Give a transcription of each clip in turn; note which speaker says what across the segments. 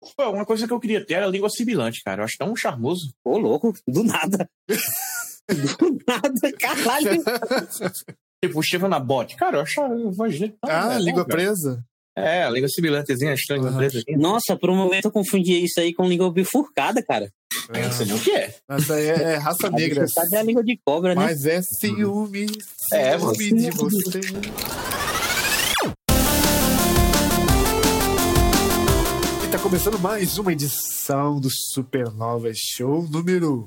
Speaker 1: Pô, uma coisa que eu queria ter era a língua sibilante, cara. Eu acho tão charmoso.
Speaker 2: Ô, louco, do nada. Do nada, caralho.
Speaker 1: Tipo, o Stephen Abbott. Cara, eu acho a voz dele tão
Speaker 3: língua
Speaker 1: cara.
Speaker 3: presa?
Speaker 1: É, a língua sibilantezinha, a língua presa aqui.
Speaker 2: Nossa, por um momento eu confundi isso aí com língua bifurcada, cara.
Speaker 1: Você não quer?
Speaker 3: Essa aí é raça
Speaker 2: A
Speaker 3: negra.
Speaker 2: bifurcada é a língua de cobra, né?
Speaker 3: Mas é ciúme
Speaker 1: você.
Speaker 3: de você. E tá começando mais uma edição do Supernova Show número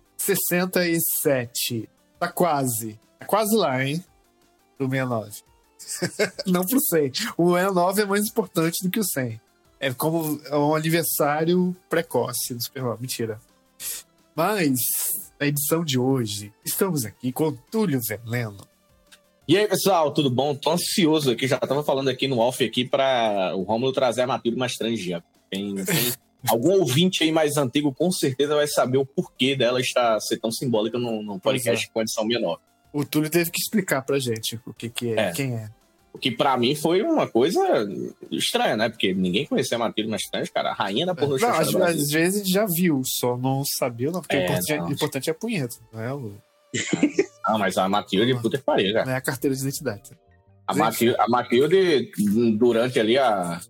Speaker 3: 67. Tá quase lá, hein? Do 69. Não pro 100. O 69 é mais importante do que o 100. É como um aniversário precoce do Supernova. Mentira. Mas, na edição de hoje, estamos aqui com o Túlio Veneno.
Speaker 1: E aí, pessoal, tudo bom? Tô ansioso aqui, já tava falando aqui no off aqui pra o Rômulo trazer a Matilde mais transgênica. Tem algum ouvinte aí mais antigo com certeza vai saber o porquê dela ser tão simbólica no podcast com edição 69.
Speaker 3: O Túlio teve que explicar pra gente o que é, quem é.
Speaker 1: O que pra mim foi uma coisa estranha, né? Porque ninguém conhecia a Matilde mais trans, cara. A rainha da porra.
Speaker 3: Não, às vezes a gente já viu, só não sabia, não. Porque o importante é a punheta, não é o...
Speaker 1: Não, mas a Matilde, puta que pariu, cara.
Speaker 3: Não é a carteira de identidade.
Speaker 1: A Matilde, durante ali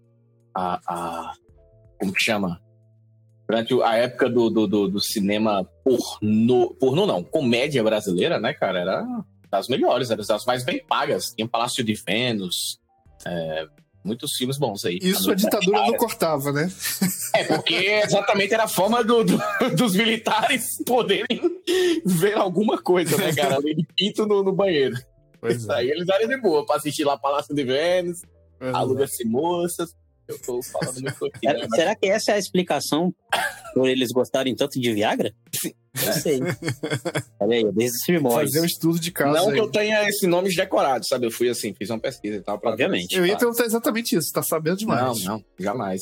Speaker 1: como que chama? Durante a época do cinema pornô não, comédia brasileira, né, cara? Era das melhores, era das mais bem pagas. Tinha Palácio de Vênus, muitos filmes bons aí.
Speaker 3: Isso a ditadura não cortava, né?
Speaker 1: Porque exatamente era a forma dos militares poderem ver alguma coisa, né, cara? Além de pinto no banheiro. Isso aí eles eram de boa pra assistir lá Palácio de Vênus, Aluga-se Moças. Eu tô falando muito aqui, né?
Speaker 2: Será que essa é a explicação por eles gostarem tanto de Viagra? Não sei. Olha aí, desde os primórdios.
Speaker 3: Fazer um estudo de caso.
Speaker 1: Não que eu tenha esse nome decorado, sabe? Eu fui assim, fiz uma pesquisa e tal.
Speaker 2: Obviamente.
Speaker 3: Eu ia perguntar exatamente isso, tá sabendo demais.
Speaker 1: Não, jamais.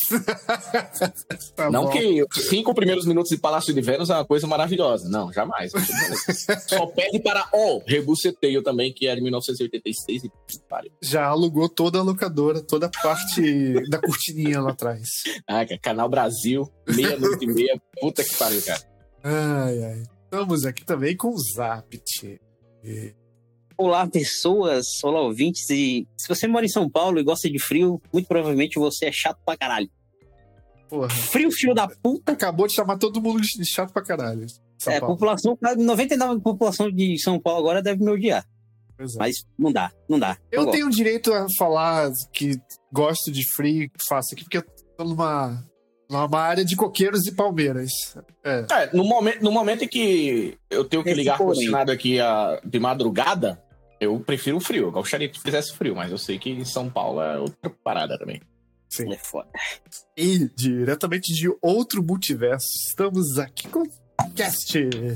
Speaker 3: Tá
Speaker 1: não
Speaker 3: bom.
Speaker 1: que os 5 primeiros minutos de Palácio de Vênus é uma coisa maravilhosa. Não, jamais. Só perde para Rebuceteio também, que é de 1986.
Speaker 3: Já alugou toda a locadora, toda a parte da cortininha lá atrás.
Speaker 1: Canal Brasil, 00:30. Puta que pariu, cara.
Speaker 3: Ai. Estamos aqui também com o Zapt.
Speaker 2: Olá, pessoas. Olá, ouvintes. E se você mora em São Paulo e gosta de frio, muito provavelmente você é chato pra caralho.
Speaker 3: Porra.
Speaker 2: Frio, filho da puta.
Speaker 3: Acabou de chamar todo mundo de chato pra caralho.
Speaker 2: A população, 99% da população de São Paulo agora deve me odiar. Mas não dá.
Speaker 3: Eu tenho direito a falar que gosto de frio, que faço aqui, porque eu tô numa área de coqueiros e palmeiras.
Speaker 1: No momento em que eu tenho que ligar ar-condicionado aqui de madrugada, eu prefiro o frio. Eu gostaria que fizesse frio, mas eu sei que em São Paulo é outra parada também.
Speaker 3: Sim.
Speaker 2: É foda.
Speaker 3: E diretamente de outro multiverso, estamos aqui com o Cast.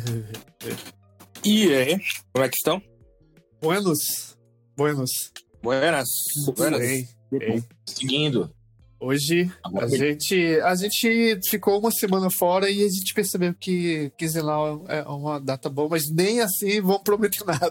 Speaker 4: E aí, como é que estão?
Speaker 3: Buenas. Bem.
Speaker 1: Seguindo.
Speaker 3: Hoje a gente ficou uma semana fora e a gente percebeu que quinzenal é uma data boa, mas nem assim vão prometer nada.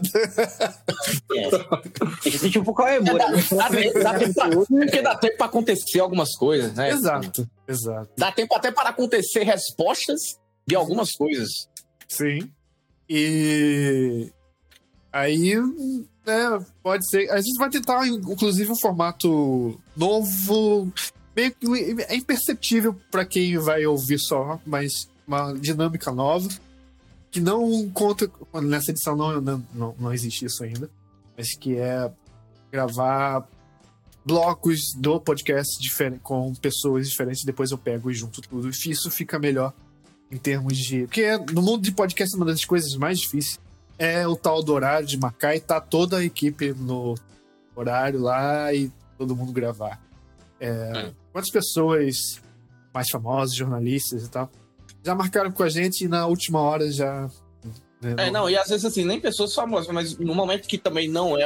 Speaker 2: A gente sentiu um pouco a memória.
Speaker 1: Porque dá tempo pra acontecer algumas coisas, né?
Speaker 3: Exato.
Speaker 1: Dá tempo até para acontecer respostas de algumas coisas.
Speaker 3: Sim. E aí, pode ser. A gente vai tentar, inclusive, um formato novo. Meio que é imperceptível para quem vai ouvir só, mas uma dinâmica nova. Que não conta. Nessa edição não existe isso ainda. Mas que é gravar blocos do podcast com pessoas diferentes. Depois eu pego e junto tudo. E isso fica melhor em termos de. Porque no mundo de podcast, uma das coisas mais difíceis é o tal do horário de marcar e tá toda a equipe no horário lá e todo mundo gravar. Quantas pessoas mais famosas, jornalistas e tal, já marcaram com a gente e na última hora já...
Speaker 1: E às vezes assim, nem pessoas famosas, mas no momento que também não é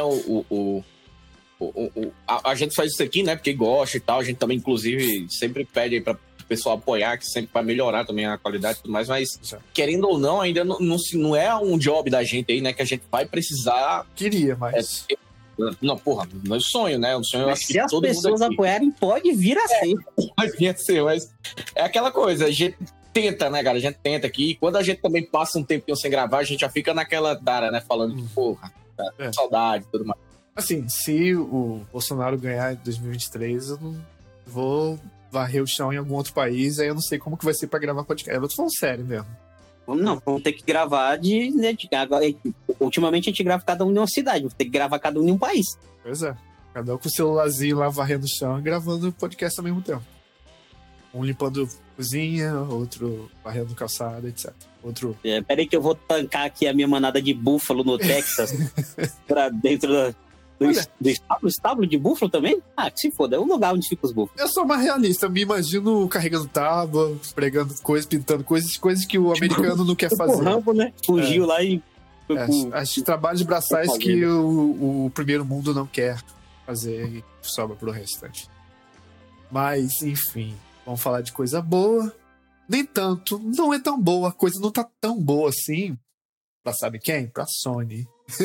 Speaker 1: a gente faz isso aqui, né, porque gosta e tal, a gente também inclusive sempre pede aí pra o pessoal apoiar, que sempre vai melhorar também a qualidade e tudo mais, mas querendo ou não, ainda não é um job da gente aí, né, que a gente vai precisar...
Speaker 3: Queria, mas...
Speaker 1: Não, porra, não é sonho, né? O sonho, eu acho
Speaker 2: Se
Speaker 1: que
Speaker 2: as
Speaker 1: todo
Speaker 2: pessoas
Speaker 1: mundo aqui
Speaker 2: apoiarem, pode vir a ser.
Speaker 1: ia ser, mas é aquela coisa, a gente tenta, né, cara? A gente tenta aqui. E quando a gente também passa um tempinho sem gravar, a gente já fica naquela dara, né? Falando que, porra, saudade e tudo mais.
Speaker 3: Assim, se o Bolsonaro ganhar em 2023, eu não vou varrer o chão em algum outro país, aí eu não sei como que vai ser pra gravar podcast. Eu tô falando sério mesmo.
Speaker 2: Não, vamos ter que gravar agora, ultimamente a gente grava cada um em uma cidade, vamos ter que gravar cada um em um país.
Speaker 3: Pois é. Cada um com o celularzinho lá varrendo o chão e gravando podcast ao mesmo tempo. Um limpando cozinha, outro varrendo calçada, etc. Outro...
Speaker 2: Peraí que eu vou tancar aqui a minha manada de búfalo no Texas pra dentro do estábulo de búfalo também? Ah, que se foda, é o lugar onde ficam os búfalos.
Speaker 3: Eu sou mais realista, eu me imagino carregando tábua, pregando coisas, pintando coisas que o americano não quer fazer.
Speaker 2: O Rambo, né? Fugiu lá e...
Speaker 3: As trabalhos braçais que o primeiro mundo não quer fazer e sobra pro restante. Mas, enfim, vamos falar de coisa boa. Nem tanto, não é tão boa, a coisa não tá tão boa assim. Pra sabe quem? Pra Sony.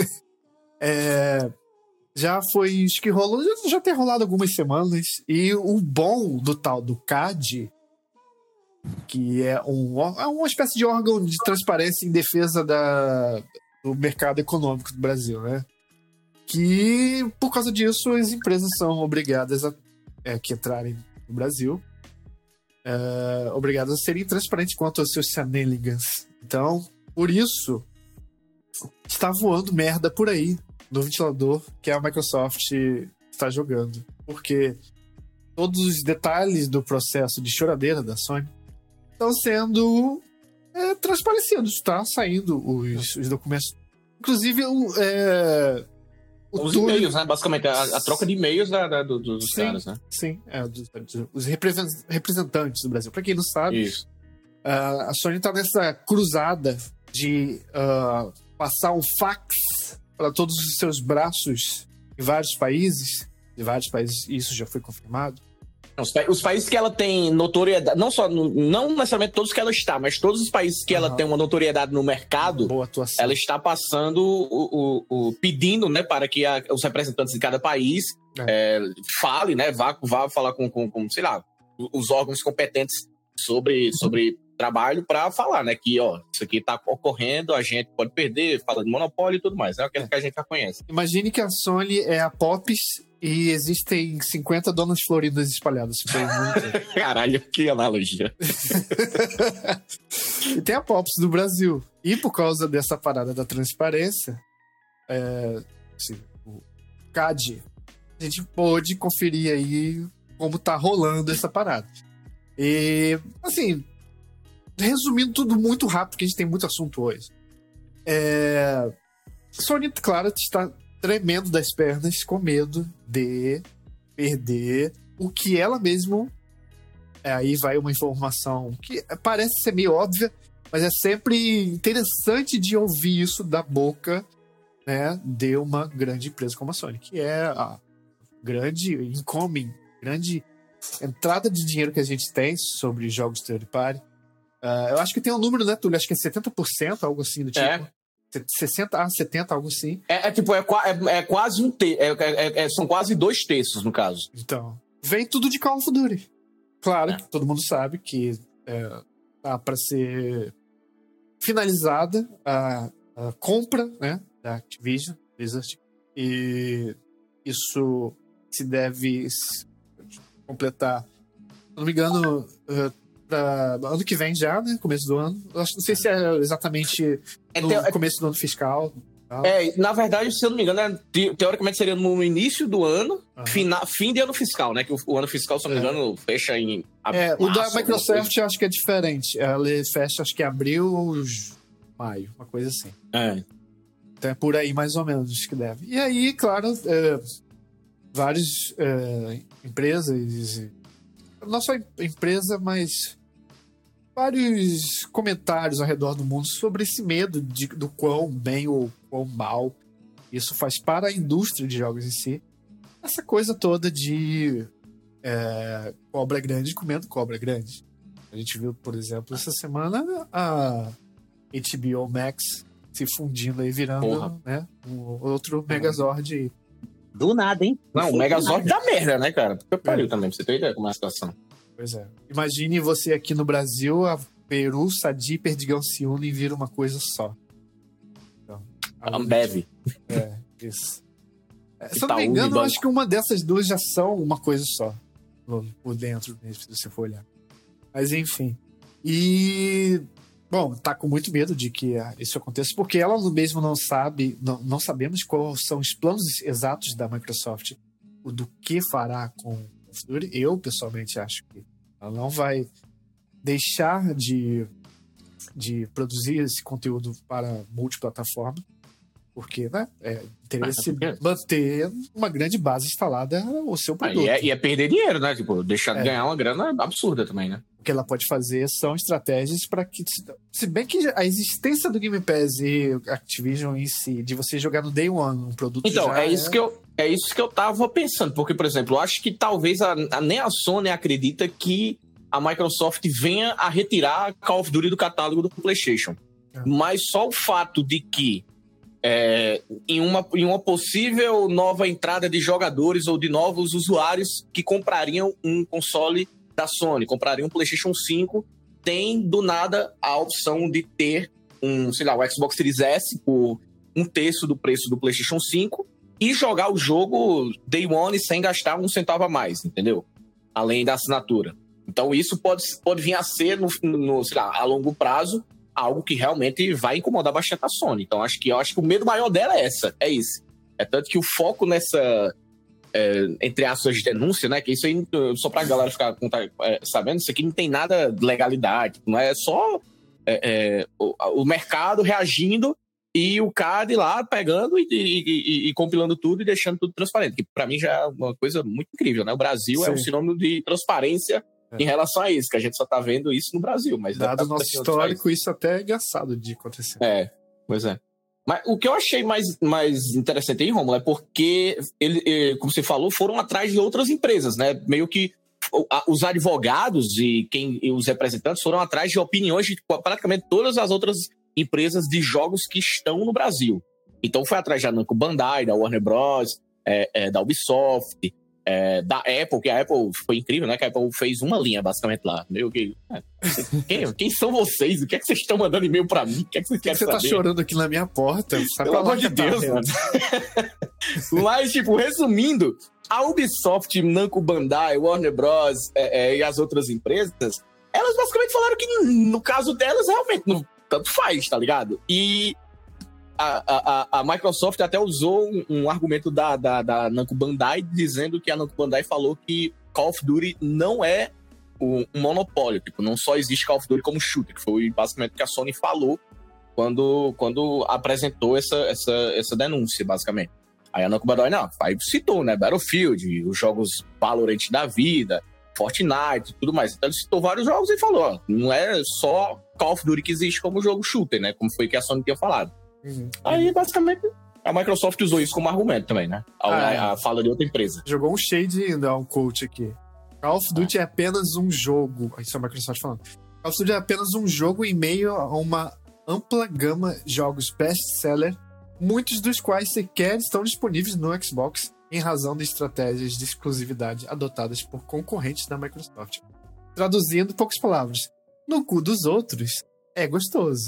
Speaker 3: Já foi, acho que rolou, já tem rolado algumas semanas. E o bom do tal do CAD, que é uma espécie de órgão de transparência em defesa do mercado econômico do Brasil, né? Que, por causa disso, as empresas são obrigadas que entrarem no Brasil, obrigadas a serem transparentes quanto aos seus shenanigans. Então, por isso, está voando merda por aí no ventilador que a Microsoft está jogando. Porque todos os detalhes do processo de choradeira da Sony estão sendo transparecidos, tá? Saindo os documentos. Inclusive,
Speaker 1: os e-mails, né? Basicamente, a troca de e-mails dos caras, né?
Speaker 3: Sim, os representantes do Brasil. Pra quem não sabe,
Speaker 1: isso.
Speaker 3: A Sony tá nessa cruzada de passar um fax para todos os seus braços em vários países. Em vários países, isso já foi confirmado.
Speaker 1: Os países que ela tem notoriedade, não necessariamente todos que ela está, mas todos os países que ela tem uma notoriedade no mercado,
Speaker 3: boa atuação.
Speaker 1: Ela está passando pedindo, né, para que os representantes de cada país falem, né, vá falar com, sei lá, os órgãos competentes sobre trabalho para falar, né, que, ó, isso aqui está ocorrendo, a gente pode perder, fala de monopólio e tudo mais, é aquilo que a gente já conhece.
Speaker 3: Imagine que a Sony é a Pops e existem 50 donas floridas espalhadas.
Speaker 1: Caralho, que analogia.
Speaker 3: E tem a Pops do Brasil. E por causa dessa parada da transparência, o CAD, a gente pôde conferir aí como tá rolando essa parada. E, assim, resumindo tudo muito rápido, porque a gente tem muito assunto hoje. Sony, claro, está tremendo das pernas com medo de perder o que ela mesma... aí vai uma informação que parece ser meio óbvia, mas é sempre interessante de ouvir isso da boca, né, de uma grande empresa como a Sony, que é a grande grande entrada de dinheiro que a gente tem sobre jogos third party. Eu acho que tem um número, né, Túlio? Acho que é 70%, algo assim do tipo. 60 a 70, algo assim.
Speaker 1: É quase um são quase 2 terços, no caso.
Speaker 3: Então, vem tudo de Call of Duty. Claro que todo mundo sabe que tá para ser finalizada a compra, né, da Activision Blizzard, e isso se deve completar, se não me engano, para ano que vem já, né, começo do ano. Eu não sei se é exatamente no começo do ano fiscal.
Speaker 1: Na verdade, se eu não me engano, teoricamente seria no início do ano, fim de ano fiscal, né? Que o ano fiscal, se eu não me engano, fecha em
Speaker 3: março, o da Microsoft eu acho que é diferente. Ela fecha, acho que em abril ou maio, uma coisa assim. Então é por aí, mais ou menos, que deve. E aí, claro, várias empresas, não só empresa, mas vários comentários ao redor do mundo sobre esse medo do quão bem ou quão mal isso faz para a indústria de jogos em si. Essa coisa toda de cobra grande comendo cobra grande. A gente viu, por exemplo, essa semana a HBO Max se fundindo aí, virando, né, um outro Megazord aí.
Speaker 2: Do nada, hein?
Speaker 1: Não, o Megazord dá merda, né, cara? Porque pariu também, pra você ter ideia como é a situação.
Speaker 3: Pois é. Imagine você aqui no Brasil, a Peru, Sadi e Perdigão se unem e vira uma coisa só. Então,
Speaker 1: Ambev.
Speaker 3: Isso. Se eu não me engano, eu acho que uma dessas duas já são uma coisa só. Por dentro, se você for olhar. Mas enfim. E... Bom, tá com muito medo de que isso aconteça, porque ela mesmo não sabe, não sabemos quais são os planos exatos da Microsoft, do que fará com o Fury. Eu, pessoalmente, acho que ela não vai deixar de produzir esse conteúdo para multiplataforma, porque, né, é interesse manter uma grande base instalada o seu produto.
Speaker 1: E é perder dinheiro, né? Tipo, deixar de ganhar uma grana absurda também, né?
Speaker 3: O que ela pode fazer são estratégias para que... Se bem que a existência do Game Pass e Activision em si, de você jogar no Day One um produto...
Speaker 1: Então, é isso que eu tava pensando. Porque, por exemplo, eu acho que talvez nem a Sony acredita que a Microsoft venha a retirar Call of Duty do catálogo do PlayStation. Mas só o fato de que em uma possível nova entrada de jogadores ou de novos usuários que comprariam um console da Sony, comprariam um PlayStation 5, tem do nada a opção de ter o Xbox Series S por 1/3 do preço do PlayStation 5 e jogar o jogo Day One sem gastar um centavo a mais, entendeu? Além da assinatura. Então isso pode vir a ser, a longo prazo, algo que realmente vai incomodar bastante a Sony. Então eu acho que o medo maior dela é isso. É tanto que o foco nessa, entre aspas, denúncia, né? Que isso aí, só pra galera ficar sabendo, isso aqui não tem nada de legalidade. Não é só o mercado reagindo e o CAD lá pegando e compilando tudo e deixando tudo transparente. Que pra mim já é uma coisa muito incrível, né? O Brasil é um sinônimo de transparência em relação a isso, que a gente só tá vendo isso no Brasil. Mas
Speaker 3: dado o nosso histórico, isso até é engraçado de acontecer.
Speaker 1: Pois é. Mas o que eu achei mais interessante aí, Rômulo, é porque, como você falou, foram atrás de outras empresas, né? Meio que os advogados e os representantes foram atrás de opiniões de praticamente todas as outras empresas de jogos que estão no Brasil. Então foi atrás da Namco Bandai, da Warner Bros., da Ubisoft, da Apple, que a Apple foi incrível, né? Que a Apple fez uma linha, basicamente, lá. Meio que... Quem são vocês? O que é que vocês estão mandando e-mail pra mim? O que é que vocês querem saber?
Speaker 3: Você tá chorando aqui na minha porta?
Speaker 1: Pelo amor de Deus, mano. Mas, resumindo, a Ubisoft, Namco Bandai, Warner Bros. E as outras empresas, elas basicamente falaram que, no caso delas, realmente, tanto faz, tá ligado? E a Microsoft até usou um argumento da Namco Bandai, dizendo que a Namco Bandai falou que Call of Duty não é um monopólio, não só existe Call of Duty como shooter, que foi basicamente o que a Sony falou quando apresentou essa denúncia, basicamente. Aí a Namco Bandai, aí citou, né, Battlefield, os jogos Valorant da vida, Fortnite e tudo mais. Então ele citou vários jogos e falou, não é só Call of Duty que existe como jogo shooter, né, como foi que a Sony tinha falado. Aí, basicamente, a Microsoft usou isso como argumento também, né? A fala de outra empresa.
Speaker 3: Jogou um shade ainda, um coach aqui. Call of Duty é apenas um jogo. Isso é a Microsoft falando. Call of Duty é apenas um jogo em meio a uma ampla gama de jogos best-seller, muitos dos quais sequer estão disponíveis no Xbox em razão de estratégias de exclusividade adotadas por concorrentes da Microsoft. Traduzindo em poucas palavras, no cu dos outros é gostoso.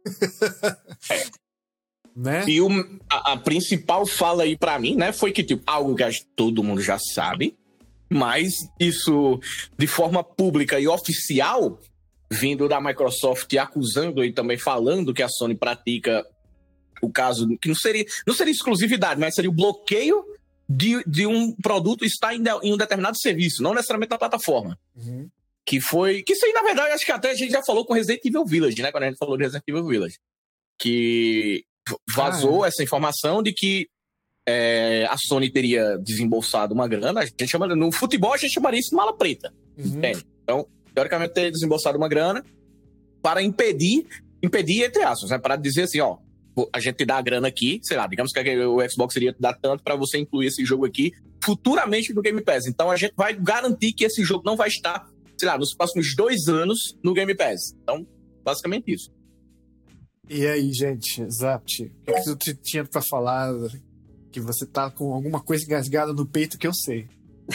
Speaker 3: Né?
Speaker 1: E a principal fala aí pra mim, né, foi que, algo que todo mundo já sabe, mas isso de forma pública e oficial, vindo da Microsoft acusando e também falando que a Sony pratica o caso, que não seria exclusividade, mas seria o bloqueio de um produto estar em um determinado serviço, não necessariamente na plataforma. Que isso aí, na verdade, acho que até a gente já falou com Resident Evil Village, né, quando a gente falou de Resident Evil Village, que vazou essa informação de que a Sony teria desembolsado uma grana. A gente chama, no futebol a gente chamaria isso de mala preta. Então, teoricamente, teria desembolsado uma grana para impedir, entre aspas, né, para dizer assim, a gente te dá a grana aqui, sei lá, digamos que o Xbox iria te dar tanto para você incluir esse jogo aqui futuramente no Game Pass. Então a gente vai garantir que esse jogo não vai estar, sei lá, nos próximos 2 anos no Game Pass. Então, basicamente isso.
Speaker 3: E aí, gente, Zapt, o que tu tinha pra falar que você tá com alguma coisa engasgada no peito que eu sei.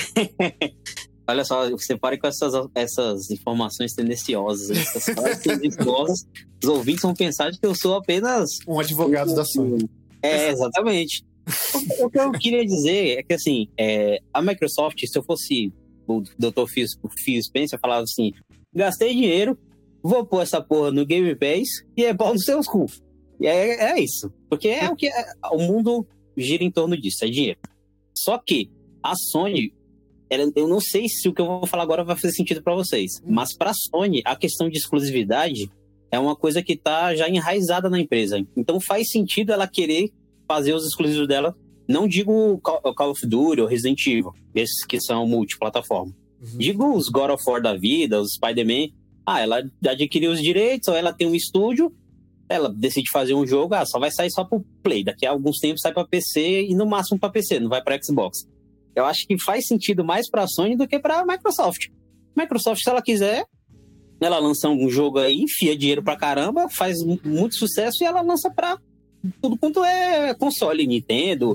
Speaker 2: Olha só, você pare com essas informações tendenciosas, essas frases tendenciosas. Os ouvintes vão pensar que eu sou apenas...
Speaker 3: um advogado da Sony.
Speaker 2: Exatamente. O que eu queria dizer é que, assim, a Microsoft, se eu fosse o Dr. Phil Spencer, eu falava assim, gastei dinheiro, vou pôr essa porra no Game Pass e é pau nos seus cu. E é isso. Porque é o que o mundo gira em torno disso, é dinheiro. Só que a Sony... eu não sei se o que eu vou falar agora vai fazer sentido para vocês, mas para a Sony, a questão de exclusividade é uma coisa que tá já enraizada na empresa. Então faz sentido ela querer fazer os exclusivos dela. Não digo Call of Duty ou Resident Evil, esses que são multiplataforma. Digo os God of War da vida, os Spider-Man. Ela adquiriu os direitos, ou ela tem um estúdio, ela decide fazer um jogo, só vai sair só pro Play. Daqui a alguns tempos sai para PC e no máximo para PC, não vai para Xbox. Eu acho que faz sentido mais pra Sony do que pra Microsoft. Microsoft, se ela quiser, ela lança um jogo aí, enfia dinheiro pra caramba, faz muito sucesso e ela lança pra tudo quanto é console, Nintendo,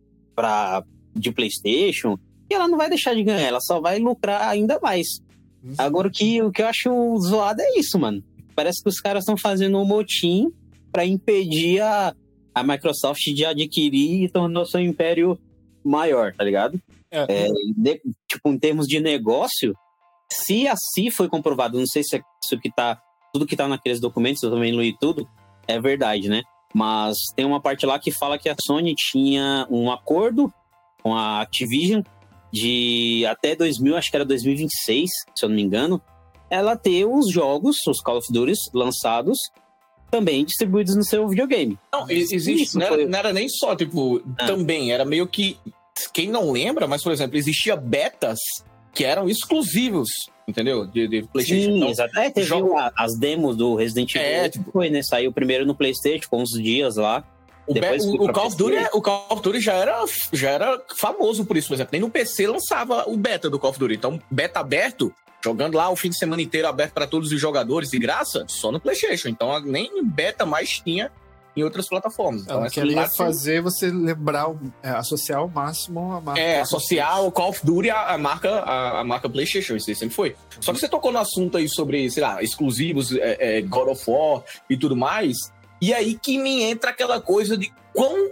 Speaker 2: de PlayStation, e ela não vai deixar de ganhar, ela só vai lucrar ainda mais. Agora, o que eu acho zoado é isso, mano. Parece que os caras estão fazendo um motim pra impedir a Microsoft de adquirir e tornar seu império maior, tá ligado? Tipo, em termos de negócio, se assim foi comprovado, não sei se isso que tá, tudo que tá naqueles documentos, eu também li tudo, é verdade, né? Mas tem uma parte lá que fala que a Sony tinha um acordo com a Activision de até 2000, acho que era 2026, se eu não me engano, ela ter os jogos, os Call of Duty lançados, também distribuídos no seu videogame.
Speaker 1: Não, existe, não era nem só, tipo, também, era meio que, quem não lembra, mas, por exemplo, existia betas que eram exclusivos, entendeu? De PlayStation.
Speaker 2: Sim, então, exato. Teve as demos do Resident Evil, tipo, foi, né? Saiu primeiro no PlayStation, com uns dias lá.
Speaker 1: O Call of Duty já era famoso por isso, por exemplo. Nem no PC lançava o beta do Call of Duty. Então, beta aberto, jogando lá o fim de semana inteiro aberto para todos os jogadores de graça, só no PlayStation. Então, nem beta mais tinha em outras plataformas. Então,
Speaker 3: ela queria fazer você lembrar, associar ao máximo a marca.
Speaker 1: Associar o Call of Duty à marca PlayStation, isso aí sempre foi. Só que você tocou no assunto aí sobre, sei lá, exclusivos, God of War e tudo mais, e aí que me entra aquela coisa de quão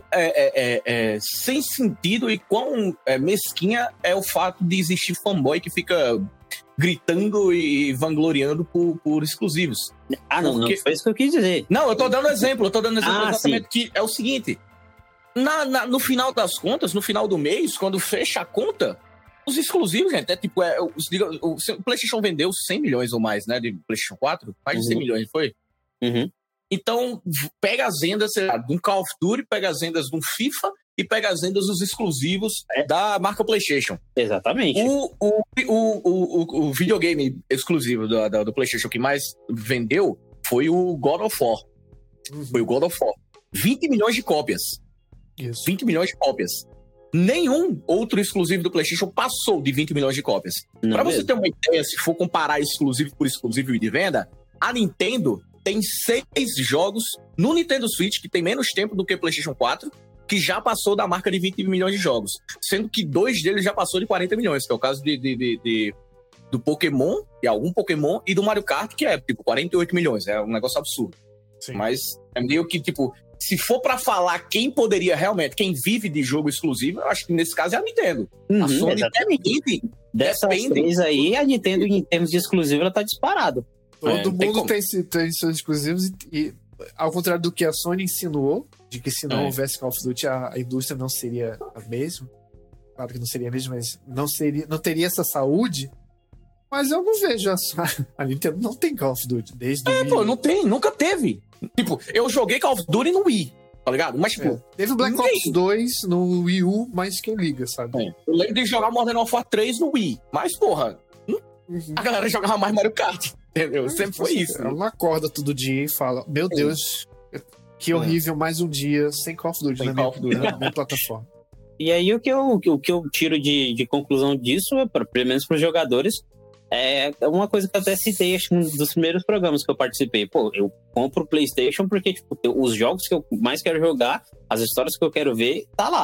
Speaker 1: sem sentido e quão mesquinha é o fato de existir fanboy que fica gritando e vangloriando por exclusivos.
Speaker 2: Não foi isso que eu quis dizer.
Speaker 1: Não, eu tô dando exemplo exatamente, sim. Que é o seguinte, no final das contas, no final do mês, quando fecha a conta, os exclusivos, gente, o PlayStation vendeu 100 milhões ou mais, né, de PlayStation 4, mais de 100 milhões, foi? Então, pega as vendas, sei lá, de um Call of Duty, pega as vendas de um FIFA e pega as vendas dos exclusivos da marca PlayStation.
Speaker 2: Exatamente.
Speaker 1: O videogame exclusivo do PlayStation que mais vendeu foi o God of War. Foi o God of War. 20 milhões de cópias.
Speaker 3: Isso.
Speaker 1: 20 milhões de cópias. Nenhum outro exclusivo do PlayStation passou de 20 milhões de cópias. Para você ter uma ideia, se for comparar exclusivo por exclusivo e de venda, a Nintendo tem 6 jogos no Nintendo Switch, que tem menos tempo do que o PlayStation 4, que já passou da marca de 20 milhões de jogos. Sendo que 2 deles já passou de 40 milhões, que é o caso do Pokémon, de algum Pokémon, e do Mario Kart, que é tipo 48 milhões. É um negócio absurdo. Sim. Mas é meio que, tipo, se for pra falar quem poderia realmente, quem vive de jogo exclusivo, eu acho que nesse caso é a Nintendo. A Sony depende.
Speaker 2: Dessas 3 aí, a Nintendo, em termos de exclusivo, ela tá disparado.
Speaker 3: Todo mundo tem seus exclusivos e, ao contrário do que a Sony insinuou, de que se não houvesse Call of Duty, a indústria não seria a mesma. Claro que não seria a mesma, mas não teria essa saúde. Mas eu não vejo a Nintendo não tem Call of Duty desde o Wii.
Speaker 1: Pô, não tem, nunca teve. Tipo, eu joguei Call of Duty no Wii, tá ligado? Mas, tipo...
Speaker 3: Teve o Black Ops 2 no Wii U, mas quem liga, sabe?
Speaker 1: Eu lembro de jogar Modern Warfare 3 no Wii. Mas, porra, a galera jogava mais Mario Kart, entendeu? Sempre foi isso.
Speaker 3: Ela não acorda todo dia e fala, meu Deus, que horrível, mais um dia sem Call of Duty na minha plataforma.
Speaker 2: E aí o que eu tiro de conclusão disso, pelo menos para os jogadores, é uma coisa que eu até citei, acho que um dos primeiros programas que eu participei. Pô, eu compro o PlayStation porque, tipo, os jogos que eu mais quero jogar, as histórias que eu quero ver, tá lá.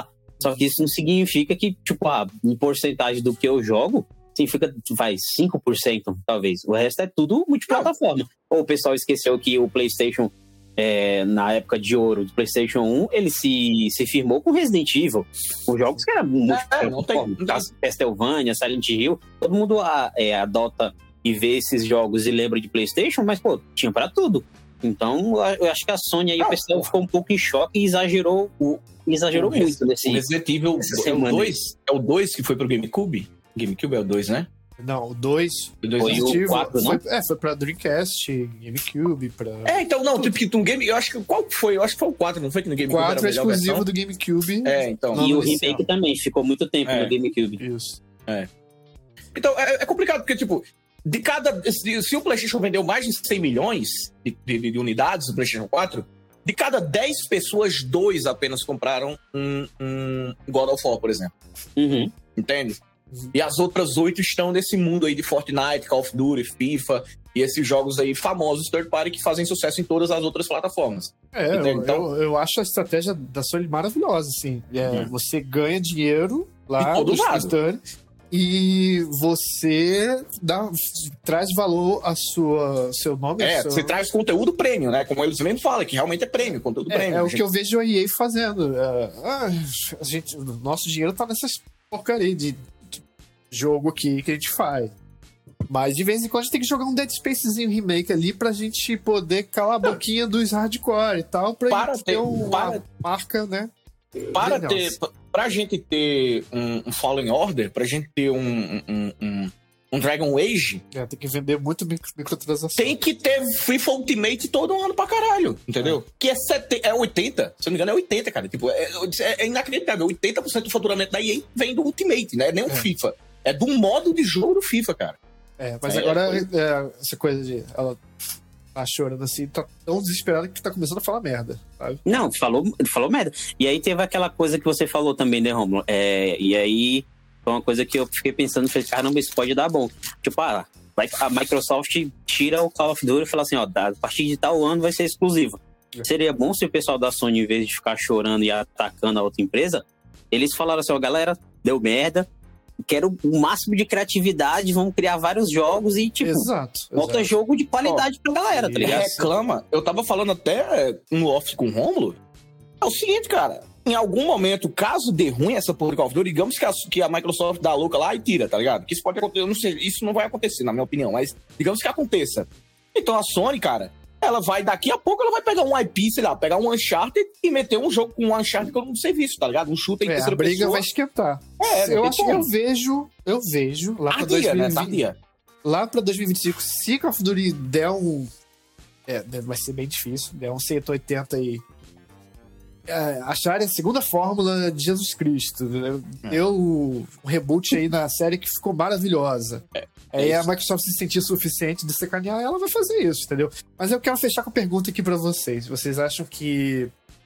Speaker 2: Só que isso não significa que, tipo, em porcentagem do que eu jogo, significa, 5%, talvez. O resto é tudo multiplataforma. Ou o pessoal esqueceu que o PlayStation, na época de ouro do PlayStation 1, ele se firmou com Resident Evil. Os jogos que eram multiplataforma. Castlevania, Silent Hill, todo mundo adota e vê esses jogos e lembra de PlayStation, mas, pô, tinha pra tudo. Então, eu acho que a Sony aí, o pessoal ficou um pouco em choque e exagerou muito nesse...
Speaker 1: O Resident Evil é o 2 que foi pro GameCube? GameCube é o 2, né?
Speaker 3: Não, o 2
Speaker 2: foi o 4, não?
Speaker 3: Foi pra Dreamcast, GameCube, pra...
Speaker 1: Então, não, tipo, um game... Eu acho que qual foi? Eu acho que foi o 4, não foi que no GameCube
Speaker 3: 4 é exclusivo do GameCube.
Speaker 1: Então.
Speaker 2: E o remake também, ficou muito tempo no GameCube.
Speaker 3: Isso.
Speaker 1: Então, é complicado, porque, tipo, de cada... Se o PlayStation vendeu mais de 100 milhões de unidades do PlayStation 4, de cada 10 pessoas, 2 apenas compraram um God of War, por exemplo.
Speaker 2: Uhum.
Speaker 1: Entende? E as outras 8 estão nesse mundo aí de Fortnite, Call of Duty, FIFA e esses jogos aí famosos third party que fazem sucesso em todas as outras plataformas.
Speaker 3: Então, eu acho a estratégia da Sony maravilhosa, assim. Você ganha dinheiro lá
Speaker 1: todo
Speaker 3: no
Speaker 1: lado.
Speaker 3: E você traz valor ao seu nome.
Speaker 1: Você traz conteúdo prêmio, né? Como eles mesmo falam, que realmente é prêmio, conteúdo prêmio.
Speaker 3: É o que eu vejo a EA fazendo. Nosso dinheiro tá nessas porcaria de jogo aqui que a gente faz. Mas de vez em quando a gente tem que jogar um Dead Spacezinho remake ali pra gente poder calar a boquinha dos hardcore e tal, pra gente ter uma marca, né?
Speaker 1: Pra gente ter um Fallen Order, pra gente ter um Dragon Age...
Speaker 3: tem que vender muito microtransação.
Speaker 1: Tem que ter FIFA Ultimate todo ano pra caralho, entendeu? Que é 80, se eu não me engano é 80, cara. Tipo, é inacreditável. 80% do faturamento da EA vem do Ultimate, né? Nem o FIFA. É do modo de jogo do FIFA, cara.
Speaker 3: Mas agora essa coisa de... Ela tá chorando assim, tá tão desesperada que tá começando a falar merda, sabe?
Speaker 2: Não, falou merda. E aí teve aquela coisa que você falou também, né, Romulo? E aí foi uma coisa que eu fiquei pensando, falei, caramba, isso pode dar bom. Tipo, a Microsoft tira o Call of Duty e fala assim, a partir de tal ano vai ser exclusivo. Seria bom se o pessoal da Sony, em vez de ficar chorando e atacando a outra empresa, eles falaram assim, galera, deu merda, quero o máximo de criatividade, vamos criar vários jogos e, tipo, volta jogo de qualidade pra galera, tá ligado?
Speaker 1: Reclama. Eu tava falando até no off com o Rômulo. É o seguinte, cara. Em algum momento, caso dê ruim essa porra de Call of Duty, digamos que a Microsoft dá louca lá e tira, tá ligado? Que isso pode acontecer, eu não sei, isso não vai acontecer, na minha opinião, mas digamos que aconteça. Então a Sony, cara, ela vai, daqui a pouco, ela vai pegar um IP, sei lá, pegar um Uncharted e meter um jogo com um Uncharted com um serviço, tá ligado? Um shooter em terceira pessoa.
Speaker 3: A briga vai esquentar. Eu acho que eu vejo lá pra 2020, lá pra 2025, se Call of Duty der vai ser bem difícil, der um 180 aí, acharem a segunda fórmula de Jesus Cristo. Deu um reboot aí na série que ficou maravilhosa. Aí a Microsoft se sentir suficiente de sacanear, ela vai fazer isso, entendeu? Mas eu quero fechar com a pergunta aqui pra vocês. Vocês acham que,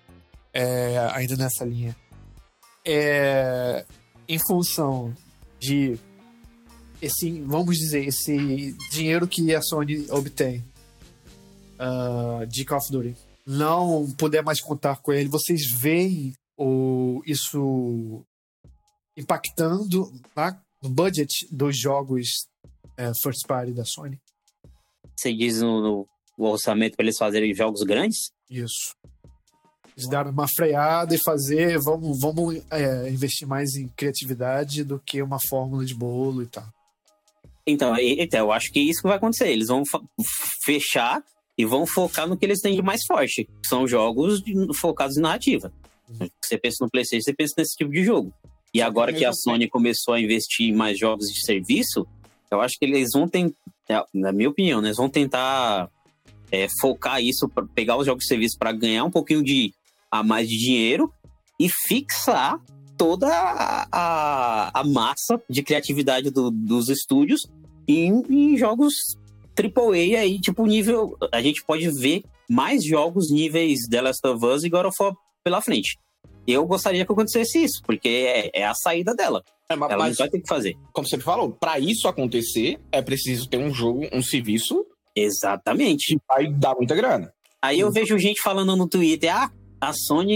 Speaker 3: ainda nessa linha, em função de vamos dizer, esse dinheiro que a Sony obtém de Call of Duty, não puder mais contar com ele, vocês veem isso impactando no budget dos jogos first party da Sony?
Speaker 2: Você diz no orçamento para eles fazerem jogos grandes?
Speaker 3: Isso. Eles deram uma freada e vamos investir mais em criatividade do que uma fórmula de bolo e tal.
Speaker 2: Então, eu acho que isso que vai acontecer. Eles vão fechar e vão focar no que eles têm de mais forte, que são jogos focados em narrativa. Você pensa no PlayStation, você pensa nesse tipo de jogo. E agora que a Sony começou a investir em mais jogos de serviço, eu acho que eles vão tentar, na minha opinião, né, eles vão tentar focar isso, pra pegar os jogos de serviço para ganhar um pouquinho a mais de dinheiro e fixar toda a massa de criatividade dos estúdios em jogos AAA aí, tipo nível... A gente pode ver mais jogos níveis The Last of Us e God of War pela frente. Eu gostaria que acontecesse isso, porque é a saída dela. Ela não vai ter que fazer.
Speaker 1: Como você falou, para isso acontecer, é preciso ter um jogo, um serviço...
Speaker 2: Exatamente.
Speaker 1: Que vai dar muita grana.
Speaker 2: Aí eu vejo gente falando no Twitter, a Sony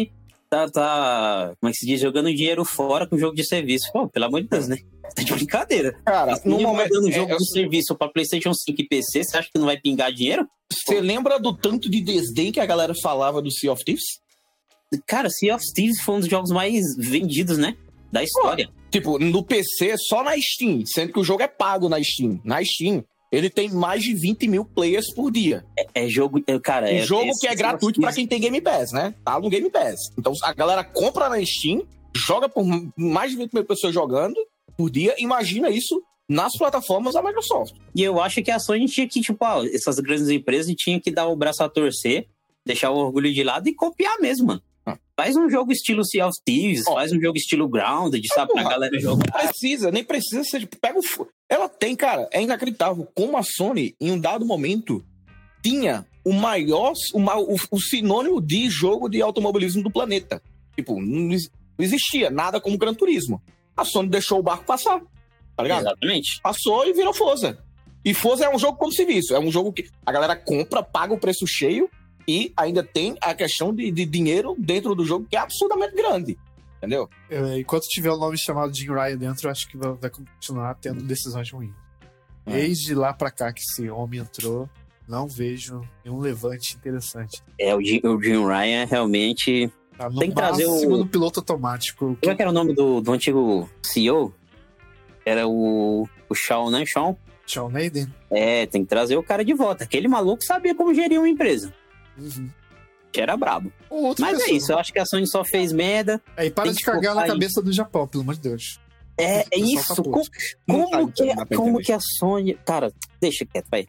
Speaker 2: como é que se diz? Jogando dinheiro fora com jogo de serviço. Pô, pelo amor de Deus, né? Tá de brincadeira.
Speaker 1: Cara,
Speaker 2: no momento dando jogo de serviço pra PlayStation 5 e PC, você acha que não vai pingar dinheiro?
Speaker 1: Você lembra do tanto de desdém que a galera falava do Sea of Thieves?
Speaker 2: Cara, Sea of Thieves foi um dos jogos mais vendidos, né? Da história.
Speaker 1: Tipo, no PC, só na Steam, sendo que o jogo é pago na Steam. Na Steam, ele tem mais de 20 mil players por dia.
Speaker 2: É jogo, cara...
Speaker 1: Um jogo que é gratuito pra quem tem Game Pass, né? Tá no Game Pass. Então, a galera compra na Steam, joga por mais de 20 mil pessoas jogando por dia. Imagina isso nas plataformas da Microsoft.
Speaker 2: E eu acho que a Sony tinha que, tipo, essas grandes empresas tinham que dar o braço a torcer, deixar o orgulho de lado e copiar mesmo, mano. Faz um jogo estilo Sea of Thieves, faz um jogo estilo Grounded, sabe, pra galera jogar.
Speaker 1: Nem precisa ser, tipo, ela tem, cara, é inacreditável como a Sony, em um dado momento, tinha o maior, o sinônimo de jogo de automobilismo do planeta. Tipo, não existia nada como Gran Turismo. A Sony deixou o barco passar, tá ligado?
Speaker 2: Exatamente.
Speaker 1: Passou e virou Forza. E Forza é um jogo como serviço, é um jogo que a galera compra, paga o preço cheio, e ainda tem a questão de dinheiro dentro do jogo, que é absurdamente grande. Entendeu?
Speaker 3: Enquanto tiver o nome chamado Jim Ryan dentro, eu acho que vai continuar tendo decisões ruins. Desde lá pra cá que esse homem entrou, não vejo nenhum levante interessante.
Speaker 2: O Jim Ryan realmente...
Speaker 3: Tá no
Speaker 2: tem que trazer o
Speaker 3: segundo piloto automático.
Speaker 2: Como é que era o nome do antigo CEO? Era o Sean, né?
Speaker 3: Sean Layden?
Speaker 2: Tem que trazer o cara de volta. Aquele maluco sabia como gerir uma empresa.
Speaker 3: Uhum.
Speaker 2: Que era brabo. Mas
Speaker 3: pessoa.
Speaker 2: É isso, eu acho que a Sony só fez merda.
Speaker 3: E para de cagar na cabeça do Japão, pelo amor de Deus.
Speaker 2: É isso.
Speaker 3: Tá
Speaker 2: Como que a Sony... Cara, deixa quieto, vai.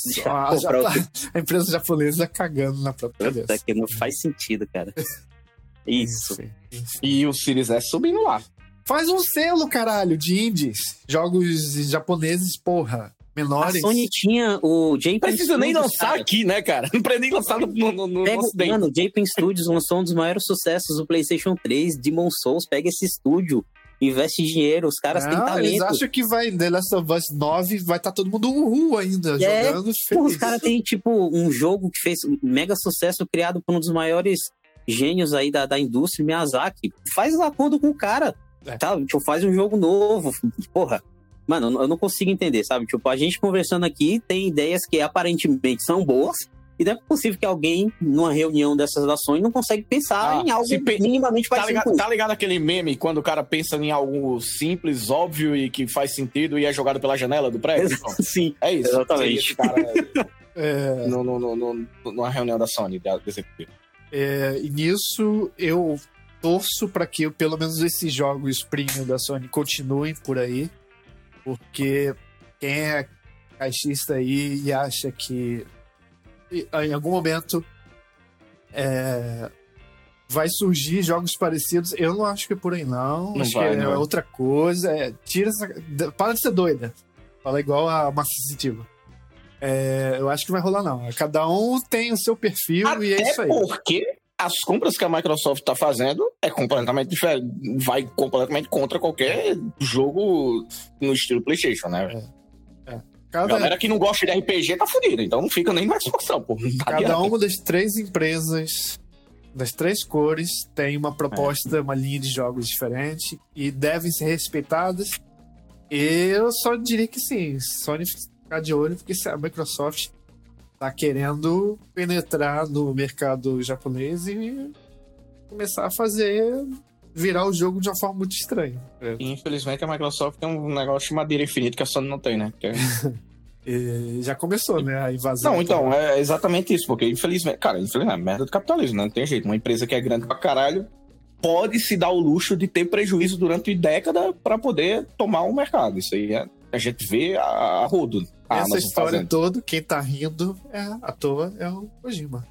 Speaker 3: A empresa japonesa cagando na própria cabeça.
Speaker 2: Que não faz sentido, cara. Isso.
Speaker 3: Enfim.
Speaker 1: E o Series S subindo lá.
Speaker 3: Faz um selo, caralho, de indies. Jogos japoneses, porra. Menores.
Speaker 2: A Sony tinha o Japan
Speaker 1: Não precisa nem lançar aqui, né, cara? Não precisa nem lançar no Ocidente.
Speaker 2: Mano, o Japan Studios lançou um dos maiores sucessos do PlayStation 3, Demon Souls. Pega esse estúdio, investe dinheiro, os caras têm talento.
Speaker 3: Eles acham que vai The Last of Us 9, vai estar todo mundo ainda, jogando feliz.
Speaker 2: Os caras têm, tipo, um jogo que fez mega sucesso, criado por um dos maiores gênios aí da indústria, Miyazaki. Faz um acordo com o cara, tá? Tipo, faz um jogo novo, porra. Mano, eu não consigo entender, sabe? Tipo, a gente conversando aqui tem ideias que aparentemente são boas, e não é possível que alguém, numa reunião dessas ações, não consegue pensar em algo minimamente parecido.
Speaker 1: Tá ligado aquele meme, quando o cara pensa em algo simples, óbvio e que faz sentido e é jogado pela janela do prédio?
Speaker 2: Sim,
Speaker 1: é isso.
Speaker 2: Exatamente.
Speaker 1: Esse cara numa reunião da Sony, da executiva.
Speaker 3: E nisso, eu torço para que pelo menos esses jogos premium da Sony continuem por aí. Porque quem é caixista aí e acha que em algum momento vai surgir jogos parecidos, eu não acho que é por aí não acho que é outra coisa. Para de ser doida, fala igual a Massa Sensitiva. Eu acho que vai rolar não, cada um tem o seu perfil.
Speaker 1: Até
Speaker 3: e é isso aí,
Speaker 1: porque as compras que a Microsoft está fazendo é completamente diferente, vai completamente contra qualquer jogo no estilo PlayStation, né? Galera que não gosta de RPG tá fodida, então não fica nem mais discussão, pô.
Speaker 3: Cada uma das três empresas, das três cores, tem uma proposta, uma linha de jogos diferente e devem ser respeitadas. Eu só diria que sim, Sony ficar de olho, porque a Microsoft tá querendo penetrar no mercado japonês e começar a virar o jogo de uma forma muito estranha.
Speaker 1: Infelizmente a Microsoft tem um negócio de madeira infinito que a Sony não tem, né?
Speaker 3: Já começou, né? A invasão.
Speaker 1: Não, então, é exatamente isso, porque infelizmente é merda do capitalismo, né? Não tem jeito. Uma empresa que é grande pra caralho pode se dar o luxo de ter prejuízo durante décadas pra poder tomar o mercado. Isso aí a gente vê a rodo.
Speaker 3: Essa história toda, quem tá rindo à toa é o Kojima.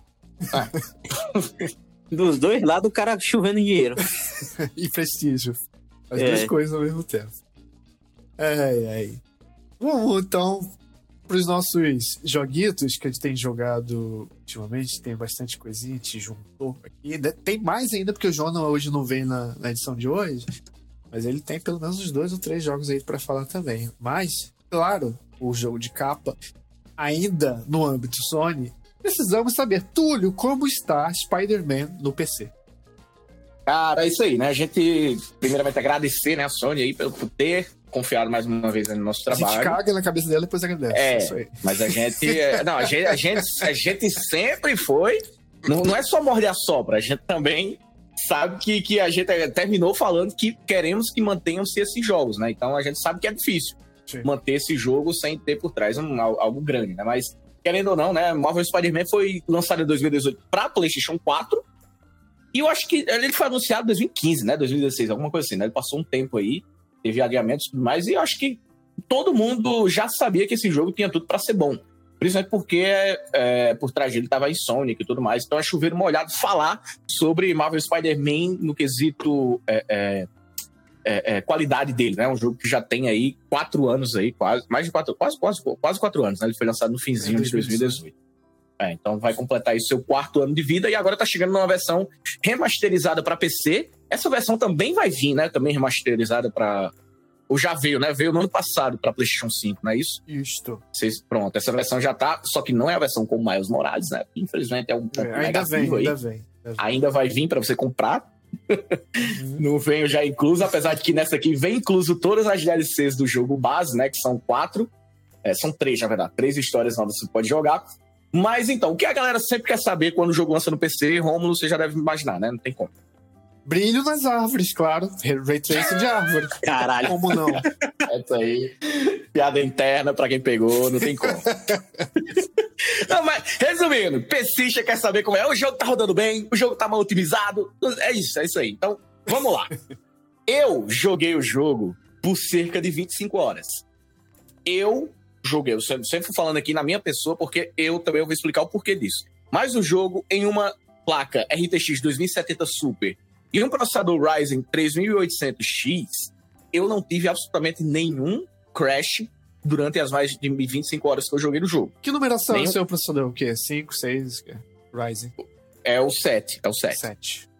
Speaker 2: Dos dois lados, o cara chovendo dinheiro.
Speaker 3: E prestígio. As duas coisas ao mesmo tempo. Vamos, então, pros nossos joguitos que a gente tem jogado ultimamente. Tem bastante coisinha, a gente juntou aqui. Tem mais ainda, porque o João hoje não veio na edição de hoje. Mas ele tem pelo menos uns 2 ou 3 jogos aí pra falar também. Mas, claro, o jogo de capa, ainda no âmbito Sony, precisamos saber, Túlio, como está Spider-Man no PC?
Speaker 1: Cara, é isso aí, né? A gente, primeiramente, agradecer, né, a Sony aí por ter confiado mais uma vez no nosso trabalho.
Speaker 3: A gente caga na cabeça dela e depois agradece. Isso aí.
Speaker 1: Mas a gente... Não, a gente sempre foi... Não é só morde a sopra, a gente também sabe que a gente terminou falando que queremos que mantenham-se esses jogos, né? Então a gente sabe que é difícil manter esse jogo sem ter por trás algo grande, né? Mas, querendo ou não, né? Marvel Spider-Man foi lançado em 2018 para PlayStation 4 e eu acho que ele foi anunciado em 2015, né? 2016, alguma coisa assim, né? Ele passou um tempo aí, teve adiamentos e tudo mais, e eu acho que todo mundo já sabia que esse jogo tinha tudo para ser bom. Principalmente porque por trás dele tava em Sonic e tudo mais. Então é chover molhado falar sobre Marvel Spider-Man no quesito qualidade dele, né? Um jogo que já tem aí 4 anos aí, quase 4 anos, né? Ele foi lançado no finzinho de 2018. Então vai completar aí seu 4º ano de vida e agora tá chegando numa versão remasterizada para PC. Essa versão também vai vir, né? Também remasterizada para... Ou já veio, né? Veio no ano passado pra PlayStation 5, não é isso?
Speaker 3: Isto.
Speaker 1: Pronto, essa versão já tá... Só que não é a versão com o Miles Morales, né? Infelizmente é um ponto negativo aí. Ainda vem. Ainda vai vir pra você comprar. Não vem já incluso, apesar de que nessa aqui vem incluso todas as DLCs do jogo base, né? Que são 4. São 3, na verdade. 3 histórias novas que você pode jogar. Mas então, o que a galera sempre quer saber quando o jogo lança no PC, Rômulo, você já deve imaginar, né? Não tem como.
Speaker 3: Brilho nas árvores, claro. Ray Tracing de árvore.
Speaker 2: Caralho.
Speaker 3: Como não?
Speaker 1: Essa aí, piada interna pra quem pegou, não tem como. Não, mas, resumindo, PCista quer saber como é. O jogo tá rodando bem, o jogo tá mal otimizado. É isso aí. Então, vamos lá. Eu joguei o jogo por cerca de 25 horas. Eu sempre fui falando aqui na minha pessoa, porque eu também vou explicar o porquê disso. Mas o jogo, em uma placa RTX 2070 Super e um processador Ryzen 3800X, eu não tive absolutamente nenhum crash durante as mais de 25 horas que eu joguei no jogo.
Speaker 3: Que numeração é o seu processador? O quê? 5, 6? Ryzen?
Speaker 1: É o 7.
Speaker 3: 7.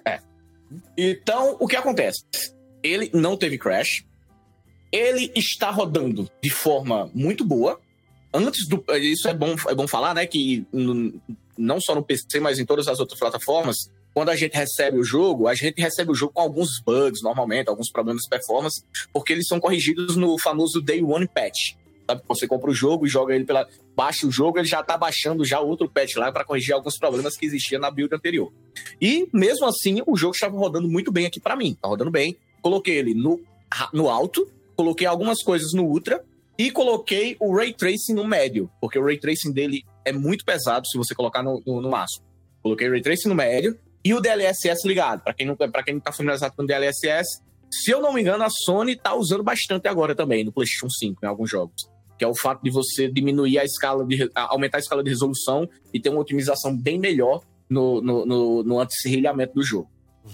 Speaker 1: Então, o que acontece? Ele não teve crash. Ele está rodando de forma muito boa. Isso é bom falar, né? Que não só no PC, mas em todas as outras plataformas, quando a gente recebe o jogo com alguns bugs, normalmente, alguns problemas de performance, porque eles são corrigidos no famoso Day One Patch. Sabe? Você compra o jogo e joga ele baixa o jogo, ele já tá baixando já outro patch lá para corrigir alguns problemas que existiam na build anterior. E, mesmo assim, o jogo estava rodando muito bem aqui para mim. Tá rodando bem. Coloquei ele no alto, coloquei algumas coisas no Ultra e coloquei o Ray Tracing no médio, porque o Ray Tracing dele é muito pesado se você colocar no máximo. Coloquei o Ray Tracing no médio e o DLSS ligado. Para quem não tá familiarizado com o DLSS, se eu não me engano, a Sony tá usando bastante agora também no PlayStation 5 em alguns jogos, que é o fato de você diminuir aumentar a escala de resolução e ter uma otimização bem melhor no anti-serrilhamento do jogo.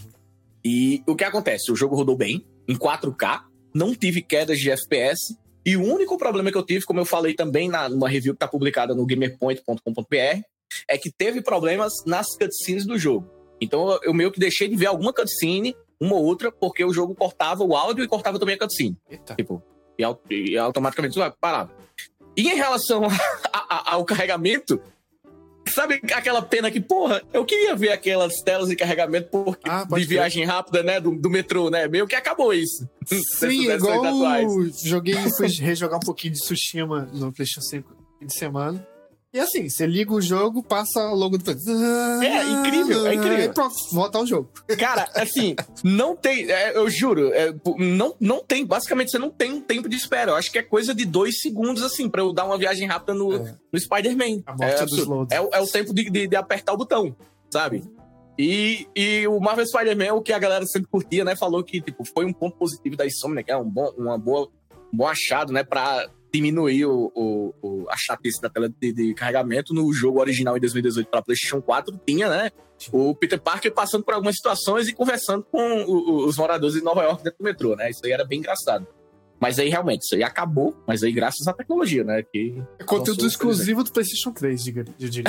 Speaker 1: E o que acontece? O jogo rodou bem, em 4K, não tive quedas de FPS, e o único problema que eu tive, como eu falei também numa review que está publicada no gamerpoint.com.br, é que teve problemas nas cutscenes do jogo. Então eu meio que deixei de ver alguma cutscene, uma ou outra, porque o jogo cortava o áudio e cortava também a cutscene. Tipo, e automaticamente parava. E em relação ao carregamento, sabe aquela pena que, porra, eu queria ver aquelas telas de carregamento de viagem rápida, né, do metrô, né? Meio que acabou isso.
Speaker 3: Sim, igual fui rejogar um pouquinho de Tsushima no PlayStation 5 fim de semana. E assim, você liga o jogo, passa logo do...
Speaker 1: É incrível.
Speaker 3: E pronto, volta ao jogo.
Speaker 1: Cara, assim, não tem... eu juro, não tem... Basicamente, você não tem um tempo de espera. Eu acho que é coisa de 2 segundos, assim, pra eu dar uma viagem rápida no Spider-Man.
Speaker 3: A morte dos loads.
Speaker 1: É o tempo de apertar o botão, sabe? E o Marvel Spider-Man, o que a galera sempre curtia, né? Falou que, tipo, foi um ponto positivo da Insomniac, que é um bom achado, né? Pra diminuir a chatice da tela de carregamento. No jogo original em 2018 para PlayStation 4 tinha, né, o Peter Parker passando por algumas situações e conversando com os moradores de Nova York dentro do metrô, né? Isso aí era bem engraçado. Mas aí realmente, isso aí acabou, mas aí graças à tecnologia, né? Que
Speaker 3: é conteúdo exclusivo do PlayStation 3, eu diria.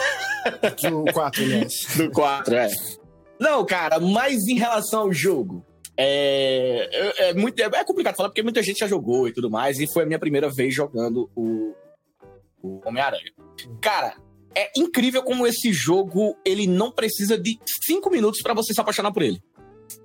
Speaker 3: Do 4, aliás.
Speaker 1: Do 4, Não, cara, mas em relação ao jogo, é complicado falar porque muita gente já jogou e tudo mais, e foi a minha primeira vez jogando o Homem-Aranha. Cara, é incrível como esse jogo, ele não precisa de 5 minutos pra você se apaixonar por ele.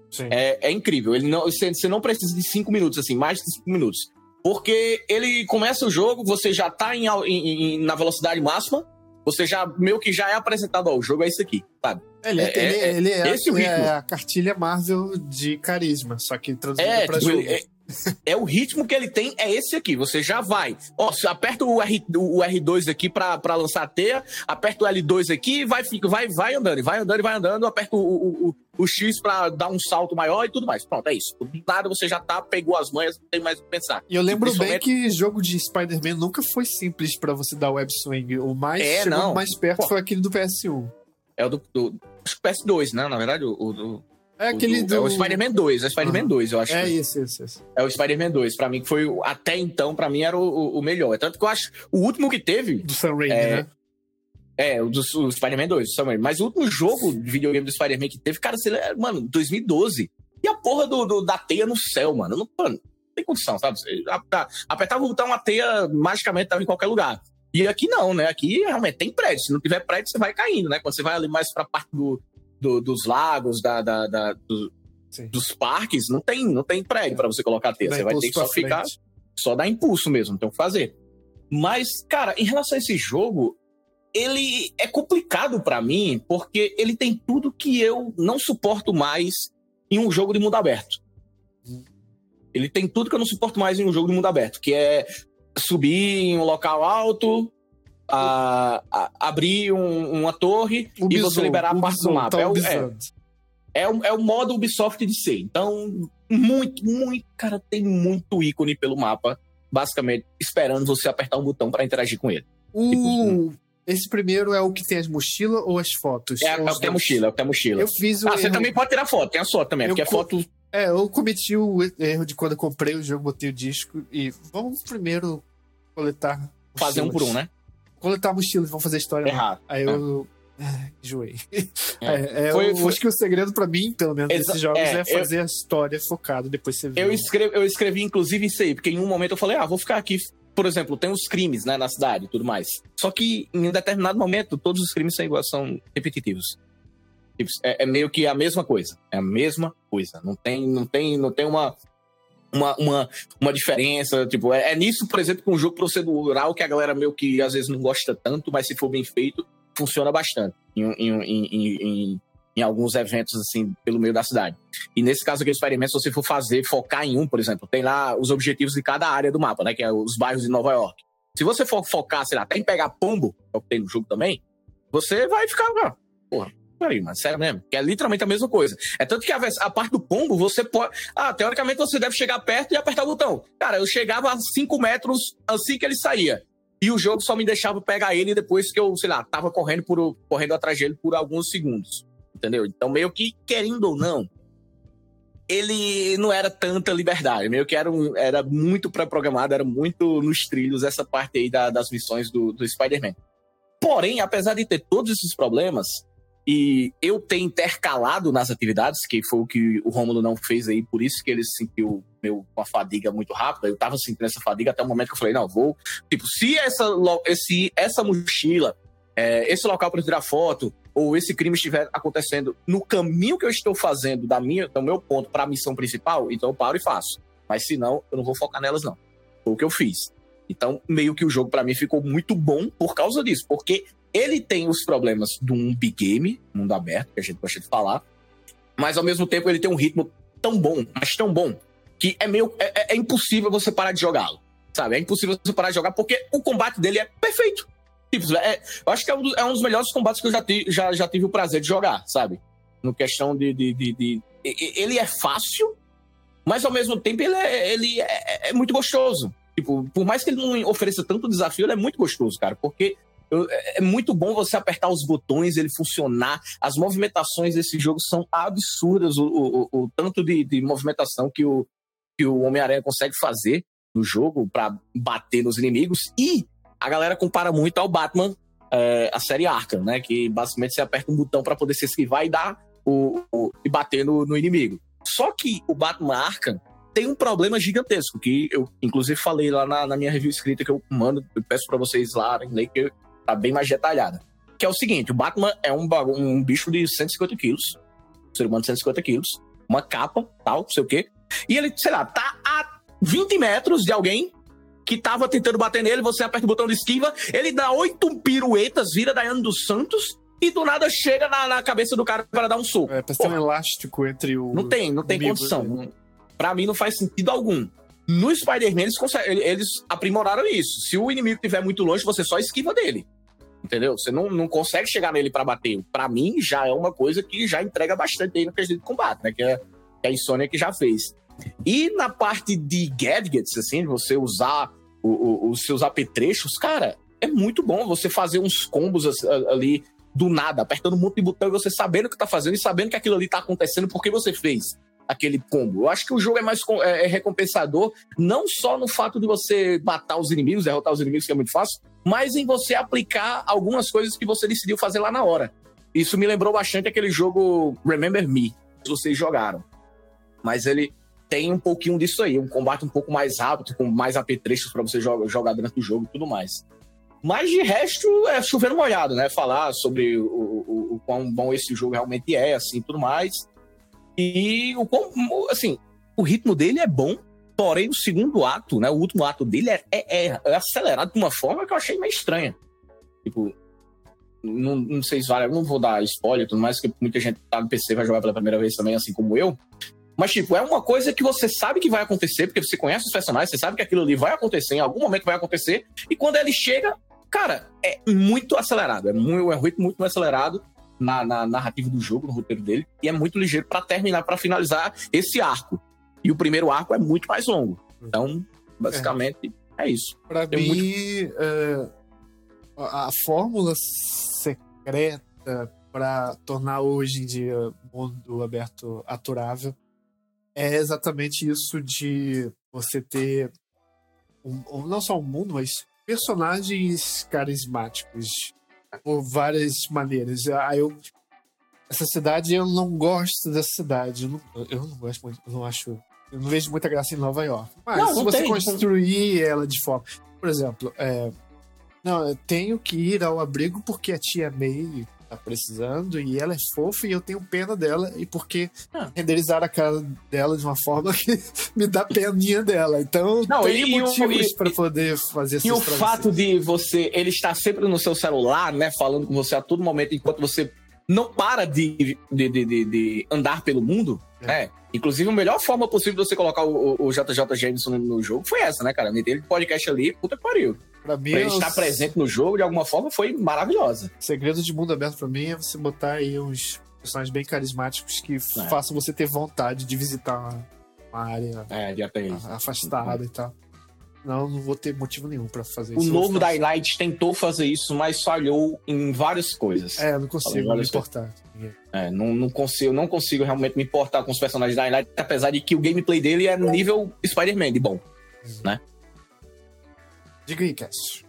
Speaker 1: É incrível. Você não precisa de 5 minutos, assim, mais de 5 minutos. Porque ele começa o jogo, você já tá na velocidade máxima, você já meio que já é apresentado, ó, o jogo é isso aqui, sabe?
Speaker 3: Ele
Speaker 1: esse o ritmo.
Speaker 3: É a cartilha Marvel de carisma, só que traduzido pra jogo.
Speaker 1: O ritmo que ele tem é esse aqui. Você já vai. Ó, você aperta o R2 aqui pra lançar a teia, aperta o L2 aqui, vai andando, aperta o X pra dar um salto maior e tudo mais. Pronto, é isso. Do nada você já pegou as manhas, não tem mais o que pensar.
Speaker 3: E eu lembro bem que jogo de Spider-Man nunca foi simples pra você dar web swing. O mais mais perto foi aquele do PS1.
Speaker 1: É o acho que PS2, né? Na verdade, é o Spider-Man 2, Spider-Man 2, eu acho.
Speaker 3: É isso.
Speaker 1: É o Spider-Man 2, pra mim, que foi, até então, pra mim, era o melhor. Tanto que eu acho, o último que teve...
Speaker 3: Do Sam Raimi, né?
Speaker 1: O Spider-Man 2, do Sam Raimi. Mas o último jogo de videogame do Spider-Man que teve, cara, mano, 2012. E a porra da teia no céu, mano. Não tem condição, sabe? Você apertava o botão, a teia magicamente tava em qualquer lugar. E aqui não, né? Aqui realmente tem prédio. Se não tiver prédio, você vai caindo, né? Quando você vai ali mais pra parte dos lagos, dos parques, não tem prédio pra você colocar a teia. Você vai ter que só ficar, só dar impulso mesmo, não tem o que fazer. Mas, cara, em relação a esse jogo, ele é complicado pra mim, porque ele tem tudo que eu não suporto mais em um jogo de mundo aberto. Ele tem tudo que eu não suporto mais em um jogo de mundo aberto, que é subir em um local alto, abrir uma torre e você liberar a parte do mapa. É o modo Ubisoft de ser. Então, muito, cara, tem muito ícone pelo mapa, basicamente, esperando você apertar um botão pra interagir com ele.
Speaker 3: Esse primeiro é o que tem as mochilas ou as fotos?
Speaker 1: É o que tem a mochila.
Speaker 3: Eu fiz o erro.
Speaker 1: Você também pode tirar foto, tem a foto também, porque é foto...
Speaker 3: eu cometi o erro de quando eu comprei o jogo, botei o disco e vamos primeiro coletar mochilas.
Speaker 1: Fazer um por um, né?
Speaker 3: Coletar mochilas, vamos fazer a história.
Speaker 1: Errado.
Speaker 3: Aí eu enjoei. Acho que o segredo pra mim, pelo menos, desses jogos é fazer a história focada, depois você vê.
Speaker 1: Eu escrevi, inclusive, isso aí, porque em um momento eu falei, vou ficar aqui. Por exemplo, tem os crimes, né, na cidade e tudo mais. Só que em um determinado momento, todos os crimes são repetitivos. É meio que a mesma coisa. É a mesma coisa. Não tem uma diferença. Tipo, é nisso, por exemplo, que um jogo procedural que a galera meio que às vezes não gosta tanto, mas se for bem feito, funciona bastante em alguns eventos, assim, pelo meio da cidade. E nesse caso aqui, o Spider-Man, se você for focar em um, por exemplo, tem lá os objetivos de cada área do mapa, né? Que é os bairros de Nova York. Se você for focar, sei lá, até em pegar pombo, que é o que tem no jogo também, você vai ficar, porra, peraí, mas sério mesmo? Que é literalmente a mesma coisa. É tanto que a parte do pombo, você pode... teoricamente você deve chegar perto e apertar o botão. Cara, eu chegava a 5 metros assim que ele saía. E o jogo só me deixava pegar ele depois que eu, sei lá, tava correndo atrás dele por alguns segundos. Entendeu? Então, meio que, querendo ou não, ele não era tanta liberdade. Meio que era muito pré-programado, era muito nos trilhos essa parte aí das missões do Spider-Man. Porém, apesar de ter todos esses problemas, e eu ter intercalado nas atividades, que foi o que o Rômulo não fez aí, por isso que ele sentiu uma fadiga muito rápida. Eu tava sentindo essa fadiga até o momento que eu falei, não, vou... Tipo, se essa mochila, esse local para tirar foto, ou esse crime estiver acontecendo no caminho que eu estou fazendo do meu ponto para a missão principal, então eu paro e faço. Mas se não, eu não vou focar nelas, não. Foi o que eu fiz. Então, meio que o jogo para mim ficou muito bom por causa disso, porque ele tem os problemas de um big game, mundo aberto, que a gente gosta de falar, mas ao mesmo tempo ele tem um ritmo tão bom, mas tão bom, que é impossível você parar de jogá-lo, sabe? É impossível você parar de jogar, porque o combate dele é perfeito. Tipo, eu acho que é um dos melhores combates que eu já tive o prazer de jogar, sabe? No questão de ele é fácil, mas ao mesmo tempo ele é muito gostoso. Tipo, por mais que ele não ofereça tanto desafio, ele é muito gostoso, cara, porque é muito bom você apertar os botões, ele funcionar. As movimentações desse jogo são absurdas, o tanto de movimentação que o Homem-Aranha consegue fazer no jogo pra bater nos inimigos. E a galera compara muito ao Batman, a série Arkham, né? Que basicamente você aperta um botão pra poder se esquivar e dar e bater no inimigo. Só que o Batman Arkham tem um problema gigantesco, que eu inclusive falei lá na minha review escrita que eu peço pra vocês lá em ler, que tá bem mais detalhada. Que é o seguinte, o Batman é um bicho de 150 quilos, um ser humano de 150 quilos, uma capa, tal, não sei o quê. E ele, sei lá, tá a 20 metros de alguém que tava tentando bater nele, você aperta o botão de esquiva, ele dá 8 piruetas, vira Daiane dos Santos, e do nada chega na cabeça do cara para dar um soco.
Speaker 3: Parece ter um elástico entre o...
Speaker 1: Não tem condição. Pra mim não faz sentido algum. No Spider-Man eles aprimoraram isso. Se o inimigo estiver muito longe, você só esquiva dele. Entendeu? Você não consegue chegar nele pra bater. Pra mim, já é uma coisa que já entrega bastante aí no quesito de combate, né? Que é a Insomniac que já fez. E na parte de gadgets, assim, de você usar os seus apetrechos, cara, é muito bom você fazer uns combos ali do nada, apertando um monte de botão e você sabendo o que tá fazendo e sabendo que aquilo ali tá acontecendo porque você fez aquele combo. Eu acho que o jogo é mais recompensador, não só no fato de você matar os inimigos, derrotar os inimigos, que é muito fácil, mas em você aplicar algumas coisas que você decidiu fazer lá na hora. Isso me lembrou bastante aquele jogo Remember Me, que vocês jogaram. Mas ele tem um pouquinho disso aí, um combate um pouco mais rápido, com mais apetrechos para você jogar durante o jogo e tudo mais. Mas de resto, é chover molhado, né? Falar sobre o quão bom esse jogo realmente é, assim, tudo mais. E, assim, o ritmo dele é bom, porém o segundo ato, né? O último ato dele é acelerado de uma forma que eu achei meio estranha. Tipo, não sei se vale, eu não vou dar spoiler e tudo mais, porque muita gente tá no PC vai jogar pela primeira vez também, assim como eu. Mas, tipo, é uma coisa que você sabe que vai acontecer, porque você conhece os personagens, você sabe que aquilo ali vai acontecer, em algum momento vai acontecer, e quando ele chega, cara, é muito acelerado, é um ritmo muito acelerado na narrativa do jogo, no roteiro dele, e é muito ligeiro pra terminar, pra finalizar esse arco. E o primeiro arco é muito mais longo. Então, basicamente, é isso.
Speaker 3: Pra mim, a fórmula secreta pra tornar hoje em dia o mundo aberto aturável é exatamente isso de você ter não só um mundo, mas personagens carismáticos por várias maneiras. Essa cidade, eu não gosto dessa cidade. Eu não gosto muito, eu não vejo muita graça em Nova York. Mas se você construir ela de forma... Por exemplo, eu tenho que ir ao abrigo porque a tia May tá precisando e ela é fofa e eu tenho pena dela e porque renderizaram a cara dela de uma forma que me dá peninha dela. Então tem motivos para poder fazer essas
Speaker 1: transições. E o fato de ele estar sempre no seu celular, né, falando com você a todo momento, enquanto você não para de andar pelo mundo, né? Inclusive, a melhor forma possível de você colocar o JJ Jameson no jogo foi essa, né, cara? Meter ele de podcast ali, puta que pariu. Pra ele estar presente no jogo, de alguma forma, foi maravilhosa.
Speaker 3: O segredo de mundo aberto pra mim é você botar aí uns personagens bem carismáticos que façam você ter vontade de visitar uma área afastada e tal. Não vou ter motivo nenhum pra fazer isso.
Speaker 1: O novo Dying Light tentou fazer isso, mas falhou em várias coisas.
Speaker 3: Não consigo me importar.
Speaker 1: Não consigo realmente me importar com os personagens da Dying Light, apesar de que o gameplay dele é nível Spider-Man de bom, né?
Speaker 3: Diga aí, Cass.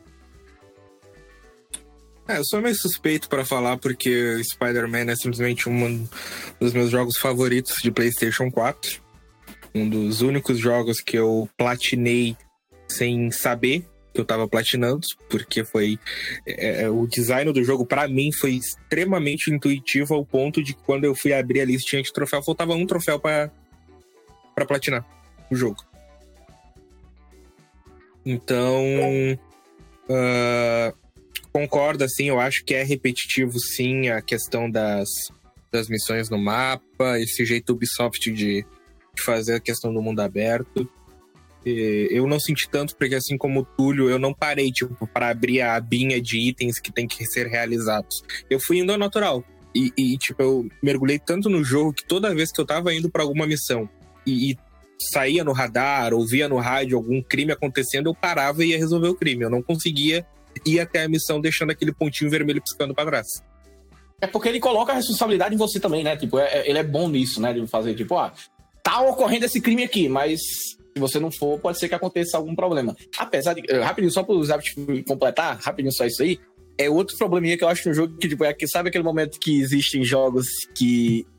Speaker 4: Eu sou meio suspeito pra falar porque Spider-Man é simplesmente um dos meus jogos favoritos de PlayStation 4. Um dos únicos jogos que eu platinei sem saber que eu tava platinando, porque foi o design do jogo pra mim foi extremamente intuitivo ao ponto de que quando eu fui abrir a listinha de troféu, faltava um troféu pra platinar o jogo. Então concordo, assim, eu acho que é repetitivo sim a questão das missões no mapa, esse jeito Ubisoft de fazer a questão do mundo aberto. Eu não senti tanto, porque assim como o Túlio, eu não parei, tipo, para abrir a abinha de itens que tem que ser realizados. Eu fui indo ao natural. E tipo, eu mergulhei tanto no jogo que toda vez que eu tava indo para alguma missão e saía no radar, ouvia no rádio algum crime acontecendo, eu parava e ia resolver o crime. Eu não conseguia ir até a missão deixando aquele pontinho vermelho piscando para trás.
Speaker 1: É porque ele coloca a responsabilidade em você também, né? Tipo, ele é bom nisso, né? De fazer, tipo, tá ocorrendo esse crime aqui, mas se você não for, pode ser que aconteça algum problema. Apesar de... Rapidinho, só para os hábitos completar, rapidinho só isso aí, é outro probleminha que eu acho no jogo, que tipo, sabe aquele momento que existem jogos que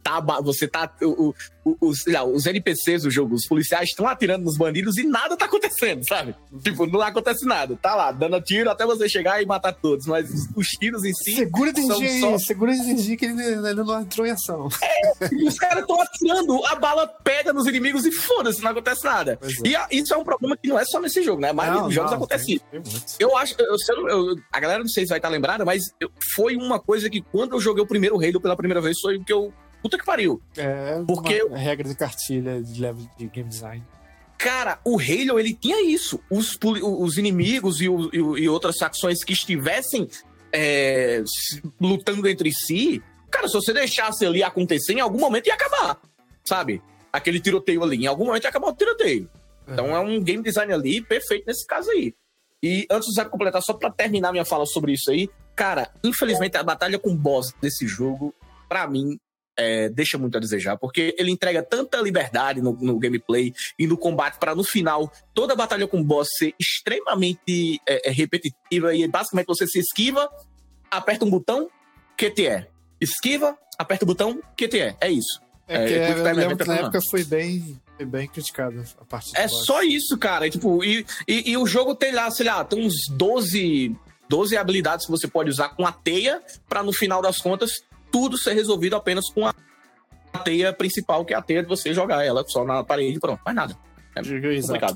Speaker 1: os NPCs do jogo, os policiais estão atirando nos bandidos e nada tá acontecendo, sabe? Tipo, não acontece nada. Tá lá, dando tiro até você chegar e matar todos. Mas os tiros em si...
Speaker 3: Segura de energia que ele não entrou em ação.
Speaker 1: Os caras estão atirando, a bala pega nos inimigos e foda-se, não acontece nada. E isso é um problema que não é só nesse jogo, né? A maioria dos jogos acontece isso. Eu acho... a galera não sei se vai estar lembrada, mas foi uma coisa que quando eu joguei o primeiro Halo pela primeira vez, foi o que eu... Puta que pariu.
Speaker 3: Porque uma regra de cartilha de level de game design.
Speaker 1: Cara, o Halo, ele tinha isso. Os inimigos e outras facções que estivessem lutando entre si, cara, se você deixasse ali acontecer, em algum momento ia acabar, sabe? Aquele tiroteio ali, em algum momento ia acabar o tiroteio. Então é um game design ali perfeito nesse caso aí. E antes de você completar, só pra terminar minha fala sobre isso aí, cara, infelizmente a batalha com o boss desse jogo, pra mim, deixa muito a desejar, porque ele entrega tanta liberdade no gameplay e no combate para no final toda a batalha com o boss ser extremamente repetitiva e basicamente você se esquiva, aperta um botão, QTE. Esquiva, aperta o botão, QTE. É isso.
Speaker 3: Eu lembro que na época foi bem criticado a parte do boss.
Speaker 1: Só isso, cara. E o jogo tem lá, sei lá, tem uns 12 habilidades que você pode usar com a teia para no final das contas tudo ser resolvido apenas com a teia principal, que é a teia de você jogar ela só na parede e pronto, mais nada. É complicado.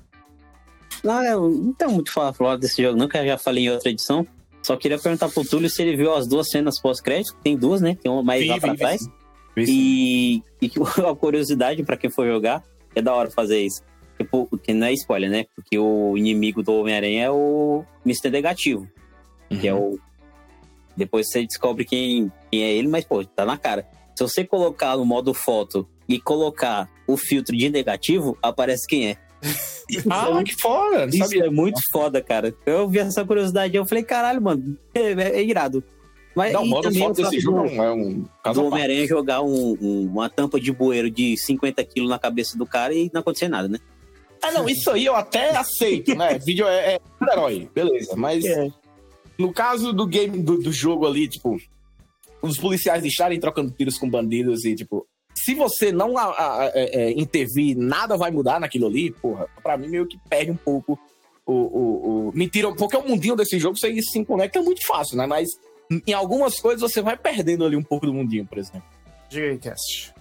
Speaker 2: Não tenho muito pra falar desse jogo, não, que eu já falei em outra edição. Só queria perguntar pro Túlio se ele viu as duas cenas pós-crédito. Tem duas, né? Tem uma mais lá pra trás. E a curiosidade pra quem for jogar, é da hora fazer isso. Tipo, que não é spoiler, né? Porque o inimigo do Homem-Aranha é o Mr. Negativo. Que é o... Depois você descobre quem é ele, mas, pô, tá na cara. Se você colocar no modo foto e colocar o filtro de negativo, aparece quem é.
Speaker 1: Que foda!
Speaker 2: Isso sabia. É muito foda, cara. Eu vi essa curiosidade e eu falei, caralho, mano, é irado. Mas,
Speaker 1: não, o modo foto desse jogo é um caso
Speaker 2: do Homem-Aranha jogar uma tampa de bueiro de 50 quilos na cabeça do cara e não acontecer nada, né?
Speaker 1: Não, isso aí eu até aceito, né? Vídeo é herói, beleza, mas... No caso do game, do jogo ali, tipo, os policiais estarem trocando tiros com bandidos e, tipo, se você não intervir, nada vai mudar naquilo ali, porra, pra mim meio que perde um pouco mentira, porque o mundinho desse jogo você se conecta muito fácil, né? Mas em algumas coisas você vai perdendo ali um pouco do mundinho, por exemplo.
Speaker 3: Diga aí, Cast.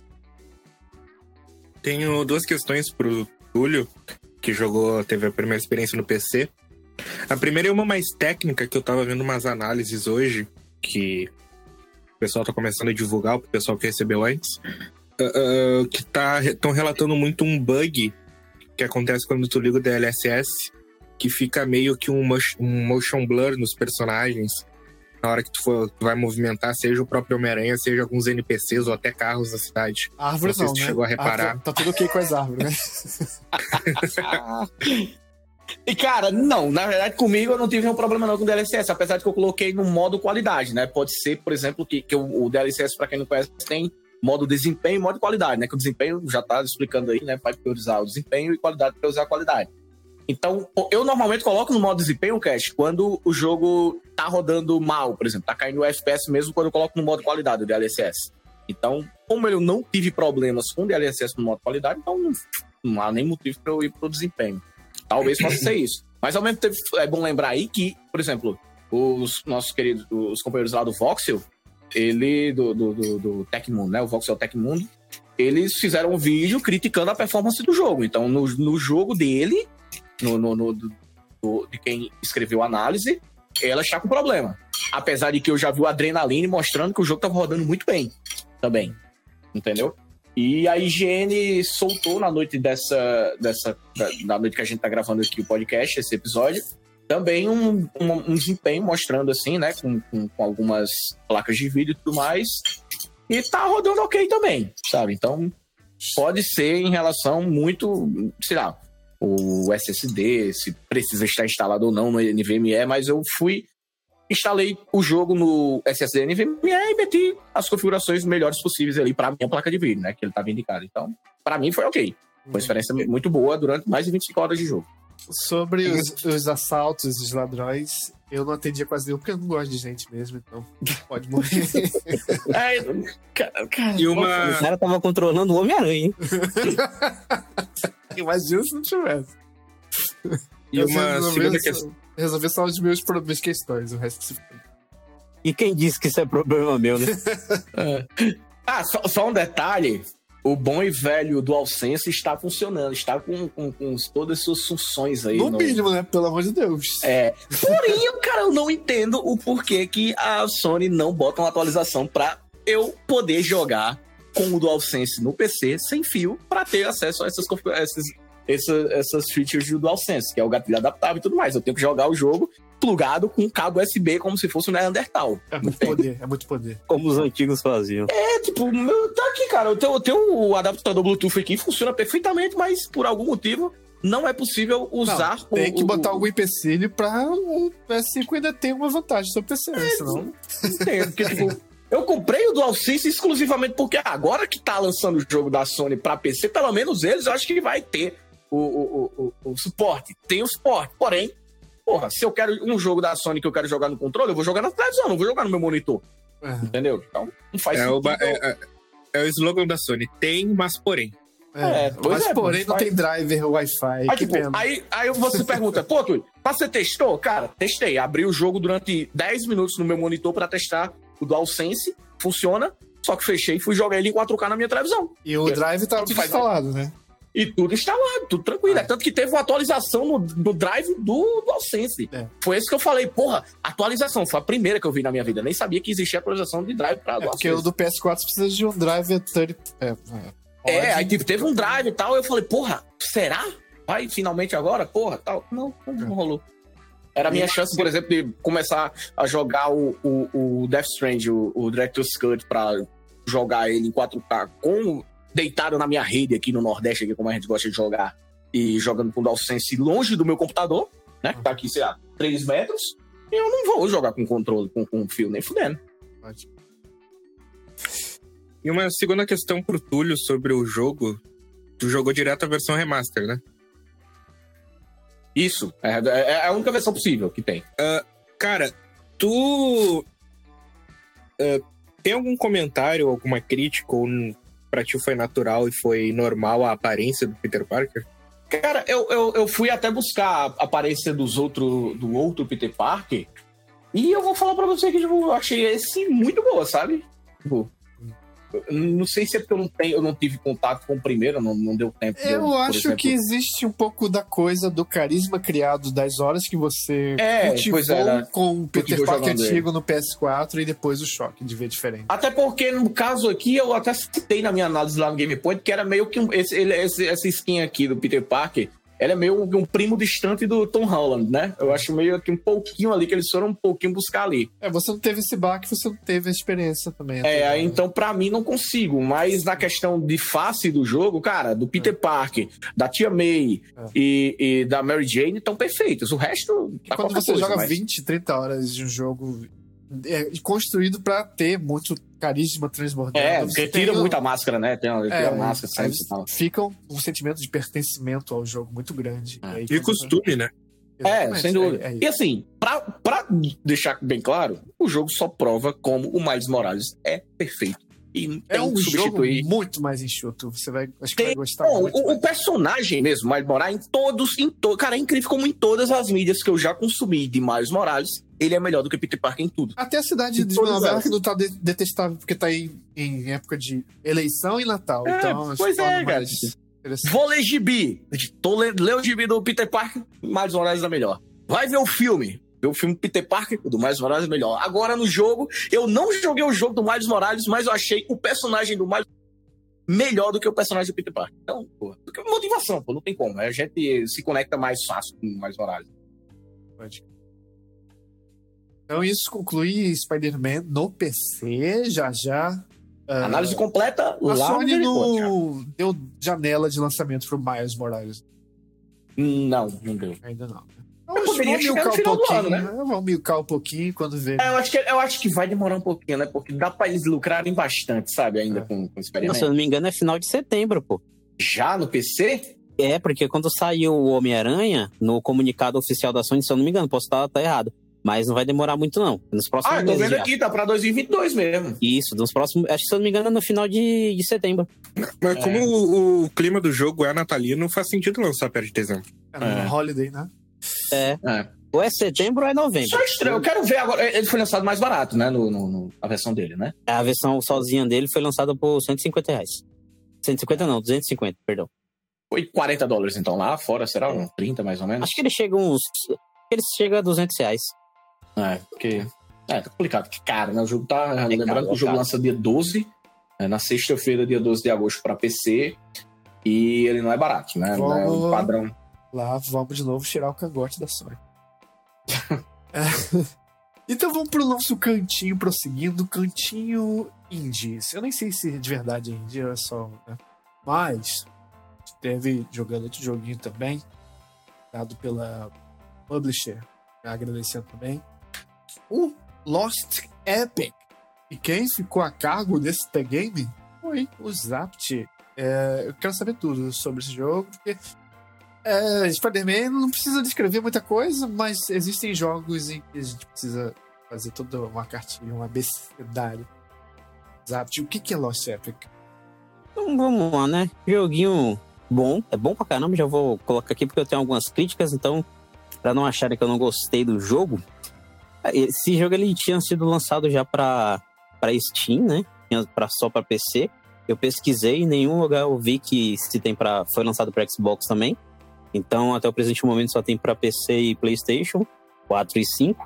Speaker 4: Tenho duas questões pro Túlio, que teve a primeira experiência no PC. A primeira é uma mais técnica, que eu tava vendo umas análises hoje, que o pessoal tá começando a divulgar, o pessoal que recebeu antes, que estão relatando muito um bug que acontece quando tu liga o DLSS, que fica meio que um motion blur nos personagens, na hora que tu vai movimentar, seja o próprio Homem-Aranha, seja alguns NPCs ou até carros da cidade.
Speaker 3: Árvores não, né?
Speaker 4: Chegou a reparar.
Speaker 3: Tá tudo ok com as árvores,
Speaker 1: né? E, cara, não, na verdade, comigo eu não tive nenhum problema não com o DLSS, apesar de que eu coloquei no modo qualidade, né? Pode ser, por exemplo, que o DLSS, pra quem não conhece, tem modo desempenho e modo qualidade, né? Que o desempenho já tá explicando aí, né? Vai priorizar o desempenho e qualidade priorizar a qualidade. Então, eu normalmente coloco no modo desempenho, Cash, quando o jogo tá rodando mal, por exemplo, tá caindo o FPS mesmo quando eu coloco no modo qualidade, o DLSS. Então, como eu não tive problemas com o DLSS no modo qualidade, então não há nem motivo pra eu ir pro desempenho. Talvez possa ser isso. Mas ao mesmo tempo é bom lembrar aí que, por exemplo, os nossos queridos, os companheiros lá do Voxel, do Tecmundo, né? O Voxel Tecmundo, eles fizeram um vídeo criticando a performance do jogo. Então, no jogo dele, de quem escreveu a análise, ela está com problema. Apesar de que eu já vi o Adrenaline mostrando que o jogo estava rodando muito bem também. Entendeu? E a IGN soltou na noite na noite que a gente tá gravando aqui o podcast, esse episódio, também um desempenho mostrando assim, né, com algumas placas de vídeo e tudo mais, e tá rodando ok também, sabe? Então, pode ser em relação muito, sei lá, o SSD, se precisa estar instalado ou não no NVMe, mas eu instalei o jogo no SSD NVMe e meti as configurações melhores possíveis ali para minha placa de vídeo, né? Que ele estava indicado. Então, para mim foi ok. Foi uma experiência muito boa durante mais de 25 horas de jogo.
Speaker 3: Sobre os assaltos, os ladrões, eu não atendia quase nenhum, porque eu não gosto de gente mesmo, então pode morrer.
Speaker 1: Cara,
Speaker 4: E
Speaker 2: O cara tava controlando o Homem-Aranha, hein?
Speaker 3: Imagina se não tivesse.
Speaker 4: E uma segunda questão.
Speaker 3: Resolver só os meus problemas, questões, o resto se...
Speaker 2: E quem disse que isso é problema meu, né?
Speaker 1: Só um detalhe. O bom e velho DualSense está funcionando. Está com todas as suas funções aí.
Speaker 3: No mínimo, né? Pelo amor de Deus.
Speaker 1: Porém, cara, eu não entendo o porquê que a Sony não bota uma atualização pra eu poder jogar com o DualSense no PC sem fio pra ter acesso a essas features do DualSense, que é o gatilho adaptável e tudo mais. Eu tenho que jogar o jogo plugado com um cabo USB como se fosse um Neandertal.
Speaker 3: É muito poder.
Speaker 2: Como os antigos faziam.
Speaker 1: Tá aqui, cara. Eu tenho o adaptador Bluetooth aqui, funciona perfeitamente, mas por algum motivo não é possível usar...
Speaker 3: Tem que botar algum empecilho pra o PS5 ainda ter uma vantagem sobre o PC, senão...
Speaker 1: Não entendo, porque, tipo, eu comprei o DualSense exclusivamente porque agora que tá lançando o jogo da Sony pra PC, pelo menos eles, eu acho que vai ter o suporte. Tem o suporte, porém, porra, se eu quero um jogo da Sony que eu quero jogar no controle, eu vou jogar na televisão, não vou jogar no meu monitor. Entendeu? Então, não faz sentido.
Speaker 4: É o slogan da Sony. Tem, mas porém.
Speaker 3: Porém não tem driver Wi-Fi.
Speaker 1: Aí você pergunta, pô, Túlio, você testou? Cara, testei. Abri o jogo durante 10 minutos no meu monitor pra testar o DualSense. Funciona. Só que fechei e fui jogar ele em 4K na minha televisão.
Speaker 3: E o drive tá tudo instalado, né?
Speaker 1: E tudo instalado, tudo tranquilo. Tanto que teve uma atualização no drive do DualSense. Foi isso que eu falei, porra, atualização. Foi a primeira que eu vi na minha vida. Eu nem sabia que existia atualização de drive pra DualSense.
Speaker 3: Porque o do PS4 precisa de um drive 30...
Speaker 1: aí teve um drive e tal. Eu falei, porra, será? Vai finalmente agora? Porra, tal. Não rolou. Era a minha chance, por exemplo, de começar a jogar o Death Stranding, o Director's Cut, pra jogar ele em 4K deitado na minha rede aqui no Nordeste, aqui, como a gente gosta de jogar, e jogando com o DualSense longe do meu computador, né? Que tá aqui, sei lá, 3 metros. E eu não vou jogar com controle, com fio, nem fudendo.
Speaker 4: E uma segunda questão pro Túlio sobre o jogo. Tu jogou direto a versão remaster, né?
Speaker 1: Isso. É a única versão possível que tem.
Speaker 4: Cara, tu... tem algum comentário, alguma crítica, ou pra ti foi natural e foi normal a aparência do Peter Parker?
Speaker 1: Cara, eu fui até buscar a aparência do outro Peter Parker, e eu vou falar pra você que eu achei esse muito boa, sabe? Tipo, não sei se é porque eu não tive contato com o primeiro, não deu tempo.
Speaker 3: Eu acho que existe um pouco da coisa do carisma criado das horas que você cultivou com o Peter Parker antigo no PS4 e depois o choque de ver diferente.
Speaker 1: Até porque, no caso aqui, eu até citei na minha análise lá no Game Point que era meio que essa skin aqui do Peter Parker, ela é meio um primo distante do Tom Holland, né? Eu acho meio que um pouquinho ali, que eles foram um pouquinho buscar ali.
Speaker 3: Você não teve esse baque, você não teve a experiência também.
Speaker 1: Então pra mim não consigo, mas na questão de face do jogo, cara, do Peter Parker, da Tia May e da Mary Jane estão perfeitos. O resto...
Speaker 3: E quando você joga 20, 30 horas de um jogo construído pra ter muito carisma transbordando.
Speaker 1: Porque tira muita máscara, né? Tira a máscara sempre.
Speaker 3: Fica um sentimento de pertencimento ao jogo muito grande.
Speaker 4: E costume, né?
Speaker 1: Sem dúvida. E assim, pra deixar bem claro, o jogo só prova como o Miles Morales é perfeito. E
Speaker 3: é um jogo muito mais enxuto. Você vai gostar muito.
Speaker 1: O personagem mesmo, Miles Morales, cara, é incrível como em todas as mídias que eu já consumi de Miles Morales, ele é melhor do que Peter Parker em tudo.
Speaker 3: Até a cidade de Nova York não tá detestável, porque tá em época de eleição e Natal. Então,
Speaker 1: cara. Vou ler gibi. Lê o gibi do Peter Parker, Miles Morales é melhor. Vai ver o filme. O filme Peter Parker, o do Miles Morales é melhor. Agora no jogo, eu não joguei o jogo do Miles Morales, mas eu achei o personagem do Miles melhor do que o personagem do Peter Parker. Então, motivação, não tem como. A gente se conecta mais fácil com o Miles Morales.
Speaker 3: Pode. Então isso conclui Spider-Man no PC, já.
Speaker 1: Análise completa
Speaker 3: lá. A Sony não deu janela de lançamento pro Miles Morales.
Speaker 1: Não deu.
Speaker 3: Ainda não.
Speaker 1: Vamos milcar um pouquinho, ano, né?
Speaker 3: Vamos milcar um pouquinho quando ver.
Speaker 1: Eu acho que vai demorar um pouquinho, né? Porque dá pra eles lucrarem bastante, sabe? Ainda com o Spider-Man.
Speaker 2: Se eu não me engano, é final de setembro, pô.
Speaker 1: Já no PC?
Speaker 2: Porque quando saiu o Homem-Aranha, no comunicado oficial da Sony, se eu não me engano, posso estar errado, mas não vai demorar muito não. Nos próximos
Speaker 1: eu tô
Speaker 2: meses
Speaker 1: vendo
Speaker 2: já.
Speaker 1: aqui, tá pra 2022 mesmo.
Speaker 2: Isso, nos próximos, acho que se eu não me engano, no final de setembro.
Speaker 4: Mas como o clima do jogo é natalino, faz sentido lançar perto de dezembro.
Speaker 3: É no Holiday, né?
Speaker 2: Ou é setembro ou é novembro.
Speaker 1: Só estranho, eu quero ver agora. Ele foi lançado mais barato, né? A versão dele, né?
Speaker 2: A versão sozinha dele foi lançada por R$150. 150 não, 250, perdão.
Speaker 1: Foi $40 então lá fora, será? Uns 30 mais ou menos?
Speaker 2: Acho que ele chega a R$200.
Speaker 1: Porque... tá complicado, que cara, né? O jogo tá... Lembrando que o jogo
Speaker 2: caro.
Speaker 1: lança dia 12, na sexta-feira, dia 12 de agosto pra PC, e ele não é barato, né? Não é um padrão.
Speaker 3: Lá, vamos de novo tirar o cangote da Sony. Então vamos pro nosso cantinho, prosseguindo, cantinho indies. Eu nem sei se de verdade é indie, é só... Né? Mas teve jogando outro joguinho também, dado pela publisher, agradecendo também, o Lost Epic. E quem ficou a cargo desse game foi o Zapt. Eu quero saber tudo sobre esse jogo, porque Spider-Man não precisa descrever muita coisa, mas existem jogos em que a gente precisa fazer toda uma cartilha, uma abecedário. Zapt, o que é Lost Epic?
Speaker 2: Então vamos lá, né? Joguinho bom, é bom pra caramba, já vou colocar aqui porque eu tenho algumas críticas, então, pra não acharem que eu não gostei do jogo, esse jogo ele tinha sido lançado já pra Steam, né? Só pra PC. Eu pesquisei, em nenhum lugar eu vi que foi lançado pra Xbox também. Então, até o presente momento só tem pra PC e PlayStation 4 e 5.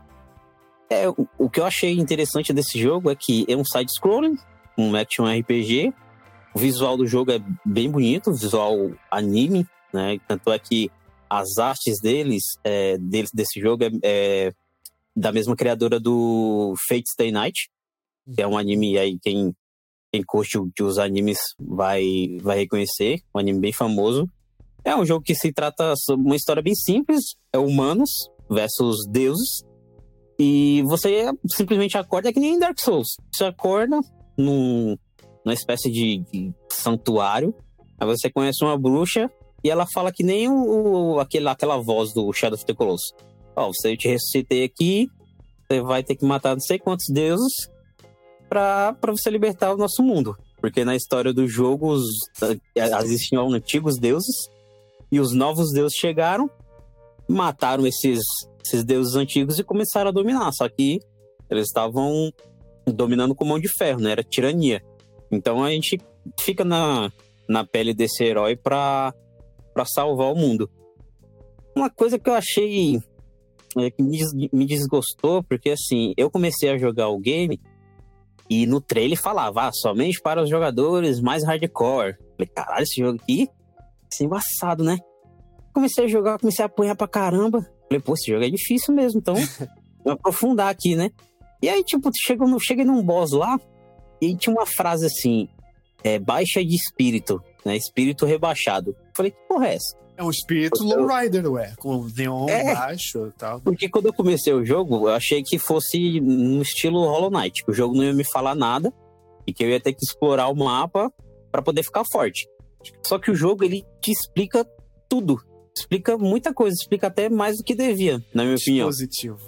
Speaker 2: O que eu achei interessante desse jogo é que é um side-scrolling, um action RPG. O visual do jogo é bem bonito, visual anime, né? Tanto é que as artes desse jogo é da mesma criadora do Fate Stay Night, que é um anime aí, quem curte os animes vai reconhecer, um anime bem famoso. É um jogo que se trata sobre uma história bem simples, é humanos versus deuses, e você simplesmente acorda, é que nem Dark Souls. Você acorda numa espécie de santuário, aí você conhece uma bruxa, e ela fala que nem aquela voz do Shadow of the Colossus. Você te ressuscitei aqui, você vai ter que matar não sei quantos deuses pra você libertar o nosso mundo. Porque na história do jogo existiam antigos deuses e os novos deuses chegaram, mataram esses deuses antigos e começaram a dominar. Só que eles estavam dominando com mão de ferro, né? Era tirania. Então a gente fica na pele desse herói pra salvar o mundo. Uma coisa que eu achei que me desgostou, porque assim, eu comecei a jogar o game e no trailer falava, somente para os jogadores mais hardcore. Falei, caralho, esse jogo aqui é embaçado, né? Comecei a jogar, comecei a apanhar pra caramba. Falei, pô, esse jogo é difícil mesmo, então vou aprofundar aqui, né? E aí, tipo, cheguei num boss lá e tinha uma frase assim, baixa de espírito, né? Espírito rebaixado. Falei, que porra é essa?
Speaker 3: É um espírito lowrider, com neon baixo e tal.
Speaker 2: Porque quando eu comecei o jogo, eu achei que fosse no estilo Hollow Knight, que o jogo não ia me falar nada e que eu ia ter que explorar o mapa pra poder ficar forte. Só que o jogo, ele te explica tudo. Explica muita coisa, explica até mais do que devia, na minha opinião.
Speaker 3: Positivo.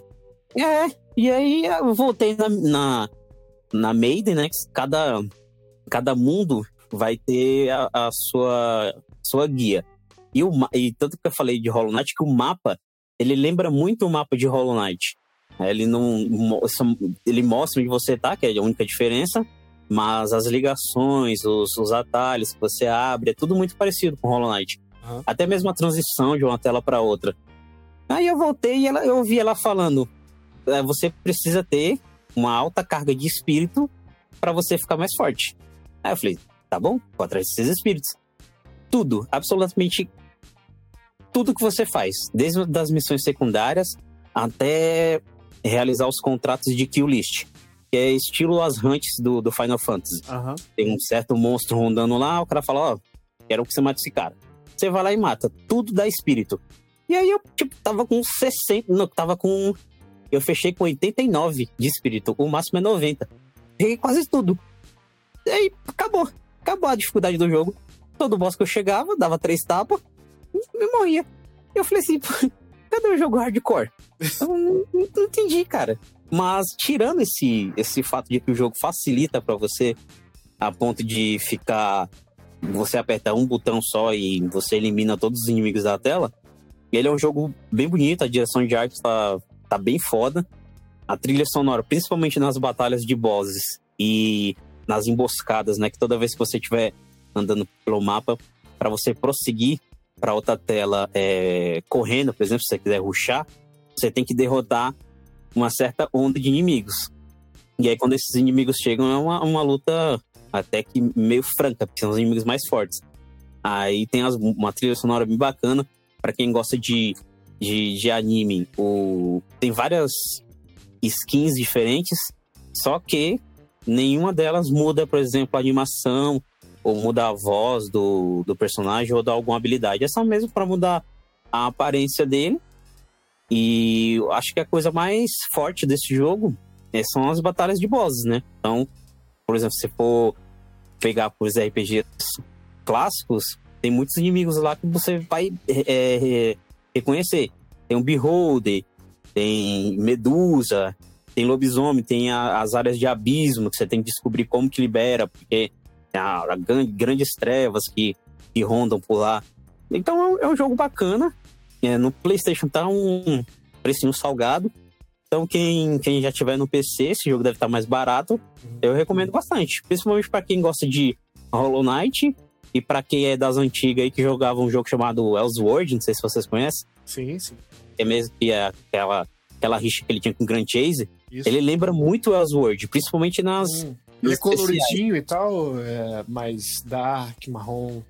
Speaker 2: E aí eu voltei na Maiden, né? Cada mundo vai ter a sua guia. E tanto que eu falei de Hollow Knight, que o mapa, ele lembra muito o mapa de Hollow Knight. Ele mostra onde você tá, que é a única diferença, mas as ligações, os atalhos que você abre, é tudo muito parecido com Hollow Knight. Uhum. Até mesmo a transição de uma tela para outra. Aí eu voltei e eu ouvi ela falando, você precisa ter uma alta carga de espírito para você ficar mais forte. Aí eu falei, tá bom, vou atrás desses espíritos. Tudo, absolutamente tudo que você faz, desde das missões secundárias até realizar os contratos de kill list, que é estilo as hunts do Final Fantasy. Uhum. Tem um certo monstro rondando lá, o cara fala, quero que você mate esse cara. Você vai lá e mata, tudo dá espírito. E aí eu, tava com 60, eu fechei com 89 de espírito, o máximo é 90. Peguei quase tudo. E aí acabou a dificuldade do jogo. Todo boss que eu chegava, dava 3 tapas, eu morria. Eu falei assim, cadê o jogo hardcore? Eu não entendi, cara. Mas tirando esse fato de que o jogo facilita pra você, a ponto de ficar... Você aperta um botão só e você elimina todos os inimigos da tela. Ele é um jogo bem bonito, a direção de arte tá bem foda. A trilha sonora, principalmente nas batalhas de bosses e nas emboscadas, né? Que toda vez que você estiver andando pelo mapa, para você prosseguir para outra tela correndo, por exemplo, se você quiser rushar, você tem que derrotar uma certa onda de inimigos. E aí, quando esses inimigos chegam, é uma luta até que meio franca, porque são os inimigos mais fortes. Aí tem uma trilha sonora bem bacana. Pra quem gosta de anime, tem várias skins diferentes, só que nenhuma delas muda, por exemplo, a animação, ou muda a voz do personagem, ou dá alguma habilidade. É só mesmo pra mudar a aparência dele. E eu acho que a coisa mais forte desse jogo são as batalhas de bosses, né? Então, por exemplo, se for pegar por RPGs clássicos, tem muitos inimigos lá que você vai reconhecer. Tem o Beholder, tem Medusa, tem lobisomem, tem as áreas de abismo que você tem que descobrir como que libera, porque tem grandes trevas que rondam por lá. Então é um jogo bacana. No PlayStation tá um precinho salgado. Então quem já tiver no PC, esse jogo deve estar mais barato. Eu recomendo bastante. Principalmente para quem gosta de Hollow Knight e para quem é das antigas aí que jogava um jogo chamado Elsword, não sei se vocês conhecem.
Speaker 3: Sim.
Speaker 2: É mesmo que é aquela rixa que ele tinha com o Grand Chase.
Speaker 3: Isso.
Speaker 2: Ele lembra muito o Elsword, principalmente nas...
Speaker 3: Ele é coloridinho e tal, mais dark, marrom.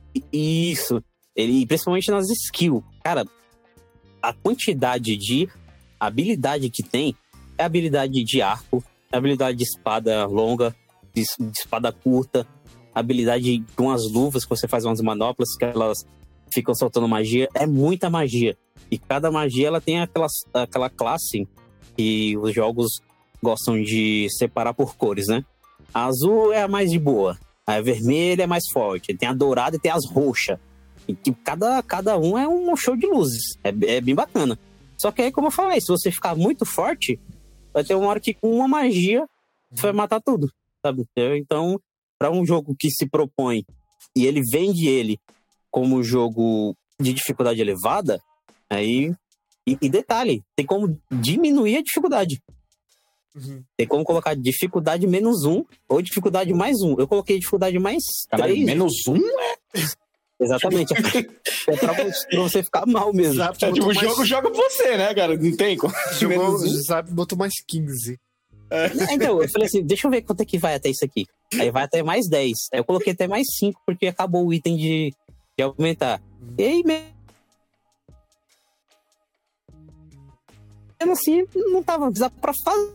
Speaker 2: Isso. Ele, principalmente nas skills. Cara, a quantidade de habilidade que tem é habilidade de arco, habilidade de espada longa, de espada curta, habilidade com as luvas que você faz umas manoplas que elas ficam soltando magia. É muita magia. E cada magia ela tem aquela classe que os jogos gostam de separar por cores, né? A azul é a mais de boa, a vermelha é mais forte, tem a dourada e tem as roxas. E cada um é um show de luzes. É bem bacana. Só que aí, como eu falei, se você ficar muito forte, vai ter uma hora que com uma magia você vai matar tudo, sabe? Então, para um jogo que se propõe e ele vende ele como jogo de dificuldade elevada, aí... E detalhe, tem como diminuir a dificuldade. Tem como colocar dificuldade -1 ou dificuldade +1. Eu coloquei dificuldade mais 3.
Speaker 1: -1
Speaker 2: Exatamente. É pra você ficar mal mesmo.
Speaker 1: O jogo joga você, né, cara? Não tem como.
Speaker 3: O Zap botou mais 15.
Speaker 2: Então, eu falei assim, deixa eu ver quanto é que vai até isso aqui. Aí vai até mais 10. Aí eu coloquei até mais 5, porque acabou o item de aumentar. E aí, mesmo assim, não tava avisado pra fazer.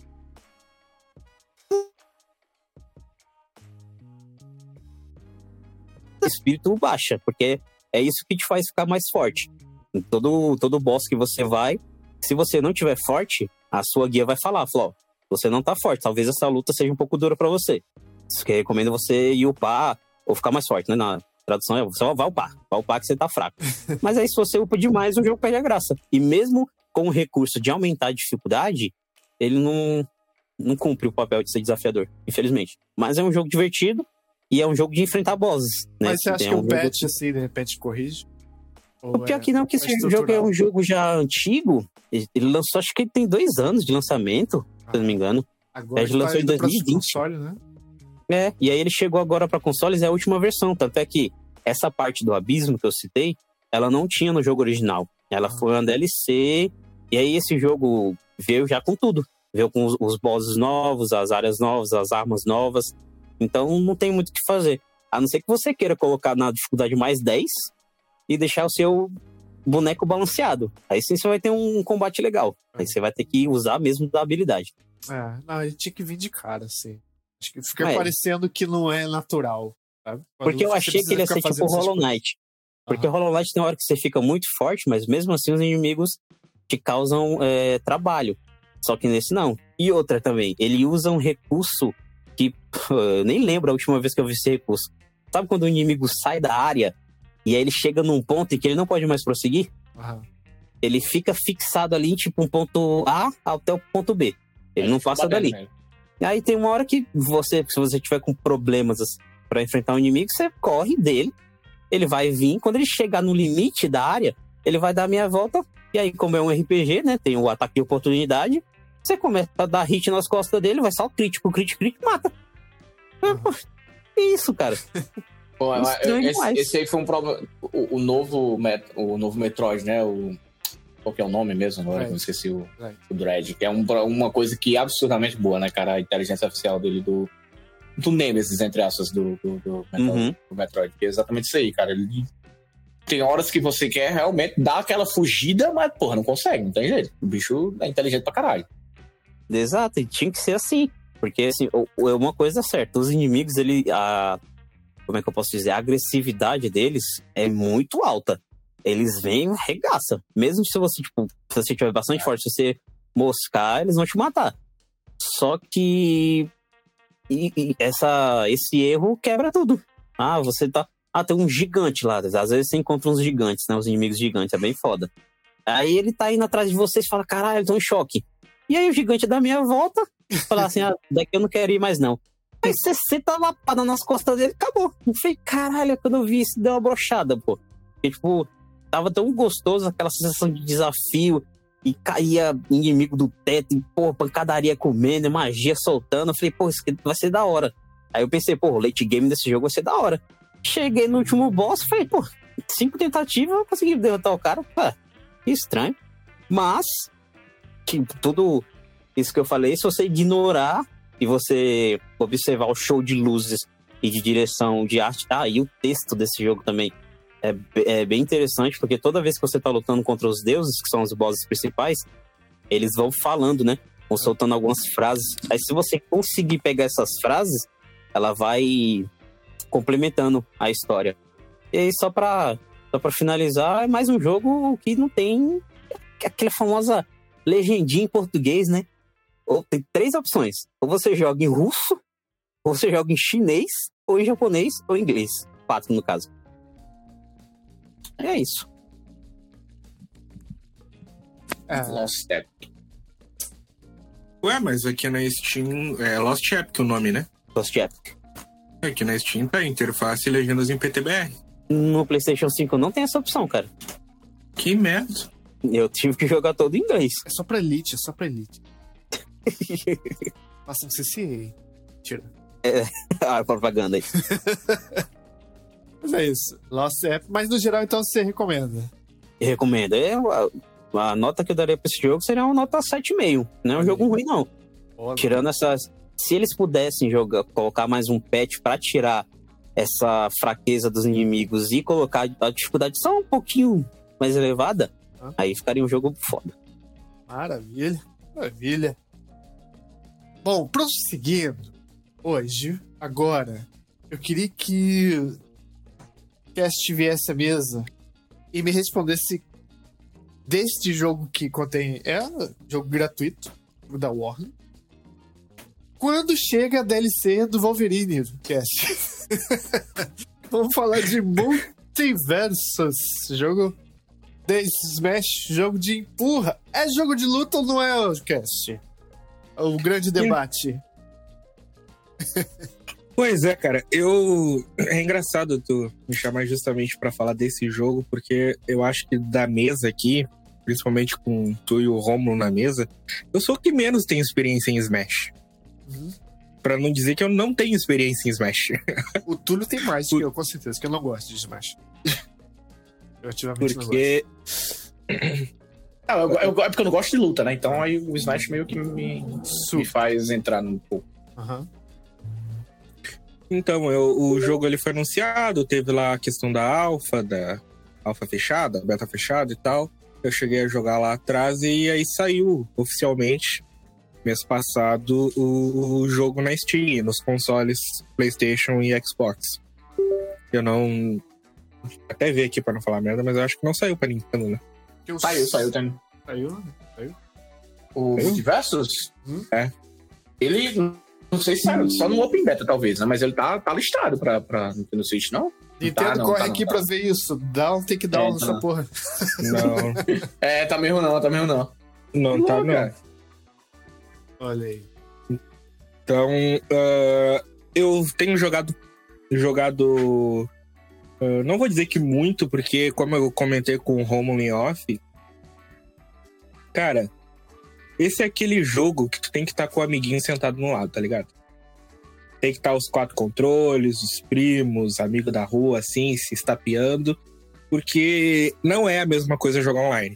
Speaker 2: O espírito baixa, porque é isso que te faz ficar mais forte. Em todo boss que você vai, se você não tiver forte, a sua guia vai falar, ó, você não tá forte, talvez essa luta seja um pouco dura pra você. Isso que eu recomendo você ir upar ou ficar mais forte, né? Na tradução é você vai upar que você tá fraco. Mas aí se você upa demais, o jogo perde a graça. E mesmo com o recurso de aumentar a dificuldade, ele não cumpre o papel de ser desafiador, infelizmente. Mas é um jogo divertido e é um jogo de enfrentar bosses, né?
Speaker 3: Mas você acha que o patch, assim, de repente, corrige?
Speaker 2: O pior que não, porque esse jogo é um jogo já antigo. Ele lançou, acho que ele tem 2 anos de lançamento, se eu não me engano.
Speaker 3: Agora
Speaker 2: ele lançou em 2020.
Speaker 3: Console, né?
Speaker 2: E aí ele chegou agora para consoles, é a última versão. Tanto é que essa parte do abismo que eu citei, ela não tinha no jogo original. Ela foi uma DLC, e aí esse jogo veio já com tudo. Veio com os bosses novos, as áreas novas, as armas novas. Então não tem muito o que fazer. A não ser que você queira colocar na dificuldade mais 10 e deixar o seu boneco balanceado. Aí sim você vai ter um combate legal. Aí você vai ter que usar mesmo da habilidade.
Speaker 3: Não, ele tinha que vir de cara, assim. Acho que fica parecendo que não é natural. Sabe?
Speaker 2: Porque eu achei que ele ia ser tipo Hollow Knight. Porque Hollow Knight tem hora que você fica muito forte, mas mesmo assim os inimigos te causam trabalho. Só que nesse não. E outra também, ele usa um recurso que eu nem lembro a última vez que eu vi esse recurso. Sabe quando o inimigo sai da área e aí ele chega num ponto em que ele não pode mais prosseguir, ele fica fixado ali, tipo, um ponto A até o ponto B. Ele não passa dali. E aí tem uma hora que se você tiver com problemas pra enfrentar um inimigo, você corre dele, ele vai vir, quando ele chegar no limite da área, ele vai dar a meia volta, e aí, como é um RPG, né, tem o ataque de oportunidade, você começa a dar hit nas costas dele, vai só crítico, mata. Isso, cara.
Speaker 1: Pô, esse aí foi um problema. O novo Metroid, né? Qual que é o nome mesmo? Agora eu esqueci o Dread, que é uma coisa que é absurdamente boa, né, cara? A inteligência artificial dele do Nemesis, entre aspas, do Metroid. Que é exatamente isso aí, cara. Ele tem horas que você quer realmente dar aquela fugida, mas, porra, não consegue, não tem jeito. O bicho é inteligente pra caralho.
Speaker 2: Exato, e tinha que ser assim. Porque, assim, uma coisa é certa, os inimigos, como é que eu posso dizer? A agressividade deles é muito alta. Eles vêm e arregaçam. Mesmo se você, tipo, se você tiver bastante forte, se você moscar, eles vão te matar. Só que esse erro quebra tudo. Você tá... tem um gigante lá. Às vezes você encontra uns gigantes, né? Os inimigos gigantes, é bem foda. Aí ele tá indo atrás de vocês e fala, caralho, eu tô em choque. E aí o gigante dá meia volta e fala assim, daqui eu não quero ir mais não. Aí você senta lapada nas costas dele, acabou. Eu falei, caralho, quando eu vi isso, deu uma brochada, pô. Porque, tipo, tava tão gostoso aquela sensação de desafio, e caía inimigo do teto, e, pô, pancadaria comendo, magia soltando. Eu falei, pô, isso aqui vai ser da hora. Aí eu pensei, pô, o late game desse jogo vai ser da hora. Cheguei no último boss, falei, pô, 5 tentativas eu consegui derrotar o cara. Que estranho. Mas, tipo, tudo isso que eu falei, se você ignorar e você observar o show de luzes e de direção de arte, e o texto desse jogo também é bem interessante, porque toda vez que você tá lutando contra os deuses, que são os bosses principais, eles vão falando, né? Vão soltando algumas frases. Aí se você conseguir pegar essas frases, ela vai complementando a história. E aí, só pra finalizar, é mais um jogo que não tem aquela famosa legendinha em português, né? Tem 3 opções. Ou você joga em russo, ou você joga em chinês, ou em japonês, ou em inglês. 4, no caso. É isso.
Speaker 1: Lost Step.
Speaker 4: Ué, mas aqui na Steam é Lost Epic o nome, né?
Speaker 2: Lost Epic.
Speaker 4: Aqui na Steam tá interface e legendas em PTBR.
Speaker 2: No PlayStation 5 não tem essa opção, cara.
Speaker 4: Que merda.
Speaker 2: Eu tive que jogar todo em inglês.
Speaker 3: É só pra Elite. Passa no CCA. Tira.
Speaker 2: Propaganda aí.
Speaker 3: Mas é isso. Lost Epic. Mas no geral, então, você recomenda?
Speaker 2: Eu recomendo. A nota que eu daria pra esse jogo seria uma nota 7,5. Não é um jogo ruim, não. Tirando essas... Se eles pudessem colocar mais um patch pra tirar essa fraqueza dos inimigos e colocar a dificuldade só um pouquinho mais elevada, aí ficaria um jogo foda.
Speaker 3: Maravilha. Bom, prosseguindo, agora, eu queria que o cast viesse à mesa e me respondesse deste jogo que contém... jogo gratuito, da Warner. Quando chega a DLC do Wolverine, cast? Vamos falar de Multiversus, jogo da Smash, jogo de empurra. É jogo de luta ou não é, cast? O grande debate.
Speaker 4: Pois é, cara. É engraçado tu me chamar justamente pra falar desse jogo, porque eu acho que da mesa aqui, principalmente com tu e o Rômulo na mesa, eu sou o que menos tem experiência em Smash. Pra não dizer que eu não tenho experiência em Smash.
Speaker 3: O Túlio tem mais que eu, com certeza, que eu não gosto de Smash. Eu ativamente não gosto.
Speaker 1: É porque eu não gosto de luta, né? Então aí o Smash meio que me faz entrar um pouco.
Speaker 4: Então, o jogo ele foi anunciado, teve lá a questão da alfa fechada, beta fechada e tal. Eu cheguei a jogar lá atrás e aí saiu oficialmente, mês passado, o jogo na Steam, nos consoles PlayStation e Xbox. Eu não... Até ver aqui pra não falar merda, mas eu acho que não saiu pra Nintendo, né?
Speaker 1: Saiu também.
Speaker 3: Saiu?
Speaker 1: O Multiversus?
Speaker 4: É.
Speaker 1: Ele Não sei se é só no Open Beta, talvez, né? Mas ele tá listado pra Nintendo Switch, não?
Speaker 3: Nintendo corre aqui pra ver isso. Dá um takedown nessa porra.
Speaker 4: Não.
Speaker 1: Tá mesmo não.
Speaker 4: Não tá, não.
Speaker 3: Olha aí.
Speaker 4: Então, eu tenho jogado não vou dizer que muito, porque como eu comentei com o Romulo em off, cara, esse é aquele jogo que tu tem que estar com o amiguinho sentado no lado, tá ligado? Tem que estar os 4 controles, os primos, amigo da rua, assim, se estapeando, porque não é a mesma coisa jogar online.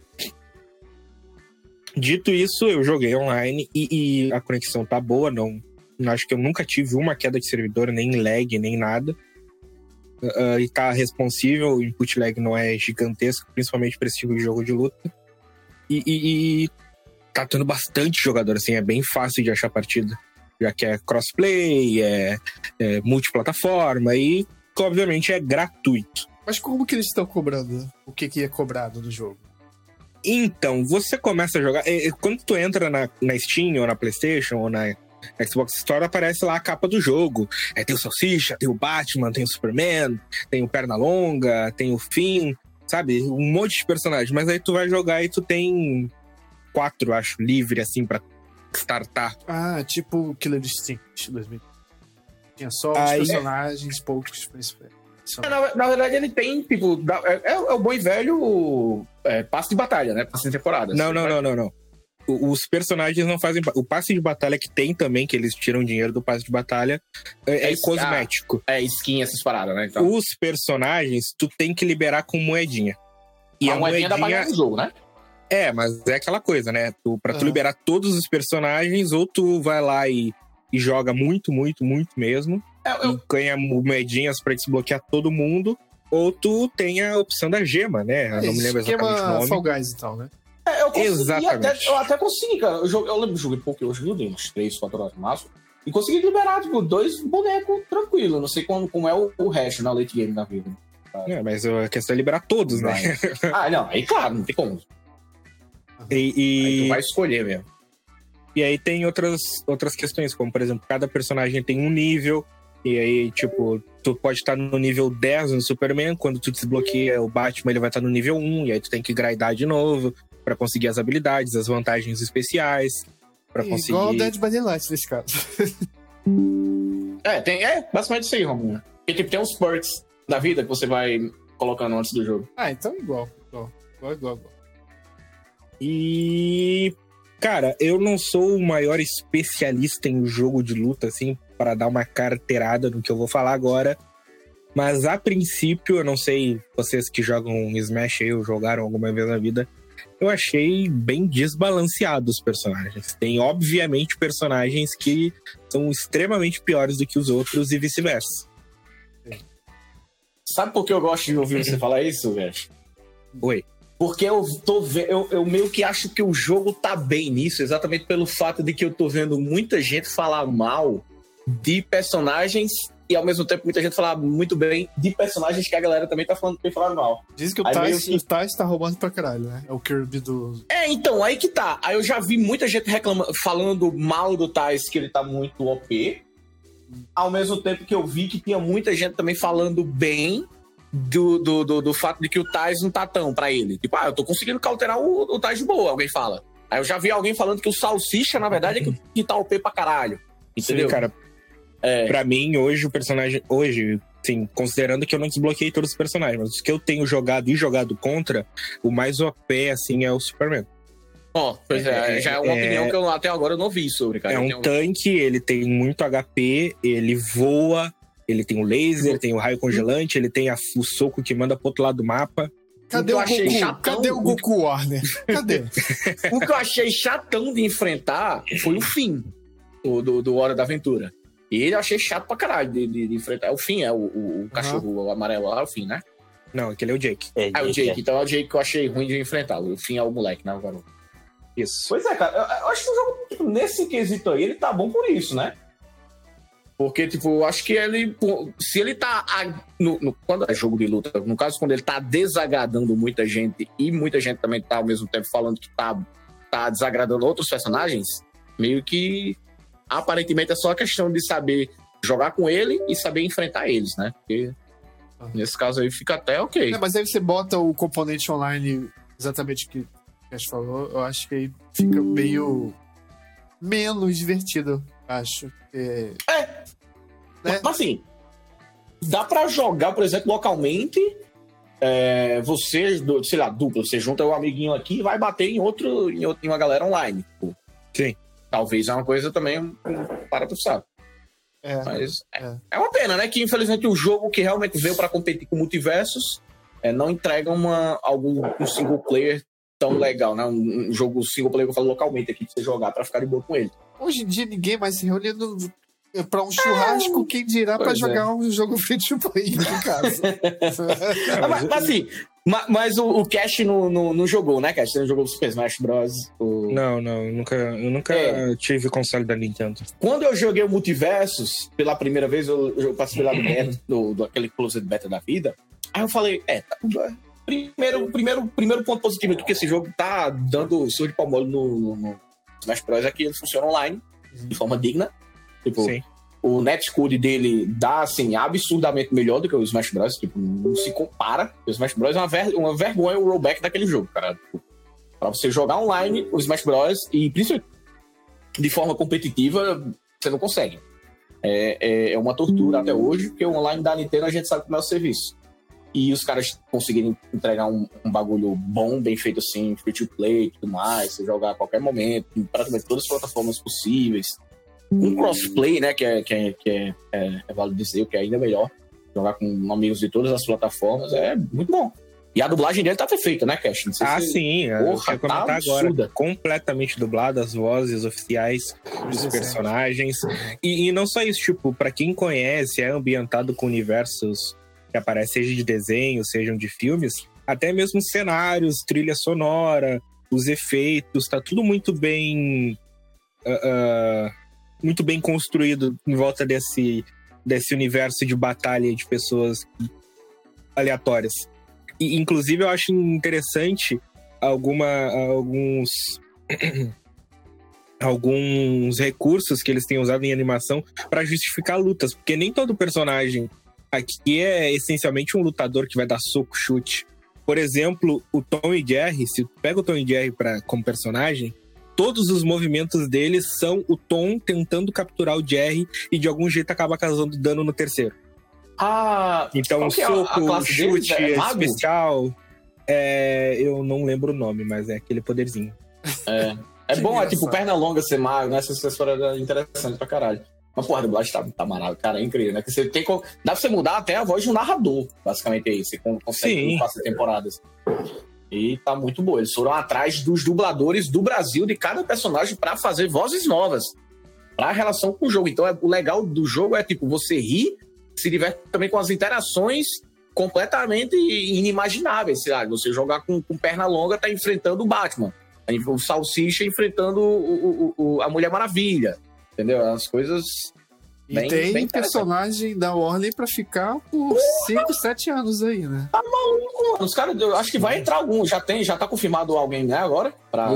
Speaker 4: Dito isso, eu joguei online e a conexão tá boa, não acho que eu nunca tive uma queda de servidor, nem lag, nem nada. E tá responsível, o input lag não é gigantesco, principalmente para esse tipo de jogo de luta. E tá tendo bastante jogador, assim, é bem fácil de achar partida. Já que é crossplay, é multiplataforma e, obviamente, é gratuito.
Speaker 3: Mas como que eles estão cobrando? O que é cobrado no jogo?
Speaker 4: Então, você começa a jogar... Quando tu entra na Steam, ou na PlayStation, ou na Xbox Store, aparece lá a capa do jogo. Tem o Salsicha, tem o Batman, tem o Superman, tem o Pernalonga, tem o Finn, sabe? Um monte de personagens. Mas aí tu vai jogar e tu tem 4, acho, livre, assim, pra startar.
Speaker 3: Ah, tipo Killer Instinct 2000. Tinha só os personagens, poucos principais.
Speaker 1: Na verdade, ele tem, tipo... É o bom e velho passe de batalha, né? Passe de temporada.
Speaker 4: Não. Os personagens não fazem... O passe de batalha que tem também, que eles tiram dinheiro do passe de batalha, é cosmético.
Speaker 1: Skin, essas paradas, né? Então.
Speaker 4: Os personagens, tu tem que liberar com moedinha. E
Speaker 1: a moedinha dá pra ganhar no jogo, né?
Speaker 4: Mas é aquela coisa, né? Pra tu liberar todos os personagens, ou tu vai lá e joga muito, muito, muito mesmo, e ganha moedinhas pra desbloquear todo mundo, ou tu tem a opção da gema, né? Eu não me lembro exatamente o nome.
Speaker 3: Fall Guys e tal, né?
Speaker 1: Eu consegui,
Speaker 4: exatamente.
Speaker 1: eu até consegui, cara. Eu lembro que joguei pouco, eu joguei uns 3, 4 horas no máximo, e consegui liberar, tipo, 2 bonecos tranquilo. Não sei como é o resto na late game da vida.
Speaker 4: Mas a questão é liberar todos, né?
Speaker 1: Não, aí claro, não tem como. Aí tu vai escolher mesmo.
Speaker 4: E aí tem outras questões, como, por exemplo, cada personagem tem um nível, e aí, tipo, tu pode estar no nível 10 no Superman, quando tu desbloqueia o Batman, ele vai estar no nível 1, e aí tu tem que grindar de novo pra conseguir as habilidades, as vantagens especiais, pra conseguir...
Speaker 3: Igual o Dead by Daylight nesse caso.
Speaker 1: Basicamente isso aí, Romulo. Porque, tipo, tem uns perks da vida que você vai colocando antes do jogo.
Speaker 3: Então igual.
Speaker 4: E... Cara, eu não sou o maior especialista em jogo de luta, assim, para dar uma carteirada no que eu vou falar agora. Mas, a princípio, eu não sei, vocês que jogam Smash aí ou jogaram alguma vez na vida, eu achei bem desbalanceado os personagens. Tem, obviamente, personagens que são extremamente piores do que os outros e vice-versa.
Speaker 1: Sabe por que eu gosto de ouvir você falar isso, velho?
Speaker 4: Oi.
Speaker 1: Porque eu meio que acho que o jogo tá bem nisso, exatamente pelo fato de que eu tô vendo muita gente falar mal de personagens e, ao mesmo tempo, muita gente falar muito bem de personagens que a galera também tá falando mal.
Speaker 3: Diz que o Tais tá roubando pra caralho, né? É o Kirby do...
Speaker 1: Então, aí que tá. Aí eu já vi muita gente falando mal do Tais, que ele tá muito OP. Ao mesmo tempo que eu vi que tinha muita gente também falando bem do fato de que o Tais não tá tão pra ele. Tipo, eu tô conseguindo cauterar o Tais de boa, alguém fala. Aí eu já vi alguém falando que o Salsicha, na verdade, é que tá OP pra caralho. Entendeu?
Speaker 4: Sim, cara. Pra mim, hoje, o personagem... Hoje, sim, considerando que eu não desbloqueei todos os personagens, mas os que eu tenho jogado contra, o mais OP, assim, é o Superman.
Speaker 1: Pois já é uma opinião que eu até agora não vi sobre, cara.
Speaker 4: É um tanque, ele tem muito HP, ele voa, ele tem o laser, ele tem o raio congelante, ele tem o soco que manda pro outro lado do mapa.
Speaker 3: Cadê o Goku? Cadê o Goku Warner? Cadê?
Speaker 1: O que eu achei chatão de enfrentar foi o Finn, do Hora da Aventura. E ele eu achei chato pra caralho de enfrentar. O Finn é o cachorro amarelo lá, é o Finn, né?
Speaker 4: Não, aquele é o Jake.
Speaker 1: É o Jake. Então é o Jake que eu achei ruim de enfrentar. O Finn é o moleque, né? O garoto.
Speaker 4: Isso.
Speaker 1: Pois é, cara. Eu acho que o jogo, tipo, nesse quesito aí, ele tá bom por isso, né? Porque, tipo, eu acho que ele... Se ele tá... quando é jogo de luta, no caso, quando ele tá desagradando muita gente e muita gente também tá, ao mesmo tempo, falando que tá desagradando outros personagens, meio que aparentemente é só a questão de saber jogar com ele e saber enfrentar eles, né? Porque nesse caso aí fica até ok.
Speaker 3: Mas aí você bota o componente online, exatamente o que o Cash falou, eu acho que aí fica meio menos divertido, acho. Né?
Speaker 1: Mas assim, dá pra jogar, por exemplo, localmente, você, sei lá, dupla, você junta o amiguinho aqui e vai bater em uma galera online. Tipo.
Speaker 4: Sim.
Speaker 1: Talvez é uma coisa também para pensar. Mas é uma pena, né? Que infelizmente o jogo que realmente veio para competir com multiversos não entrega um single player tão legal, né? Um jogo single player que eu falo localmente aqui, pra você jogar pra ficar de boa com ele.
Speaker 3: Hoje em dia ninguém mais se reúne pra um churrasco, quem dirá pra jogar um jogo free to play em casa.
Speaker 1: mas assim, mas o Cash não jogou, né, Cash? Você não jogou o Super Smash Bros?
Speaker 4: Não, eu nunca tive console da Nintendo.
Speaker 1: Quando eu joguei o Multiversus, pela primeira vez, eu passei lá do aquele Closed Beta da vida, aí eu falei, primeiro ponto positivo é que esse jogo tá dando surra de palmole no Smash Bros. É que ele funciona online, de forma digna. Tipo,
Speaker 4: sim.
Speaker 1: O netcode dele dá, assim, absurdamente melhor do que o Smash Bros. Tipo, não se compara. O Smash Bros. É uma vergonha o rollback daquele jogo, cara. Tipo, pra você jogar online o Smash Bros. E principalmente de forma competitiva, você não consegue. É uma tortura até hoje, porque o online da Nintendo a gente sabe como é o serviço. E os caras conseguirem entregar um bagulho bom, bem feito assim, free to play e tudo mais, você jogar a qualquer momento, em praticamente todas as plataformas possíveis. Um crossplay, né, que é vale dizer, que é ainda melhor. Jogar com amigos de todas as plataformas é muito bom. E a dublagem dele tá perfeita, né, Cash?
Speaker 4: Sim. Porra, eu comentar agora. Completamente dublado, as vozes oficiais dos personagens. E não só isso, tipo, pra quem conhece, é ambientado com universos que aparecem, seja de desenhos, sejam de filmes, até mesmo cenários, trilha sonora, os efeitos, tá tudo muito bem... muito bem construído em volta desse universo de batalha de pessoas aleatórias. E, inclusive, eu acho interessante alguns recursos que eles têm usado em animação para justificar lutas, porque nem todo personagem aqui é essencialmente um lutador que vai dar soco, chute. Por exemplo, o Tom e Jerry, se tu pega o Tom e Jerry como personagem, todos os movimentos deles são o Tom tentando capturar o Jerry e de algum jeito acaba causando dano no terceiro. Então, soco, chute, especial. Eu não lembro o nome, mas é aquele poderzinho.
Speaker 1: É bom, é tipo perna longa ser mago, né? Essa história é interessante pra caralho. Mas, porra, a dublagem tá maravilhosa, cara, é incrível, né? Que você dá pra você mudar até a voz de um narrador, basicamente, aí. Você consegue passar temporadas. E tá muito boa. Eles foram atrás dos dubladores do Brasil, de cada personagem, pra fazer vozes novas. Pra relação com o jogo. Então, o legal do jogo é, tipo, você ri, se diverte também com as interações completamente inimagináveis. Sei lá, você jogar com perna longa, tá enfrentando o Batman. O Salsicha enfrentando a Mulher Maravilha. Entendeu? As coisas...
Speaker 3: E tem personagem da Warner pra ficar por 5, 7 anos aí, né?
Speaker 1: Tá maluco, mano. Os caras, eu acho que vai entrar algum. Já tá confirmado alguém, né, agora?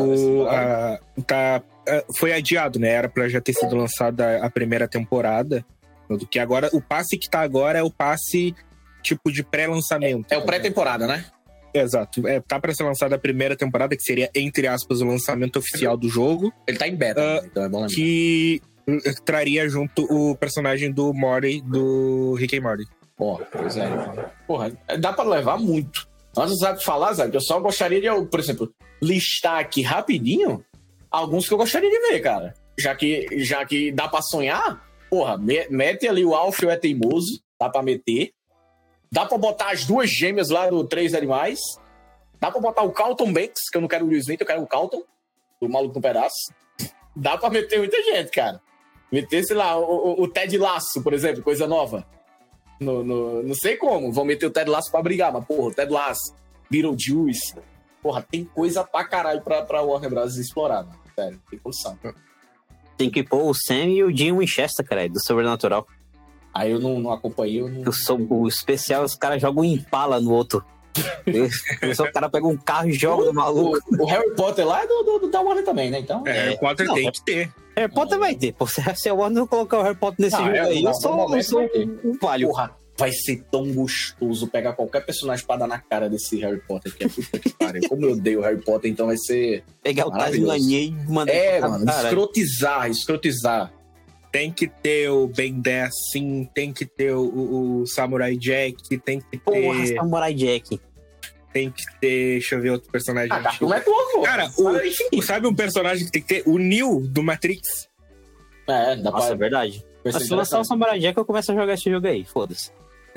Speaker 4: Foi adiado, né? Era pra já ter sido lançada a primeira temporada. Do que agora, o passe que tá agora é o passe tipo de pré-lançamento.
Speaker 1: É o pré-temporada, né?
Speaker 4: Exato. Tá pra ser lançada a primeira temporada, que seria, entre aspas, o lançamento oficial do jogo.
Speaker 1: Ele tá em beta, então é bom lembrar.
Speaker 4: Que traria junto o personagem do Morty, do Rick and Morty.
Speaker 1: Pois é. Porra, dá pra levar muito. Antes de falar, Zé, eu só gostaria de, por exemplo, listar aqui rapidinho alguns que eu gostaria de ver, cara. Já que dá pra sonhar, porra, mete ali o Alf e o É Teimoso, dá pra meter. Dá pra botar as duas gêmeas lá do Três Animais. Dá pra botar o Carlton Banks, que eu não quero o Will Smith, eu quero o Carlton, do Maluco no Pedaço. Dá pra meter muita gente, cara. Meter, sei lá, o Ted Lasso, por exemplo, coisa nova. Não sei como, vão meter o Ted Lasso pra brigar, mas, porra, o Ted Lasso, Beetlejuice. Porra, tem coisa pra caralho pra Warner Bros. Explorar, mano. Sério, tem condição.
Speaker 2: Tem que pôr o Sam e o Jim Winchester, cara, do Sobrenatural.
Speaker 1: Aí eu não acompanhei.
Speaker 2: O especial, os caras jogam um Impala no outro. O cara pega um carro e joga no maluco.
Speaker 1: O Harry Potter lá é da Warner também, né? Então,
Speaker 4: Harry Potter tem que ter.
Speaker 2: Harry Potter vai ter. Pô, se a Warner não colocar o Harry Potter nesse jogo aí, eu sou um palho.
Speaker 1: Porra, vai ser tão gostoso pegar qualquer personagem pra dar na cara desse Harry Potter, que é puta que pariu. Como eu odeio o Harry Potter, então vai ser
Speaker 2: pegar o Tasmania e mandar...
Speaker 1: mano, escrotizar.
Speaker 4: Tem que ter o Ben 10, sim. Tem que ter o Samurai Jack. Tem que ter...
Speaker 2: Porra, Samurai Jack.
Speaker 4: Tem que ter... Deixa eu ver outro personagem.
Speaker 1: Não é tua,
Speaker 4: cara, sabe um personagem que tem que ter? O Neo, do Matrix.
Speaker 1: Dá
Speaker 2: Nossa, é verdade. Mas se lançar o Samurai Jack, eu começo a jogar esse jogo aí. Foda-se.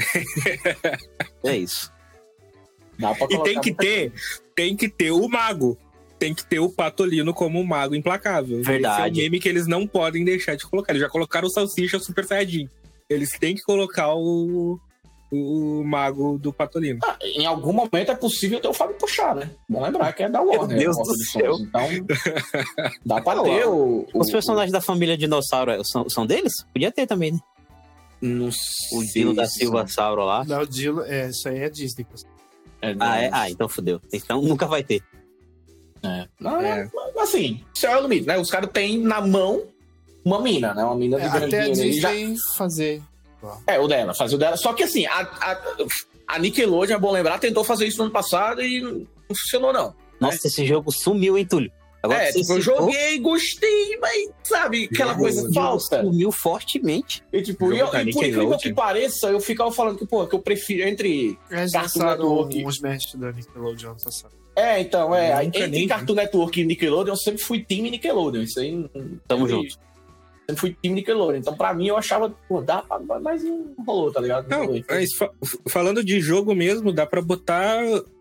Speaker 2: É isso.
Speaker 4: E tem que ter o mago. Tem que ter o Patolino como um mago implacável.
Speaker 2: Verdade.
Speaker 4: Esse é um game que eles não podem deixar de colocar. Eles já colocaram o Salsicha Super Saiyajin. Eles têm que colocar o mago do Patolino.
Speaker 1: Em algum momento é possível ter o Fábio puxar, né? Bom lembrar que é da Warner.
Speaker 2: Meu Deus do céu.
Speaker 1: Então, dá pra ter
Speaker 2: Os personagens da família Dinossauro são deles? Podia ter também, né?
Speaker 1: Não
Speaker 2: o Dilo da Silva Sauro lá.
Speaker 3: Não, o Dilo, isso aí é Disney.
Speaker 2: Então fodeu. Então nunca vai ter.
Speaker 1: Assim, isso é o limite, né? Os caras têm na mão uma mina, né? Uma mina de
Speaker 3: até a Disney
Speaker 1: já...
Speaker 3: fazer.
Speaker 1: Fazer o dela. Só que assim, a Nickelodeon, é bom lembrar, tentou fazer isso no ano passado e não funcionou, não.
Speaker 2: Nossa, esse jogo sumiu, hein, Túlio?
Speaker 1: Agora eu joguei, gostei, mas, sabe, aquela coisa falsa.
Speaker 2: Sumiu fortemente.
Speaker 1: E tipo, por incrível que pareça, eu ficava falando que, que eu prefiro entre
Speaker 3: Cartoon Network... os mestres da Nickelodeon, sabe?
Speaker 1: Entre Cartoon Network e Nickelodeon, eu sempre fui time Nickelodeon. Isso aí...
Speaker 2: Tamo junto.
Speaker 1: Sempre fui time Nickelodeon. Então, pra mim, eu achava, dá pra... Mas não rolou, tá ligado?
Speaker 4: Não, mas falando de jogo mesmo, dá pra botar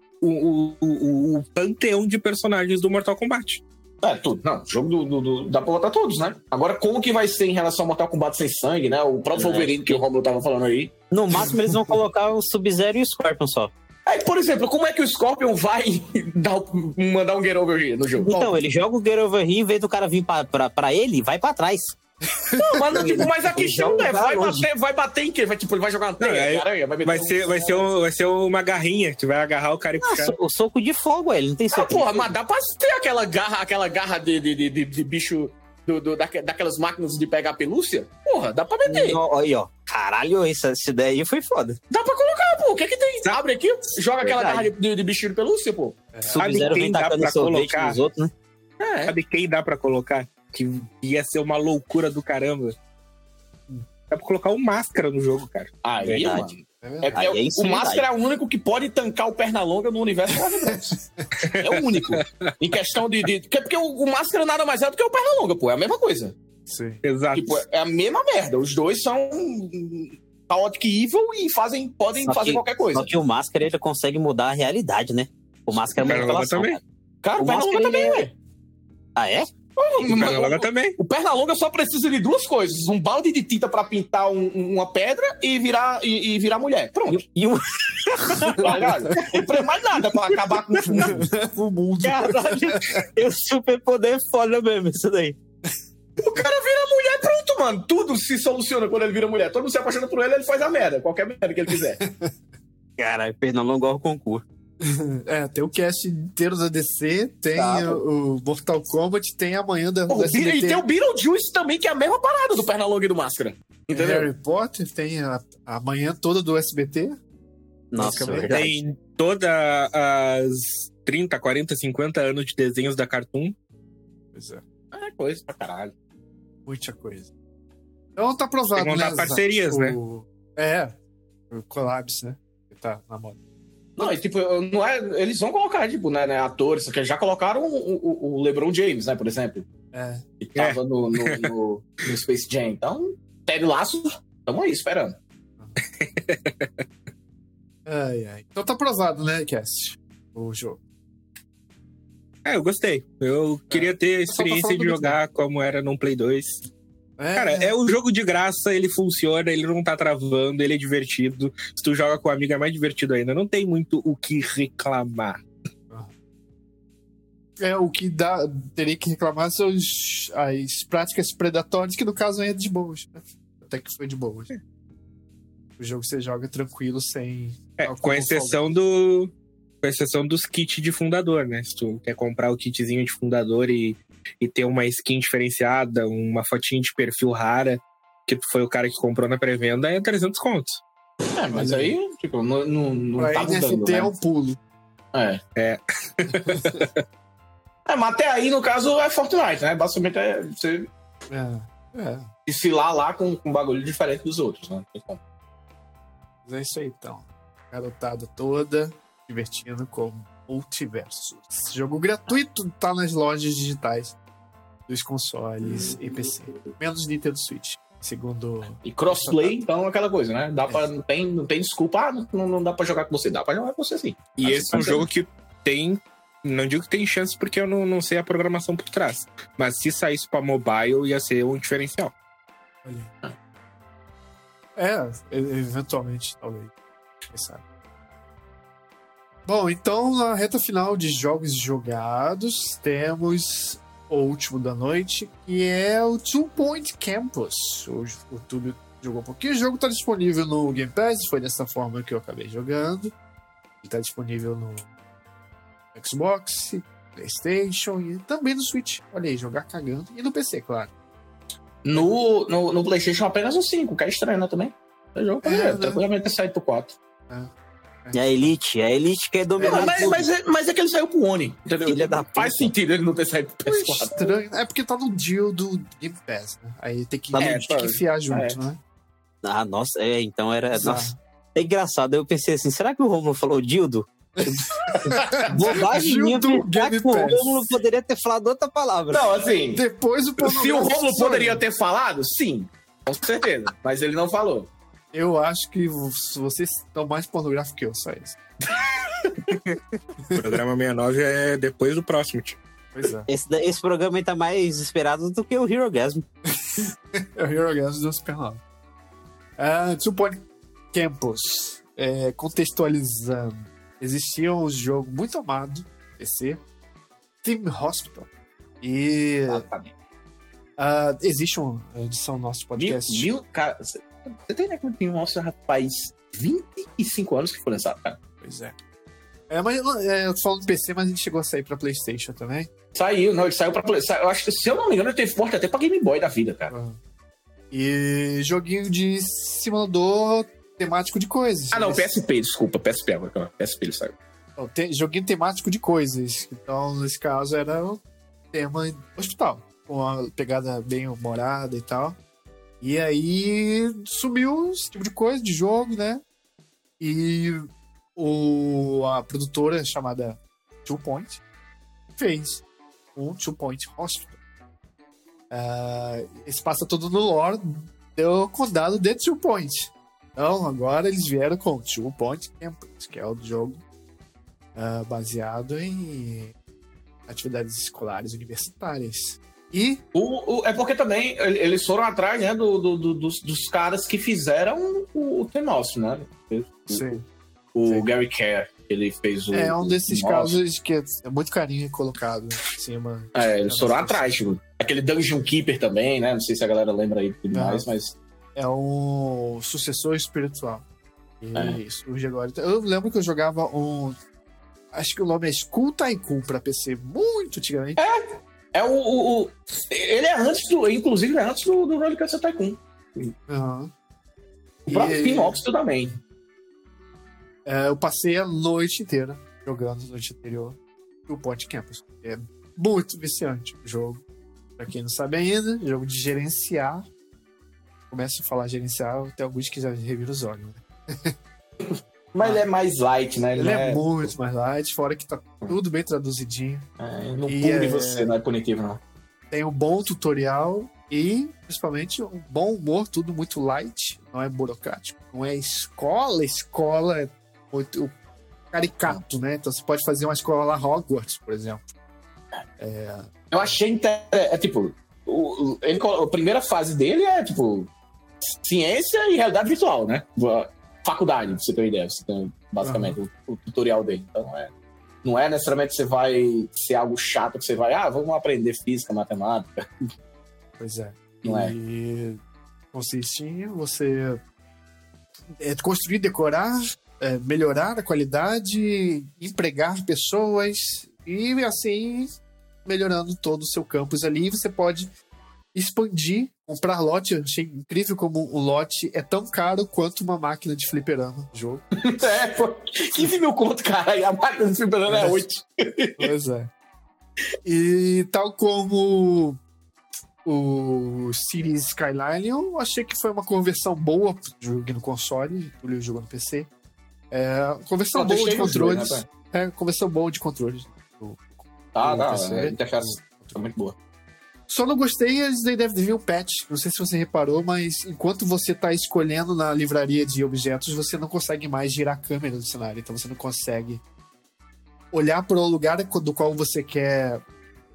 Speaker 4: o panteão de personagens do Mortal Kombat.
Speaker 1: Tudo. Não, jogo dá pra botar todos, né? Agora, como que vai ser em relação ao Mortal Kombat sem sangue, né? O próprio Wolverine que o Romulo tava falando aí.
Speaker 2: No máximo, eles vão colocar o Sub-Zero e o Scorpion só.
Speaker 1: Por exemplo, como é que o Scorpion vai mandar um Get Over Here no jogo?
Speaker 2: Então, ele joga o Get Over Here, em vez do cara vir pra ele, vai pra trás.
Speaker 1: Não, mas a questão vai bater em quê? Ele vai jogar uma teia, aranha?
Speaker 4: Vai ser uma garrinha, que vai agarrar o cara e puxar.
Speaker 2: O soco de fogo, ele não tem soco.
Speaker 1: Mas dá pra ter aquela garra de bicho daquelas máquinas de pegar pelúcia? Porra, dá pra meter.
Speaker 2: Aí, ó. Caralho, essa ideia aí foi foda.
Speaker 1: Dá pra colocar, pô. O que tem? Abre aqui, joga aquela garra de bicho de pelúcia, pô.
Speaker 2: Sub-Zero vem tacando sorvete nos outros, né?
Speaker 4: Sabe quem dá pra colocar? Que ia ser uma loucura do caramba. Dá pra colocar o Máscara no jogo, cara.
Speaker 1: Aí, mano. O Máscara é o único que pode tancar o Pernalonga no universo do É o único. Em questão porque o Máscara nada mais é do que o Pernalonga, pô. É a mesma coisa.
Speaker 3: Sim.
Speaker 4: Exato.
Speaker 1: Tipo, é a mesma merda. Os dois são Chaotic Evil e podem fazer qualquer coisa.
Speaker 2: Só que o Máscara, ele consegue mudar a realidade, né? O Máscara é uma revelação,
Speaker 4: também.
Speaker 1: Cara, o Pernalonga também, ué.
Speaker 2: Ah, é?
Speaker 4: O Pernalonga também.
Speaker 1: O Pernalonga só precisa de duas coisas: um balde de tinta pra pintar uma pedra e virar mulher. Pronto. Não precisa mais nada pra acabar com
Speaker 3: o mundo.
Speaker 2: Caralho, é um superpoder foda mesmo, isso daí.
Speaker 1: O cara vira mulher, pronto, mano. Tudo se soluciona quando ele vira mulher. Todo mundo se apaixona por ele, ele faz a merda. Qualquer merda que ele fizer.
Speaker 2: Caralho, Pernalonga é o concurso.
Speaker 3: Tem o cast inteiro da DC, tem o Mortal Kombat, tem amanhã da SBT.
Speaker 1: E tem o Beetlejuice também, que é a mesma parada do Pernalonga e do Máscara. Entendeu?
Speaker 3: Harry Potter, tem a manhã toda do SBT.
Speaker 2: Nossa,
Speaker 4: tem todas as 30, 40, 50 anos de desenhos da Cartoon.
Speaker 3: Pois é.
Speaker 1: É coisa pra caralho.
Speaker 3: Muita coisa. Então tá aprovado,
Speaker 4: tem que montar parcerias, né?
Speaker 3: O Collabs, né? Que tá na moda.
Speaker 1: Não, não é. Eles vão colocar, né, atores, que já colocaram o LeBron James, né, por exemplo. Que tava no Space Jam. Então, Ted Lasso, tamo aí, esperando.
Speaker 3: Então tá aprovado, né, Cast? O jogo.
Speaker 4: Eu gostei. Eu queria ter a experiência de jogar como era no Play 2. Cara, é um jogo de graça, ele funciona, ele não tá travando, ele é divertido. Se tu joga com um amigo é mais divertido ainda. Não tem muito o que reclamar.
Speaker 3: O que teria que reclamar são as práticas predatórias, que no caso é de boas. Né? Até que foi de boas. O jogo você joga tranquilo, sem...
Speaker 4: com exceção do Com exceção dos kits de fundador, né? Se tu quer comprar o kitzinho de fundador e ter uma skin diferenciada, uma fotinha de perfil rara, que tu foi o cara que comprou na pré-venda, é 300 contos.
Speaker 1: Mas aí, tipo, não tá mudando,
Speaker 3: NFT
Speaker 1: né?
Speaker 3: é um pulo.
Speaker 1: Mas até aí, no caso, é Fortnite, né? Basicamente é você desfilar lá com um bagulho diferente dos outros, né?
Speaker 3: Mas é isso aí, então. Garotada toda divertindo com Multiversus. Jogo gratuito, tá nas lojas digitais dos consoles e PC. Menos Nintendo Switch, segundo...
Speaker 1: E crossplay, então, é aquela coisa, né? Não tem desculpa, não dá pra jogar com você. Dá pra jogar com você, sim.
Speaker 4: E esse é um jogo que tem... Não digo que tem chance porque eu não sei a programação por trás. Mas se saísse pra mobile, ia ser um diferencial.
Speaker 3: Olha. Eventualmente, talvez. Quem sabe. Bom, então, na reta final de jogos jogados, temos o último da noite, que é o Two Point Campus. Hoje o YouTube jogou um pouquinho. O jogo está disponível no Game Pass, foi dessa forma que eu acabei jogando. Ele está disponível no Xbox, PlayStation e também no Switch. Olha aí, jogar cagando. E no PC, claro.
Speaker 1: No PlayStation apenas o 5, que é estranho, né, também. O jogo tranquilamente ter saído pro 4.
Speaker 2: E a Elite que é dominada.
Speaker 1: Mas é que ele saiu pro Oni, entendeu?
Speaker 2: Filha da puta.
Speaker 1: Faz sentido ele não ter saído pro PS4.
Speaker 3: Estranho. É porque tá no deal do Game Pass, né? Aí tem que enfiar junto, né?
Speaker 2: Ah, nossa, então era...
Speaker 3: Exato.
Speaker 2: Nossa, é engraçado. Eu pensei assim, será que o Romulo falou Dildo? Bobagem minha pensar que o Romulo poderia ter falado outra palavra.
Speaker 1: Não, assim...
Speaker 3: Depois o
Speaker 1: se o Romulo poderia ter falado, sim. Com certeza. Mas ele não falou.
Speaker 3: Eu acho que vocês estão mais pornográficos que eu, só isso.
Speaker 4: O programa 69 é depois do próximo, tio.
Speaker 3: Pois é.
Speaker 2: Esse programa aí tá mais esperado do que o Hero Gasm.
Speaker 3: É o Hero Gasm do Supernova. Two Point Campus. Contextualizando. Existia um jogo muito amado, PC, Team Hospital. E existe uma edição do nosso podcast.
Speaker 1: Cara, você tem ideia como tem um nosso rapaz 25 anos que foi lançado, cara?
Speaker 3: Pois é. Mas eu tô falando de PC, mas a gente chegou a sair pra PlayStation também.
Speaker 1: Ele saiu pra PlayStation. Eu acho que, se eu não me engano, ele teve porte até pra Game Boy da vida, cara.
Speaker 3: E joguinho de simulador temático de coisas.
Speaker 1: Não, PSP, desculpa, PSP agora. PSP ele saiu.
Speaker 3: Joguinho temático de coisas. Então, nesse caso, era o tema hospital. Com uma pegada bem humorada e tal. E aí sumiu esse tipo de coisa, de jogo, né? E a produtora chamada Two Point fez um Two Point Hospital. Esse passa todo no lore do condado de Two Point. Então agora eles vieram com Two Point Campus, que é o jogo baseado em atividades escolares universitárias. E
Speaker 1: é porque também eles foram atrás, né, dos caras que fizeram o Tenos, né?
Speaker 3: Sim.
Speaker 1: O Gary Kerr, ele fez o...
Speaker 3: É um desses casos que é muito carinho colocado em cima.
Speaker 1: Eles foram atrás, tipo. Aquele Dungeon Keeper também, né? Não sei se a galera lembra aí tudo mais, mas...
Speaker 3: É um sucessor espiritual. E surge agora. Eu lembro que eu jogava acho que o nome é Skull Tycoon pra PC, muito antigamente.
Speaker 1: Ele é antes do... Inclusive, é antes do Roller Coaster Tycoon.
Speaker 3: Uhum.
Speaker 1: O próprio Pinóquio também.
Speaker 3: Eu passei a noite inteira jogando, noite anterior, o Point Campus. É muito viciante o jogo. Pra quem não sabe ainda, jogo de gerenciar. Começo a falar gerenciar, tem alguns que já reviram os olhos, né?
Speaker 1: Mas ele é mais light, né?
Speaker 3: Ele é muito mais light, fora que tá tudo bem traduzidinho.
Speaker 1: Não pune você, não é punitivo, não.
Speaker 3: Tem um bom tutorial e, principalmente, um bom humor, tudo muito light, não é burocrático. Não é escola é muito caricato, né? Então você pode fazer uma escola lá Hogwarts, por exemplo.
Speaker 1: Eu achei tipo, a primeira fase dele é, tipo, ciência e realidade virtual, né? Faculdade, pra você ter uma ideia. Você tem, basicamente, o tutorial dele. Então, não é necessariamente você vai ser algo chato que você vai, vamos aprender física, matemática.
Speaker 3: Pois é.
Speaker 1: Não
Speaker 3: consiste em você construir, decorar melhorar a qualidade, empregar pessoas e assim melhorando todo o seu campus ali. Você pode expandir, comprar lote. Eu achei incrível como o lote é tão caro quanto uma máquina de fliperama no jogo.
Speaker 1: Pô, 15 mil conto, cara, e a máquina de fliperama é 8.
Speaker 3: Pois é. E tal como o Cities Skyline, eu achei que foi uma conversão boa. Joguei no console, o Julio jogou no PC. Conversão boa de controles. Conversão boa de controles.
Speaker 1: A interface é muito boa.
Speaker 3: Só não gostei, eles devem vir um patch. Não sei se você reparou, mas enquanto você tá escolhendo na livraria de objetos, você não consegue mais girar a câmera do cenário. Então você não consegue olhar para o lugar do qual você quer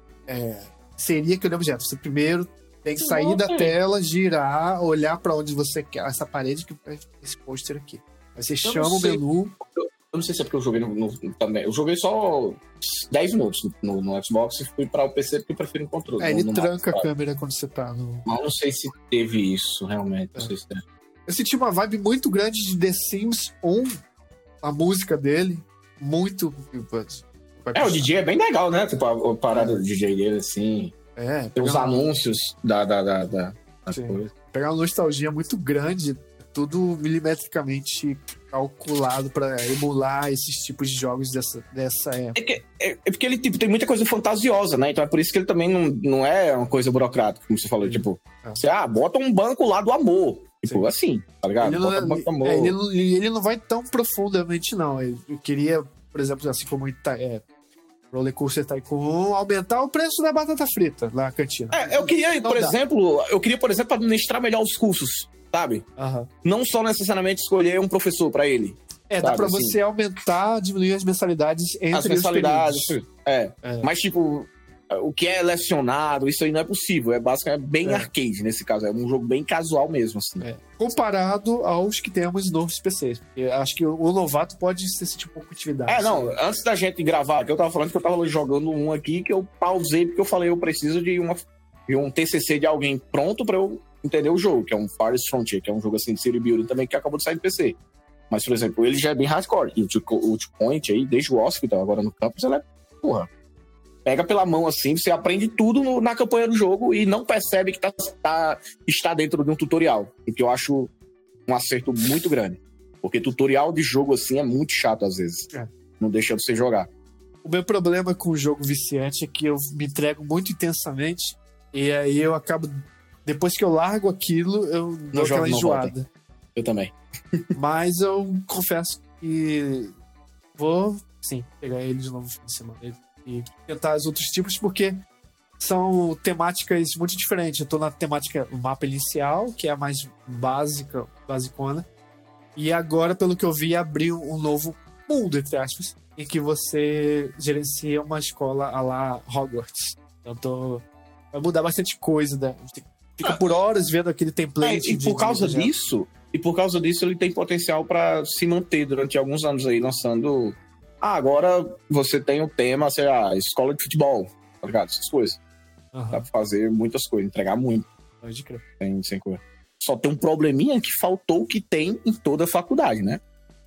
Speaker 3: seria aquele objeto. Você primeiro tem que sair da tela, girar, olhar para onde você quer. Essa parede, esse pôster aqui. Aí você chama o menu.
Speaker 1: Eu não sei se é porque eu joguei também. Eu joguei só 10 minutos no Xbox e fui para o PC porque eu prefiro um controle.
Speaker 3: Ele tranca a câmera quando você tá no...
Speaker 1: Mas não sei se teve isso, realmente. Não sei se é.
Speaker 3: Eu senti uma vibe muito grande de The Sims 1. A música dele, muito...
Speaker 1: O DJ é bem legal, né? Tipo, a parada do DJ dele, assim. Tem os anúncios da coisa.
Speaker 3: Pegar uma nostalgia muito grande, tudo milimetricamente calculado para emular esses tipos de jogos dessa época.
Speaker 1: É porque ele tem muita coisa fantasiosa, né? Então é por isso que ele também não é uma coisa burocrática, como você falou. Tipo, você bota um banco lá do amor. Tipo, assim, tá ligado?
Speaker 3: Ele não vai tão profundamente, não. Eu queria, por exemplo, assim como Roller Coaster Tycoon, aumentar o preço da batata frita na cantina.
Speaker 1: Eu queria, por exemplo, administrar melhor os cursos, sabe? Não só necessariamente escolher um professor pra ele.
Speaker 3: Dá pra você aumentar, diminuir as mensalidades entre os períodos.
Speaker 1: Mas, tipo, o que é lecionado, isso aí não é possível. É basicamente bem arcade nesse caso. É um jogo bem casual mesmo, assim.
Speaker 3: Comparado aos que temos nos PCs. Porque acho que o novato pode se sentir um pouco atividade.
Speaker 1: Antes da gente gravar, que eu tava falando que eu tava jogando um aqui que eu pausei porque eu falei, eu preciso de um TCC de alguém pronto pra eu entender o jogo, que é um Farthest Frontier, que é um jogo assim de city building também, que acabou de sair no PC. Mas, por exemplo, ele já é bem hardcore. E o Two Point aí, desde o Hospital, agora no campus, ele pega pela mão assim, você aprende tudo na campanha do jogo e não percebe que está dentro de um tutorial. O que eu acho um acerto muito grande. Porque tutorial de jogo assim é muito chato às vezes. Não deixa você jogar.
Speaker 3: O meu problema com o jogo viciante é que eu me entrego muito intensamente e aí eu acabo... Depois que eu largo aquilo, eu dou aquela enjoada.
Speaker 1: Eu também.
Speaker 3: Mas eu confesso que vou, sim, pegar ele de novo no fim de semana e tentar os outros tipos, porque são temáticas muito diferentes. Eu tô na temática mapa inicial, que é a mais basicona, e agora, pelo que eu vi, abriu um novo mundo, entre aspas, em que você gerencia uma escola à la Hogwarts. Então vai mudar bastante coisa, fica por horas vendo aquele template.
Speaker 1: E por causa disso, ele tem potencial para se manter durante alguns anos aí, lançando... agora você tem o tema, sei lá, escola de futebol, tá ligado? Essas coisas. Dá pra fazer muitas coisas, entregar muito.
Speaker 3: Pode crer.
Speaker 1: Sem coisa. Só tem um probleminha que faltou o que tem em toda a faculdade, né?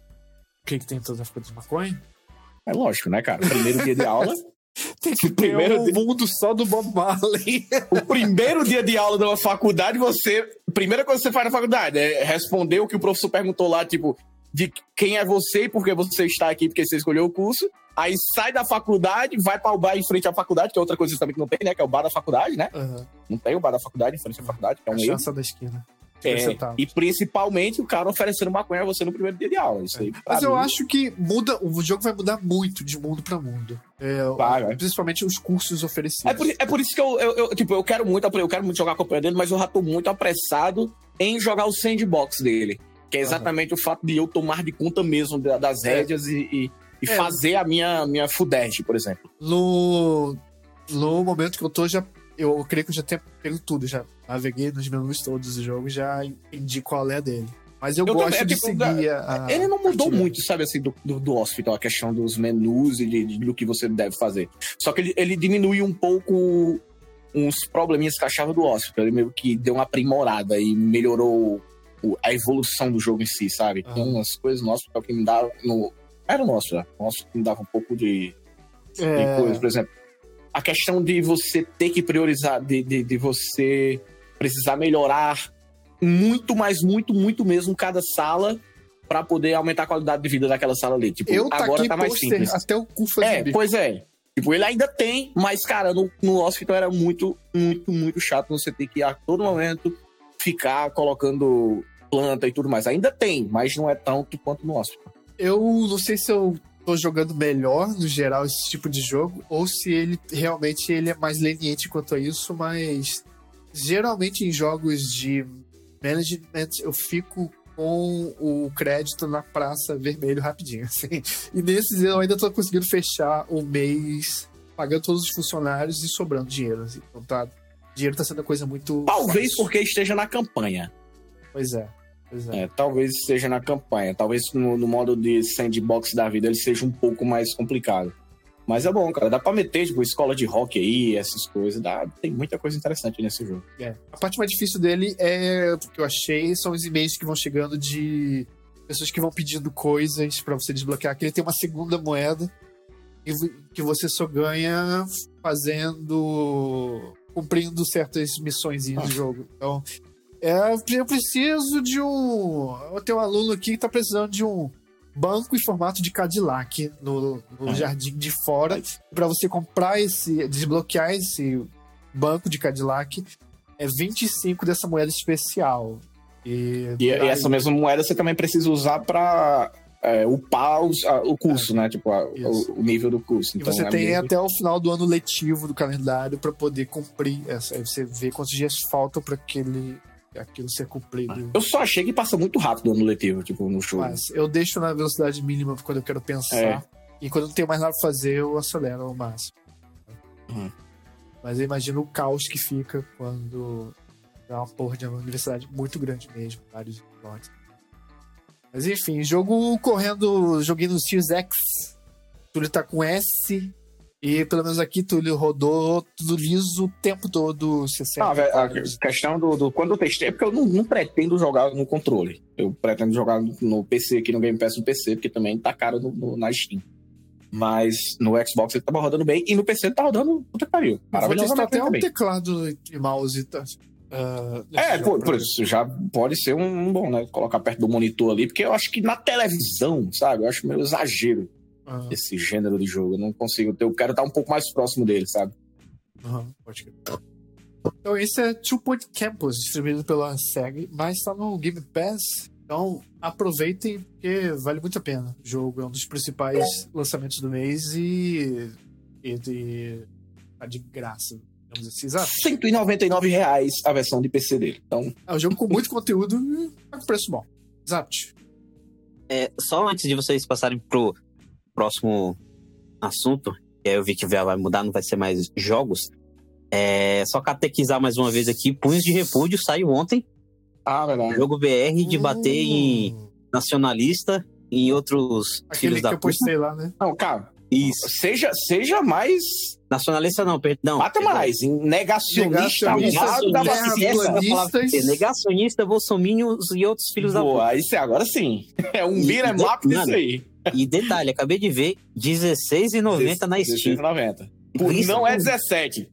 Speaker 3: O que tem em toda a faculdade de maconha?
Speaker 1: É lógico, né, cara? Primeiro dia de aula...
Speaker 3: Tem que ter mundo só do Bob Marley.
Speaker 1: O primeiro dia de aula de uma faculdade, a primeira coisa que você faz na faculdade é responder o que o professor perguntou lá, tipo, de quem é você e por que você está aqui, porque você escolheu o curso. Aí sai da faculdade, vai para o bar em frente à faculdade, que é outra coisa também que não tem, né? Que é o bar da faculdade, né? Não tem o bar da faculdade em frente à faculdade, que é um erro.
Speaker 3: Cachaça da esquina.
Speaker 1: E principalmente o cara oferecendo maconha a você no primeiro dia de aula. Isso aí,
Speaker 3: mas eu acho que o jogo vai mudar muito de mundo pra mundo. Principalmente os cursos oferecidos.
Speaker 1: É por isso que eu quero muito jogar a campanha dele, mas eu já tô muito apressado em jogar o sandbox dele. Que é exatamente o fato de eu tomar de conta mesmo das rédeas e fazer a minha FUDERJ, por exemplo.
Speaker 3: No momento que eu tô, eu creio que eu já tenho pego tudo, já naveguei nos menus todos dos jogos, já entendi qual é a dele. Mas eu gosto de seguir
Speaker 1: ele não mudou muito, sabe, assim, do Hospital, a questão dos menus e do que você deve fazer. Só que ele diminuiu um pouco uns probleminhas que eu achava do Hospital. Ele meio que deu uma aprimorada e melhorou a evolução do jogo em si, sabe? Tem umas coisas no hospital que me dava... Era o nosso, né? O nosso que me dava um pouco de coisa, por exemplo. A questão de você ter que priorizar, de você precisar melhorar muito, mas muito mesmo cada sala pra poder aumentar a qualidade de vida daquela sala ali. Tipo, agora tá mais simples.
Speaker 3: Até o cu fazer
Speaker 1: pois é. Tipo, ele ainda tem, mas, cara, no hospital era muito chato você ter que, a todo momento, ficar colocando planta e tudo mais. Ainda tem, mas não é tanto quanto no hospital.
Speaker 3: Eu não sei se eu tô jogando melhor, no geral, esse tipo de jogo, ou se ele realmente é mais leniente quanto a isso, mas geralmente em jogos de management eu fico com o crédito na praça vermelho rapidinho, assim. E nesses eu ainda tô conseguindo fechar o mês pagando todos os funcionários e sobrando dinheiro, assim. Então dinheiro tá sendo uma coisa muito
Speaker 1: Talvez
Speaker 3: fácil.
Speaker 1: porque esteja na campanha.
Speaker 3: Pois é.
Speaker 1: Talvez seja na campanha. Talvez no modo de sandbox da vida ele seja um pouco mais complicado. Mas é bom, cara. Dá pra meter, tipo, escola de rock aí, essas coisas. Tem muita coisa interessante nesse jogo.
Speaker 3: A parte mais difícil dele que eu achei, são os e-mails que vão chegando de pessoas que vão pedindo coisas pra você desbloquear. Que ele tem uma segunda moeda que você só ganha cumprindo certas missões do jogo. Então, eu preciso de eu tenho um aluno aqui que tá precisando de um banco em formato de Cadillac no jardim de fora. Para você desbloquear esse banco de Cadillac, 25 dessa moeda especial. E
Speaker 1: essa mesma moeda você também precisa usar para upar o curso, né? Tipo, o nível do curso.
Speaker 3: Então, e você tem até o final do ano letivo do calendário para poder cumprir essa. Aí você vê quantos dias faltam para aquilo ser cumprido.
Speaker 1: Eu só achei que passa muito rápido o ano letivo, tipo, no show.
Speaker 3: Mas eu deixo na velocidade mínima quando eu quero pensar. E quando não tenho mais nada pra fazer, eu acelero ao máximo. Mas eu imagino o caos que fica quando é uma porra de uma universidade muito grande mesmo. Vários lotes. Mas enfim, joguinho no Series X. Túlio tá com S. E pelo menos aqui, Túlio, rodou tudo liso o tempo todo, 60.
Speaker 1: A questão quando eu testei, é porque eu não pretendo jogar no controle. Eu pretendo jogar no PC, aqui no Game Pass no PC, porque também tá caro na Steam. Mas no Xbox ele tava rodando bem, e no PC ele tá rodando puta que pariu.
Speaker 3: Maravilhoso. Até um teclado e mouse.
Speaker 1: Por isso, já pode ser um bom, né? Colocar perto do monitor ali, porque eu acho que na televisão, sabe? Eu acho meio exagero. Esse gênero de jogo. Eu não consigo eu quero estar um pouco mais próximo dele, sabe?
Speaker 3: Pode crer. Então, esse é Two Point Campus, distribuído pela SEGA, mas está no Game Pass. Então, aproveitem, porque vale muito a pena. O jogo é um dos principais lançamentos do mês e tá de graça, vamos dizer assim.
Speaker 1: R$199 a versão de PC dele. Então...
Speaker 3: É um jogo com muito conteúdo e com preço bom. Zapt.
Speaker 2: Só antes de vocês passarem pro próximo assunto, que eu vi que vai mudar, não vai ser mais jogos. Só catequizar mais uma vez aqui, Punhos de Repúdio saiu ontem.
Speaker 1: Verdade.
Speaker 2: Jogo BR de bater em nacionalista e em outros filhos da
Speaker 3: puta. Aquele que eu postei lá, né?
Speaker 1: Não, cara.
Speaker 2: Isso.
Speaker 1: Seja mais...
Speaker 2: Nacionalista não, perdão.
Speaker 1: Bata mais. Negacionista da paciência.
Speaker 2: Negacionista, bolsominions e outros filhos da puta.
Speaker 1: Isso agora sim. É um beat'em up disso aí.
Speaker 2: E detalhe, acabei de ver, R$16,90 na Steam.
Speaker 1: R$16,90. Não é 17.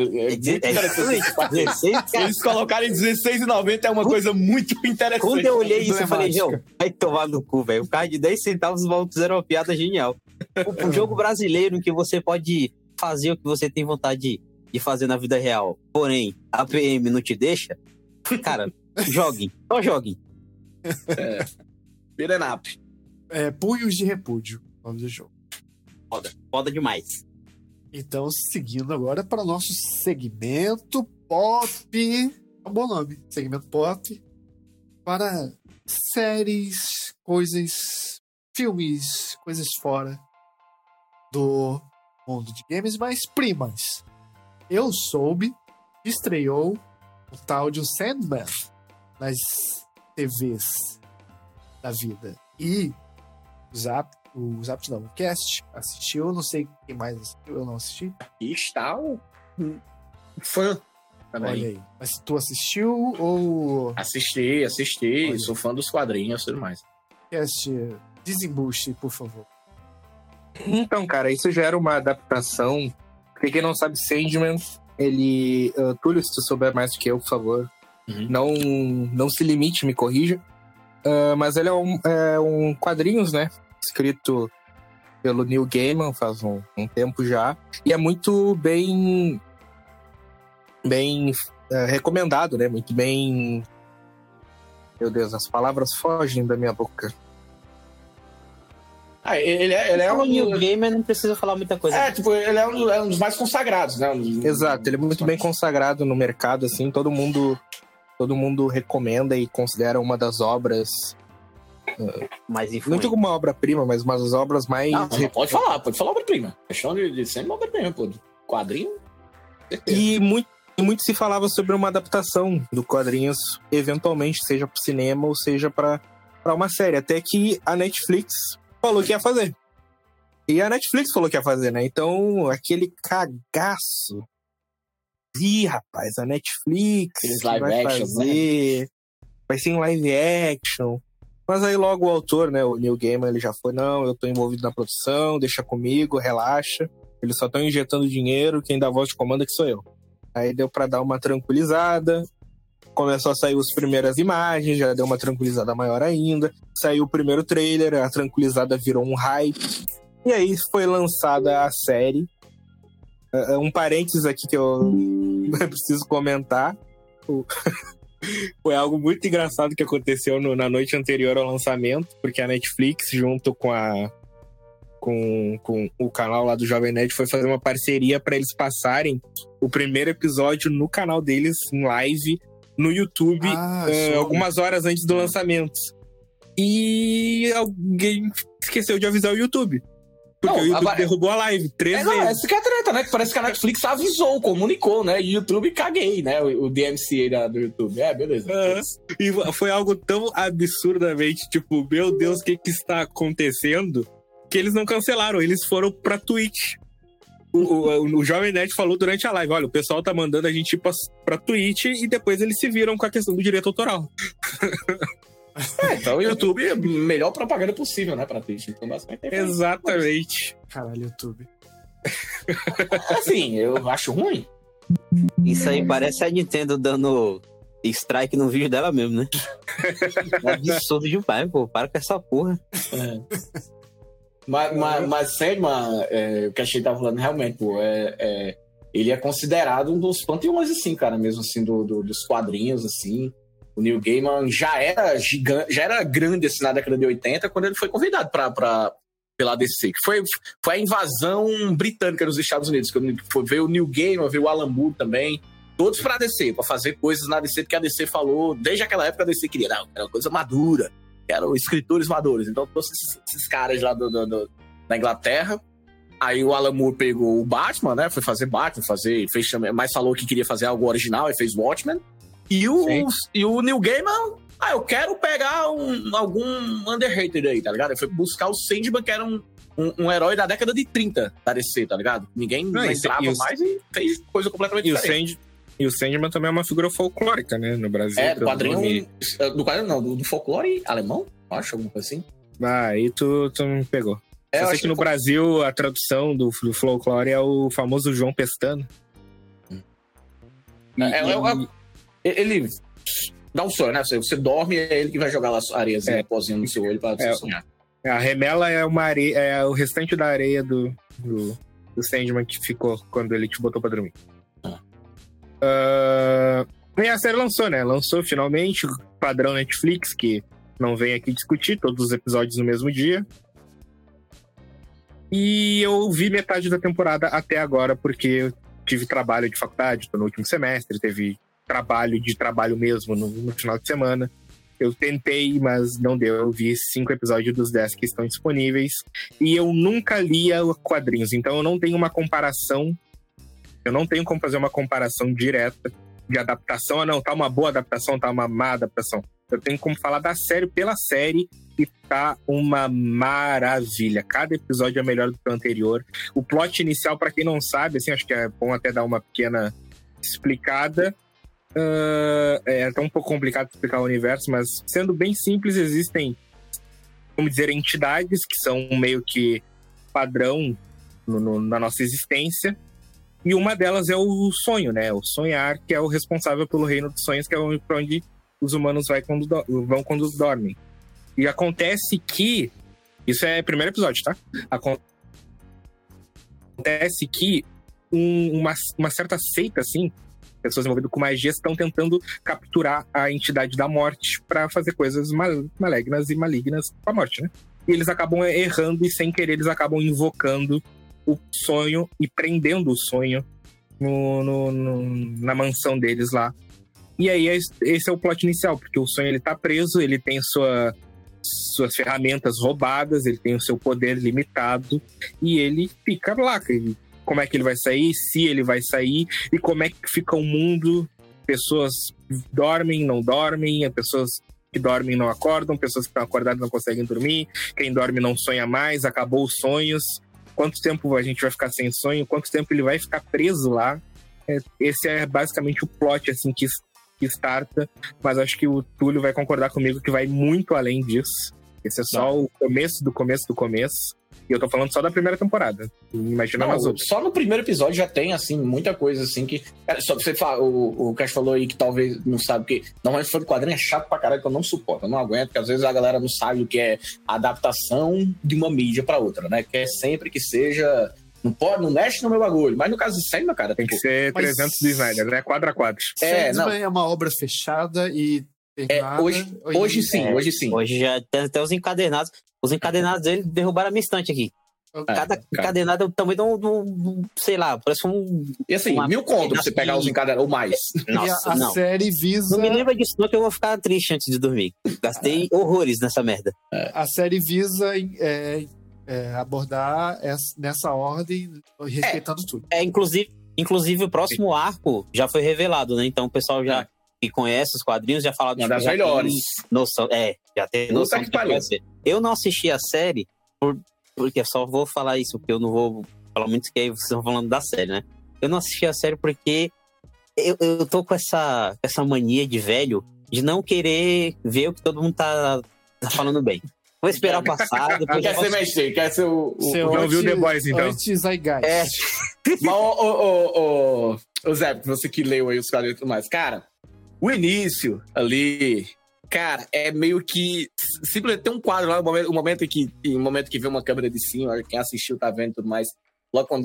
Speaker 1: Eles colocarem R$16,90 é uma coisa muito interessante.
Speaker 2: Quando eu olhei isso, eu falei, vai tomar no cu, velho. O carro de 10 centavos vão fizeram uma piada genial. Um jogo brasileiro em que você pode fazer o que você tem vontade de fazer na vida real, porém, a PM não te deixa, cara, joguem. Só joguem.
Speaker 1: Beat'em up.
Speaker 3: Punhos de Repúdio, nome do jogo.
Speaker 2: Foda demais.
Speaker 3: Então, seguindo agora para o nosso segmento pop. É um bom nome, segmento pop. Para séries, coisas, filmes, coisas fora do mundo de games, mas primas. Eu soube que estreou o tal de um Sandman nas TVs da vida. E o Cast assistiu, não sei quem mais assistiu, eu não assisti.
Speaker 1: Aqui está o fã
Speaker 3: Olha aí. Mas tu assistiu ou...
Speaker 1: Assisti.
Speaker 3: Olha.
Speaker 1: Sou fã dos quadrinhos e tudo mais.
Speaker 3: Desembuche, por favor.
Speaker 4: Então, cara, isso já era uma adaptação. Pra quem não sabe, Sandman, ele... Túlio, se tu souber mais do que eu, por favor, não se limite, me corrija. Mas ele é um quadrinhos, né? Escrito pelo Neil Gaiman faz um tempo já. E é muito bem recomendado, né? Muito bem... Meu Deus, as palavras fogem da minha boca.
Speaker 1: Ele é
Speaker 2: o Neil Gaiman, não precisa falar muita coisa.
Speaker 1: Ele é um dos mais consagrados, né?
Speaker 4: Exato, ele é muito bem consagrado no mercado, assim, todo mundo recomenda e considera uma das obras...
Speaker 2: mais
Speaker 4: não digo uma obra-prima, mas uma das obras mais...
Speaker 1: Não, pode falar obra-prima. Questão de ser uma obra-prima, pô. Quadrinho...
Speaker 4: E muito se falava sobre uma adaptação do quadrinhos, eventualmente, seja pro cinema ou seja pra uma série. Até que a Netflix falou que ia fazer. E a Netflix falou que ia fazer, né? Então, aquele cagaço. Ih, rapaz, a Netflix vai fazer... Né? Vai ser em live action. Mas aí logo o autor, né, o Neil Gaiman, ele já foi, não, eu tô envolvido na produção, deixa comigo, relaxa. Eles só estão injetando dinheiro, quem dá voz de comando é que sou eu. Aí deu pra dar uma tranquilizada, começou a sair as primeiras imagens, já deu uma tranquilizada maior ainda. Saiu o primeiro trailer, a tranquilizada virou um hype. E aí foi lançada a série. Um parênteses aqui que eu preciso comentar. Foi algo muito engraçado que aconteceu na noite anterior ao lançamento, porque a Netflix, junto com o canal lá do Jovem Nerd, foi fazer uma parceria para eles passarem o primeiro episódio no canal deles, em live, no YouTube, algumas horas antes do lançamento. E alguém esqueceu de avisar o YouTube. Porque o YouTube derrubou a live 3 vezes.
Speaker 1: Essa que é a treta, né? Que parece que a Netflix avisou, comunicou, né? E o YouTube caguei, né? O DMCA do YouTube. Beleza.
Speaker 4: E foi algo tão absurdamente, tipo, meu Deus, o que está acontecendo? Que eles não cancelaram, eles foram pra Twitch. O Jovem Nerd falou durante a live, olha, o pessoal tá mandando a gente ir pra Twitch e depois eles se viram com a questão do direito autoral.
Speaker 1: Então o YouTube é a melhor propaganda possível, né, pra Twitch. Então, basicamente,
Speaker 4: exatamente.
Speaker 3: Caralho, YouTube.
Speaker 1: Assim, eu acho ruim.
Speaker 2: Isso aí parece a Nintendo dando strike no vídeo dela mesmo, né? É absurdo demais, pô. Para com essa porra.
Speaker 1: Mas Sandman, o que a gente tava falando realmente, pô, ele é considerado um dos panteões, assim, cara, mesmo assim, dos quadrinhos, assim. O Neil Gaiman já era gigante, já era grande, assim, na década de 80, quando ele foi convidado pela DC, que foi a invasão britânica nos Estados Unidos, que veio o Neil Gaiman, veio o Alan Moore também, todos pra DC, pra fazer coisas na DC, porque a DC falou, desde aquela época a DC queria, não, era uma coisa madura, eram escritores maduros, então trouxe esses caras lá da Inglaterra. Aí o Alan Moore pegou o Batman, né, foi fazer Batman, fez também, mas falou que queria fazer algo original, e fez Watchmen. E o Neil Gaiman, eu quero pegar algum underrated aí, tá ligado? Ele foi buscar o Sandman, que era um herói da década de 30 da DC, tá ligado? Ninguém entrava mais e fez coisa completamente diferente.
Speaker 4: E o Sandman também é uma figura folclórica, né, no Brasil.
Speaker 1: Do quadrinho, do folclore alemão, acho, alguma coisa assim.
Speaker 4: Aí tu me pegou. Eu sei que no Brasil a tradução do folclore é o famoso João Pestana.
Speaker 1: Ele dá um sonho, né? Você dorme e é ele que vai jogar lá a areiazinha, pozinho no seu olho pra você sonhar.
Speaker 4: A remela é uma areia, é o restante da areia do Sandman que ficou quando ele te botou pra dormir. E a série lançou, né? Lançou finalmente, padrão Netflix, que não vem aqui discutir, todos os episódios no mesmo dia. E eu vi metade da temporada até agora, porque eu tive trabalho de faculdade, tô no último semestre, teve trabalho mesmo no final de semana. Eu tentei, mas não deu. Eu vi 5 episódios dos 10 que estão disponíveis. E eu nunca lia quadrinhos, então eu não tenho uma comparação. Eu não tenho como fazer uma comparação direta de adaptação. Não, tá uma boa adaptação, tá uma má adaptação. Eu tenho como falar da série pela série e tá uma maravilha. Cada episódio é melhor do que o anterior. O plot inicial, pra quem não sabe, assim, acho que é bom até dar uma pequena explicada. É até um pouco complicado explicar o universo, mas sendo bem simples, existem, vamos dizer, entidades que são meio que padrão na nossa existência. E uma delas é o sonho, né? O sonhar, que é o responsável pelo reino dos sonhos, que é para onde os humanos vão quando dormem. E acontece que... Isso é o primeiro episódio, tá? Acontece que uma certa seita, assim, pessoas envolvidas com magia, estão tentando capturar a entidade da morte para fazer coisas malignas e malignas com a morte, né? E eles acabam errando e, sem querer, eles acabam invocando o sonho e prendendo o sonho na mansão deles lá. E aí esse é o plot inicial, porque o sonho ele tá preso, ele tem suas ferramentas roubadas, ele tem o seu poder limitado e ele fica lá. Como é que ele vai sair, se ele vai sair e como é que fica o mundo. Pessoas dormem, não dormem, pessoas que dormem não acordam, pessoas que estão acordadas não conseguem dormir, quem dorme não sonha mais, acabou os sonhos. Quanto tempo a gente vai ficar sem sonho? Quanto tempo ele vai ficar preso lá? Esse é basicamente o plot assim, que starta. Mas acho que o Túlio vai concordar comigo que vai muito além disso. Esse é só o começo do começo do começo. E eu tô falando só da primeira temporada. Imagina nas outras.
Speaker 1: Só no primeiro episódio já tem, assim, muita coisa, assim, que... Só pra você falar, o Cash falou aí que talvez não sabe o que... Normalmente fã de quadrinho é chato pra caralho, que eu não suporto, eu não aguento, porque às vezes a galera não sabe o que é adaptação de uma mídia pra outra, né? Quer sempre que seja... Não mexe no meu bagulho. Mas no caso de série, meu cara...
Speaker 4: Tem que ser 300 do Snyder, né? Quadro a quadro.
Speaker 3: É uma obra fechada e...
Speaker 1: Hoje sim.
Speaker 2: Hoje já tem até os encadernados. Os encadernados dele derrubaram a minha estante aqui. Cada encadenado é o tamanho de um sei lá, parece um...
Speaker 1: E assim, 1.000 conto pra você pegar os encadernados, ou mais.
Speaker 3: Nossa, a série visa...
Speaker 2: Não me lembra disso não, que eu vou ficar triste antes de dormir. Gastei horrores nessa merda.
Speaker 3: A série visa abordar nessa ordem, respeitando tudo.
Speaker 2: Inclusive, o próximo arco já foi revelado, né? Então o pessoal já... que conhece os quadrinhos, já fala
Speaker 1: uma das melhores.
Speaker 2: Noção, já tem noção do que vai ser. Eu não assisti a série porque só vou falar isso, porque eu não vou falar muito que aí vocês estão falando da série, né? Eu não assisti a série porque eu tô com essa mania de velho de não querer ver o que todo mundo tá falando bem. Vou esperar o passado.
Speaker 1: Quer ser mexer, quer ser o...
Speaker 4: Não viu The Boys, então.
Speaker 3: Anti-Zeitgeist.
Speaker 1: Mas, o Zé, você que leu aí os quadrinhos e tudo mais, cara, o início ali, cara, é meio que... Simplesmente tem um quadro lá, o momento que vê uma câmera de cima, quem assistiu tá vendo e tudo mais, logo quando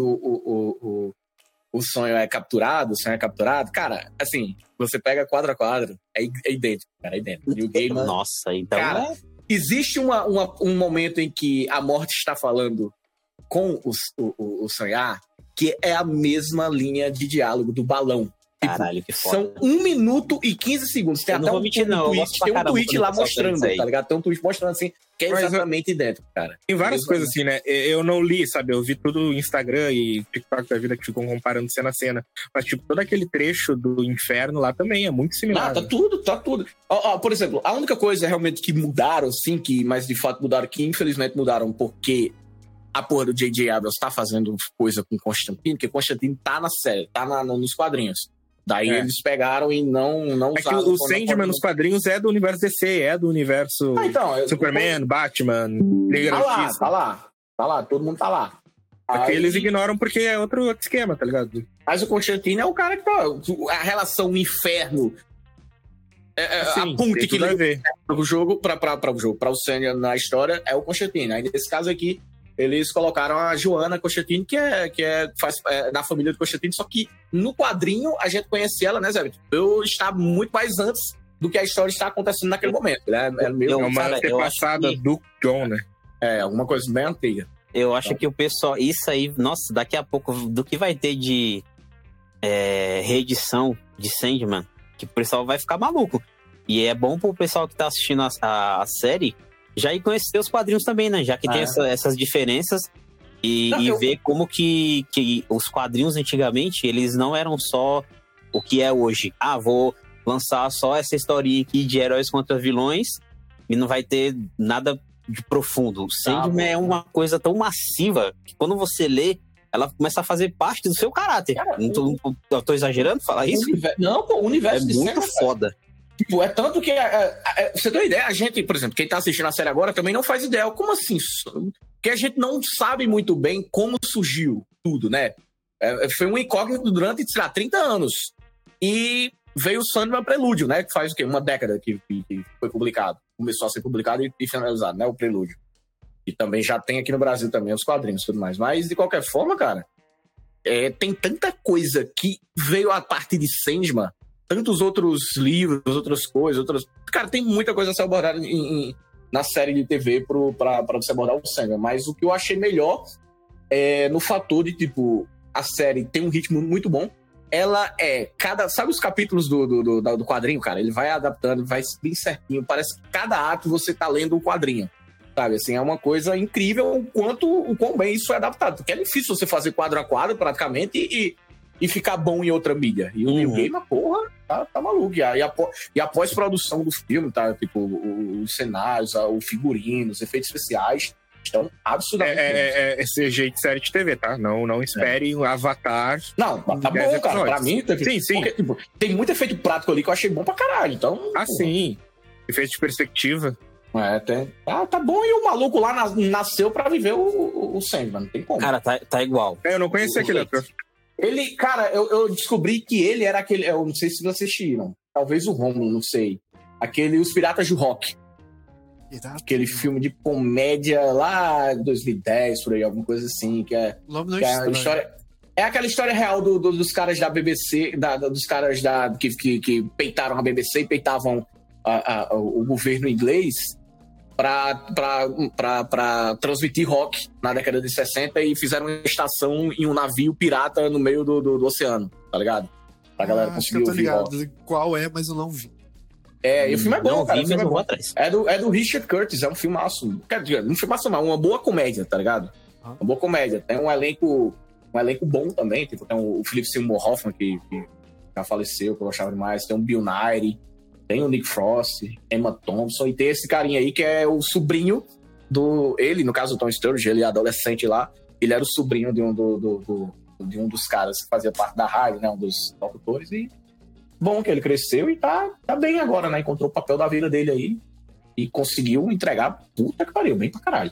Speaker 1: o sonho é capturado, cara, assim, você pega quadro a quadro, é idêntico, cara, é idêntico. E o Gaiman,
Speaker 2: nossa, então...
Speaker 1: Cara, existe um momento em que a morte está falando com o sonhar, que é a mesma linha de diálogo do balão.
Speaker 2: Caralho, que foda.
Speaker 1: São 1 minuto e 15 segundos. Tem até um tweet lá mostrando, tá ligado? Tem um tweet mostrando assim, que é exatamente idêntico, cara.
Speaker 4: Tem várias coisas assim, né? Eu não li, sabe? Eu vi tudo no Instagram e TikTok da vida que ficam comparando cena a cena. Mas, tipo, todo aquele trecho do inferno lá também é muito similar.
Speaker 1: Tá tudo. Por exemplo, a única coisa realmente que mudaram, sim, mas de fato mudaram, que infelizmente mudaram porque a porra do J.J. Abrams tá fazendo coisa com Constantine, porque Constantine tá na série, tá nos quadrinhos. Daí eles pegaram e não usaram...
Speaker 4: É que o Sandman nos quadrinhos é do universo DC, é do universo Superman, Batman, Liga da Justiça.
Speaker 1: Tá lá, todo mundo tá lá.
Speaker 4: Aqui eles ignoram porque é outro esquema, tá ligado?
Speaker 1: Mas o Constantine é o cara que tá... A relação inferno... a ponte que liga o jogo para o Sandman na história é o Constantine. Aí nesse caso aqui, eles colocaram a Joanna Constantine, que faz da família do Constantine, só que no quadrinho a gente conhece ela, né, Zé? Eu está muito mais antes do que a história está acontecendo naquele momento. Né?
Speaker 4: É uma antepassada do John, né?
Speaker 1: É, alguma coisa bem antiga.
Speaker 2: Eu acho que o pessoal... Isso aí, nossa, daqui a pouco, do que vai ter de reedição de Sandman, que o pessoal vai ficar maluco. E é bom pro pessoal que tá assistindo a série já ir conhecer os quadrinhos também, né? Já que tem essas diferenças e ver como que os quadrinhos antigamente, eles não eram só o que é hoje. Vou lançar só essa historinha aqui de heróis contra vilões e não vai ter nada de profundo. O Sandman é uma coisa tão massiva que quando você lê, ela começa a fazer parte do seu caráter.
Speaker 1: Cara,
Speaker 2: eu tô exagerando falar isso?
Speaker 1: Não, pô, o universo
Speaker 2: é
Speaker 1: de
Speaker 2: muito
Speaker 1: Sandman,
Speaker 2: foda.
Speaker 1: Tipo, é tanto que, você tem uma ideia, a gente, por exemplo, quem tá assistindo a série agora também não faz ideia. Como assim? Porque a gente não sabe muito bem como surgiu tudo, né? Foi um incógnito durante, sei lá, 30 anos. E veio o Sandman Prelúdio, né? Que faz o quê? Uma década que foi publicado. Começou a ser publicado e finalizado, né? O Prelúdio. E também já tem aqui no Brasil também os quadrinhos e tudo mais. Mas, de qualquer forma, cara, tem tanta coisa que veio a partir de Sandman, tantos outros livros, outras coisas, Cara, tem muita coisa a ser abordada na série de TV pra você abordar o Sandman. Mas o que eu achei melhor é no fator de, tipo, a série tem um ritmo muito bom. Ela sabe os capítulos do quadrinho, cara? Ele vai adaptando, vai bem certinho. Parece que cada ato você tá lendo um quadrinho. Sabe, assim, é uma coisa incrível o quão bem isso é adaptado. Porque é difícil você fazer quadro a quadro, praticamente, e ficar bom em outra mídia. E o New Gamer, porra, tá maluco. E a pós-produção do filme, tá? Tipo, os cenários, o figurino, os efeitos especiais estão absurdamente
Speaker 4: é CG de série de TV, tá? Não espere um Avatar.
Speaker 1: Não, tá bom, cara. Pra mim,
Speaker 4: sim.
Speaker 1: Porque, tipo, tem muito efeito prático ali que eu achei bom pra caralho. Então,
Speaker 4: sim. Efeito de perspectiva.
Speaker 1: Tá bom, e o maluco lá nasceu pra viver o Sandman, não tem como.
Speaker 2: Cara, tá igual.
Speaker 4: Eu não conhecia aquele ator.
Speaker 1: Ele, cara, eu descobri que ele era aquele, eu não sei se vocês assistiram, talvez o Romulo, não sei, Os Piratas do Rock. Aquele filme de comédia lá de 2010, por aí, alguma coisa assim, que é a história... É aquela história real dos caras da BBC, dos caras que peitaram a BBC e peitavam o governo inglês pra transmitir rock na década de 60 e fizeram uma estação em um navio pirata no meio do oceano, tá ligado? Pra galera conseguir ouvir rock.
Speaker 3: Qual mas eu não vi.
Speaker 1: E o filme é bom, cara.
Speaker 2: É
Speaker 1: do Richard Curtis, é um filmaço. Quer dizer, não um filmaço, não, uma boa comédia, tá ligado? Uma boa comédia. Tem um elenco bom também, tipo, tem o Philip Seymour Hoffman, que já faleceu, que eu gostava demais. Tem o Bill Nighy, tem o Nick Frost, Emma Thompson, e tem esse carinha aí que é o sobrinho ele, no caso o Tom Sturridge, ele é adolescente lá, ele era o sobrinho de um dos caras que fazia parte da rádio, né, um dos locutores, e bom que ele cresceu e tá bem agora, né, encontrou o papel da vida dele aí e conseguiu entregar, puta que pariu, bem pra caralho.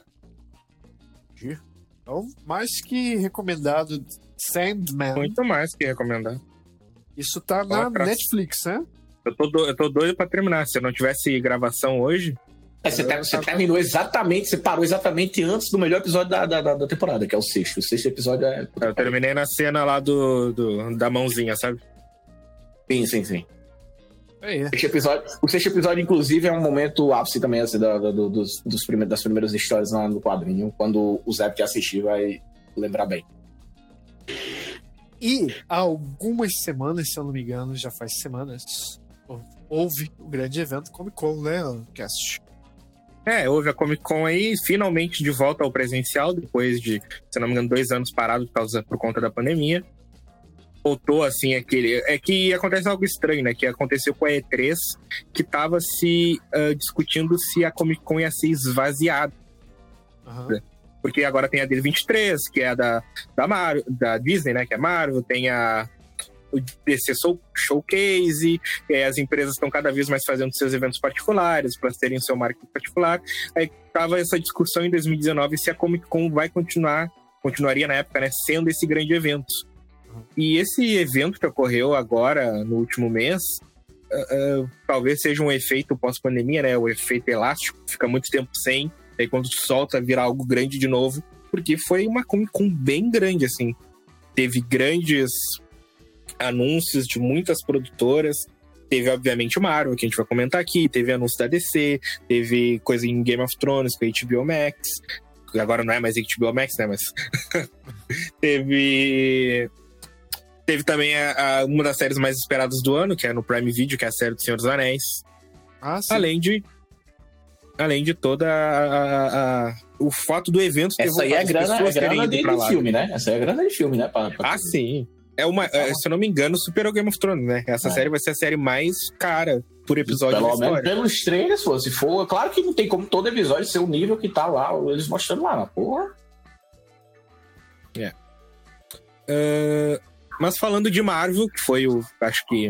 Speaker 3: Então, mais que recomendado, Sandman.
Speaker 4: Muito mais que recomendado.
Speaker 3: Isso tá na Netflix, né?
Speaker 4: Eu tô doido pra terminar. Se eu não tivesse gravação hoje...
Speaker 1: Você terminou exatamente, você parou exatamente antes do melhor episódio da temporada, que é o sexto. O sexto episódio é...
Speaker 4: Eu terminei na cena lá da mãozinha, sabe?
Speaker 1: Sim. O sexto episódio, inclusive, é um momento ápice também, assim, das primeiras histórias lá no quadrinho. Quando o Zé que assistir vai lembrar bem.
Speaker 3: E há algumas semanas, se eu não me engano, já faz semanas, houve um grande evento Comic Con, né, Cast?
Speaker 4: Houve a Comic Con aí, finalmente de volta ao presencial, depois de, se não me engano, 2 anos parado por conta da pandemia. Voltou, assim, é que acontece algo estranho, né, que aconteceu com a E3, que tava se discutindo se a Comic Con ia ser esvaziada. Porque agora tem a D23, que é da Marvel, da Disney, né, que é Marvel, tem o DC Showcase, e aí as empresas estão cada vez mais fazendo seus eventos particulares para terem o seu marketing particular. Aí tava essa discussão em 2019 se a Comic Con continuaria na época, né, sendo esse grande evento. E esse evento que ocorreu agora, no último mês, talvez seja um efeito pós-pandemia, né, o efeito elástico, fica muito tempo sem, aí quando solta vira algo grande de novo, porque foi uma Comic Con bem grande, assim. Teve grandes anúncios de muitas produtoras, teve obviamente o Marvel, que a gente vai comentar aqui, teve anúncio da DC, teve coisa em Game of Thrones com a HBO Max, agora não é mais HBO Max, né, mas teve também uma das séries mais esperadas do ano, que é no Prime Video, que é a série do Senhor dos Anéis. Além de toda o fato do evento ter
Speaker 1: essa aí é a grana de filme, né? Essa é a grana de filme, né?
Speaker 4: Sim. Se eu não me engano, superou Game of Thrones, né? Essa série vai ser a série mais cara por episódio da história.
Speaker 1: Pelos trailers, se for... Claro que não tem como todo episódio ser o nível que tá lá, eles mostrando lá, na porra.
Speaker 4: Mas falando de Marvel, que foi acho que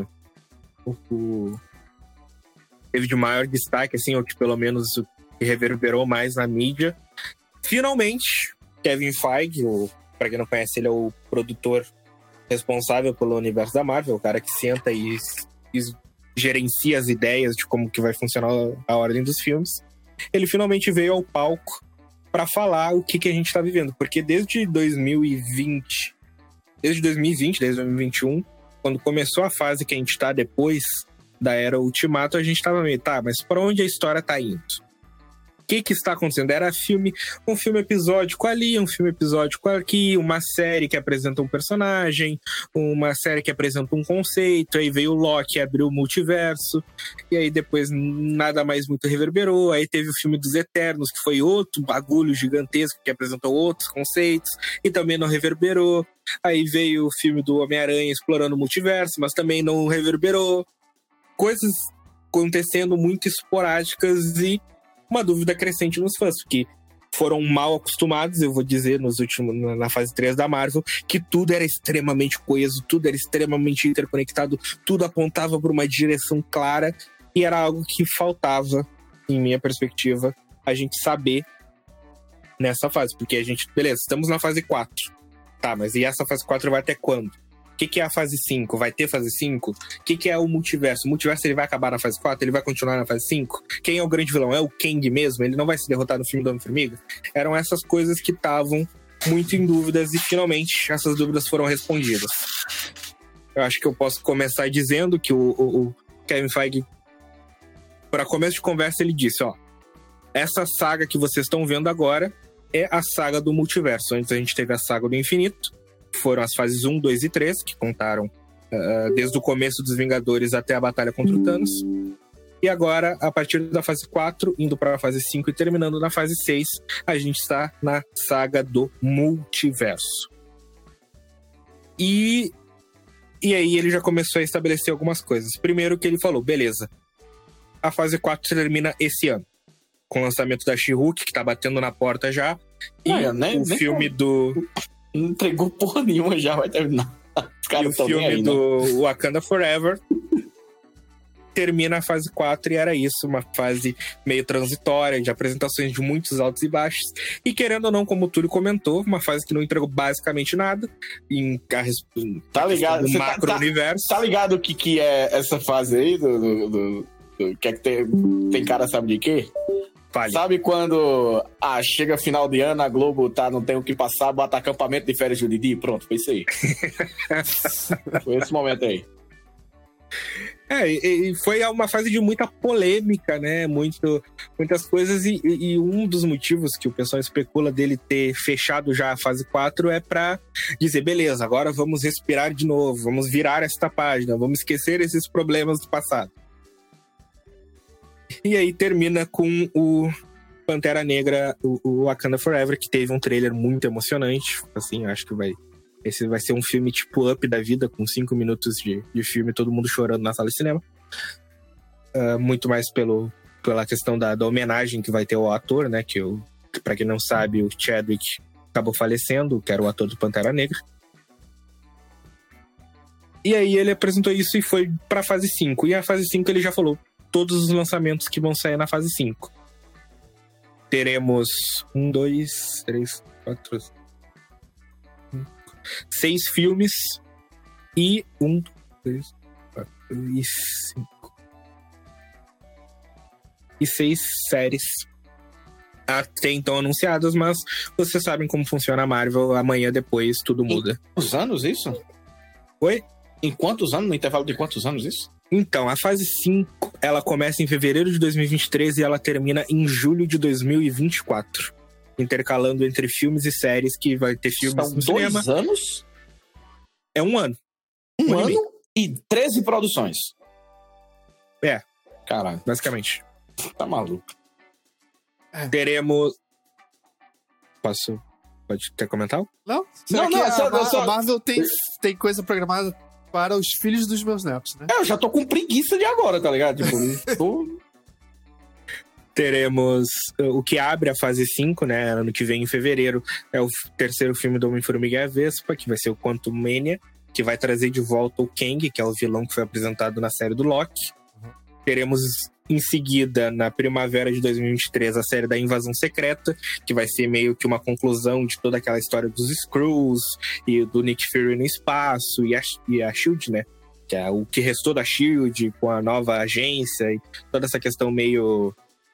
Speaker 4: teve de maior destaque, assim, ou que pelo menos que reverberou mais na mídia. Finalmente, Kevin Feige, pra quem não conhece, ele é o produtor responsável pelo universo da Marvel, o cara que senta e gerencia as ideias de como que vai funcionar a ordem dos filmes. Ele finalmente veio ao palco para falar o que a gente tá vivendo, porque desde 2020, desde 2021, quando começou a fase que a gente tá depois da Era Ultimato, a gente tava meio, tá, mas pra onde a história tá indo? O que está acontecendo? Era um filme episódico ali, um filme episódico aqui, uma série que apresenta um personagem, uma série que apresenta um conceito, aí veio o Loki, abriu o multiverso, e aí depois nada mais muito reverberou, aí teve o filme dos Eternos, que foi outro bagulho gigantesco que apresentou outros conceitos, e também não reverberou. Aí veio o filme do Homem-Aranha explorando o multiverso, mas também não reverberou. Coisas acontecendo muito esporádicas e uma dúvida crescente nos fãs, que foram mal acostumados, eu vou dizer, na fase 3 da Marvel, que tudo era extremamente coeso, tudo era extremamente interconectado, tudo apontava para uma direção clara, e era algo que faltava, em minha perspectiva, a gente saber nessa fase, porque a gente, beleza, estamos na fase 4, tá, mas e essa fase 4 vai até quando? O que é a fase 5? Vai ter fase 5? O que é o multiverso? O multiverso ele vai acabar na fase 4? Ele vai continuar na fase 5? Quem é o grande vilão? É o Kang mesmo? Ele não vai se derrotar no filme do Homem-Formiga? Eram essas coisas que estavam muito em dúvidas e finalmente essas dúvidas foram respondidas. Eu acho que eu posso começar dizendo que o Kevin Feige, para começo de conversa, ele disse, ó, essa saga que vocês estão vendo agora é a saga do multiverso. Antes a gente teve a saga do infinito, foram as fases 1, 2 e 3, que contaram desde o começo dos Vingadores até a batalha contra o Thanos. E agora, a partir da fase 4, indo para a fase 5 e terminando na fase 6, a gente está na saga do multiverso. E aí ele já começou a estabelecer algumas coisas. Primeiro que ele falou, beleza, a fase 4 termina esse ano, com o lançamento da She-Hulk, que tá batendo na porta já, e o filme do...
Speaker 1: Não entregou porra nenhuma, já vai terminar. Os caras
Speaker 4: e o filme do Wakanda Forever termina a fase 4 e era isso, uma fase meio transitória, de apresentações de muitos altos e baixos. E querendo ou não, como o Túlio comentou, uma fase que não entregou basicamente nada
Speaker 1: tá ligado?
Speaker 4: No macro-universo.
Speaker 1: Tá ligado o que é essa fase aí? Que é que tem cara sabe de quê?
Speaker 4: Fale.
Speaker 1: Sabe quando chega final de ano, a Globo não tem o que passar, bota acampamento de férias do Didi? Pronto, foi isso aí. Foi esse momento aí.
Speaker 4: E foi uma fase de muita polêmica, né? Muitas coisas, e um dos motivos que o pessoal especula dele ter fechado já a fase 4 é pra dizer, beleza, agora vamos respirar de novo, vamos virar esta página, vamos esquecer esses problemas do passado. E aí termina com o Pantera Negra, o Wakanda Forever, que teve um trailer muito emocionante. Assim, acho que esse vai ser um filme tipo Up da vida, com 5 minutos de filme, todo mundo chorando na sala de cinema. Muito mais pela questão da homenagem que vai ter ao ator, né? Que pra quem não sabe, o Chadwick acabou falecendo, que era o ator do Pantera Negra. E aí ele apresentou isso e foi pra fase 5. E a fase 5 ele já falou todos os lançamentos que vão sair na fase 5. Teremos 1, 2, 3, 4, 5, 6 filmes e 1, 2, 4 e 5. E 6 séries até então anunciadas, mas vocês sabem como funciona a Marvel, amanhã depois tudo muda.
Speaker 1: Em quantos anos isso?
Speaker 4: Oi?
Speaker 1: Em quantos anos? No intervalo de quantos anos isso?
Speaker 4: Então, a fase 5, ela começa em fevereiro de 2023 e ela termina em julho de 2024. Intercalando entre filmes e séries, que vai ter filmes no cinema.
Speaker 1: São 2 anos?
Speaker 4: É 1 ano.
Speaker 1: Um ano e 13 produções. Caralho.
Speaker 4: Basicamente.
Speaker 1: Tá maluco.
Speaker 4: Teremos... Pode ter comentário?
Speaker 3: Não?
Speaker 1: A
Speaker 3: Marvel tem coisa programada para os filhos dos meus netos, né?
Speaker 1: Eu já tô com preguiça de agora, tá ligado? Tipo,
Speaker 4: Teremos o que abre a fase 5, né? Ano que vem, em fevereiro, é o terceiro filme do Homem-Formiga e a Vespa, que vai ser o Quantumania, que vai trazer de volta o Kang, que é o vilão que foi apresentado na série do Loki. Teremos, em seguida, na primavera de 2023, a série da Invasão Secreta, que vai ser meio que uma conclusão de toda aquela história dos Skrulls e do Nick Fury no espaço e a S.H.I.E.L.D., né? Que é o que restou da S.H.I.E.L.D. com a nova agência e toda essa questão meio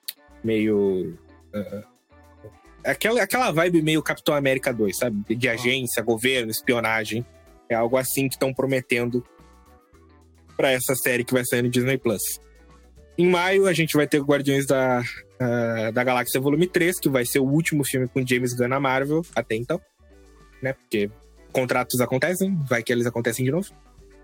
Speaker 4: aquela vibe meio Capitão América 2, sabe? De agência, governo, espionagem. É algo assim que estão prometendo para essa série que vai sair no Disney Plus. Em maio, a gente vai ter Guardiões da Galáxia Volume 3, que vai ser o último filme com James Gunn na Marvel, até então, né? Porque contratos acontecem, vai que eles acontecem de novo.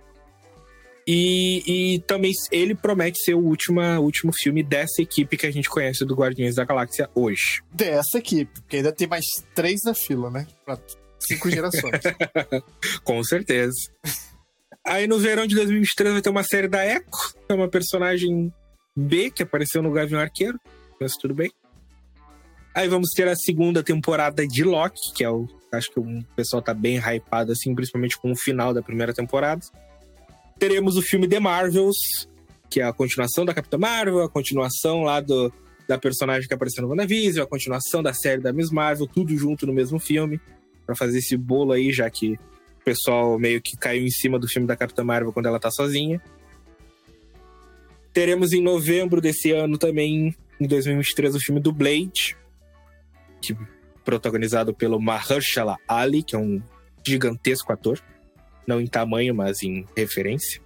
Speaker 4: E também ele promete ser o último filme dessa equipe que a gente conhece do Guardiões da Galáxia hoje.
Speaker 3: Dessa equipe, porque ainda tem mais 3 na fila, né? Pra 5 gerações.
Speaker 4: Com certeza. Aí no verão de 2023 vai ter uma série da Echo, que é uma personagem B que apareceu no Gavião Arqueiro, mas tudo bem. Aí vamos ter a segunda temporada de Loki, que é acho que o pessoal tá bem hypado, assim, principalmente com o final da primeira temporada. Teremos o filme The Marvels, que é a continuação da Capitã Marvel, a continuação lá da personagem que apareceu no WandaVision, a continuação da série da Miss Marvel, tudo junto no mesmo filme, pra fazer esse bolo aí, já que o pessoal meio que caiu em cima do filme da Capitã Marvel quando ela tá sozinha. Teremos em novembro desse ano também, em 2023, o filme do Blade, protagonizado pelo Mahershala Ali, que é um gigantesco ator. Não em tamanho, mas em referência.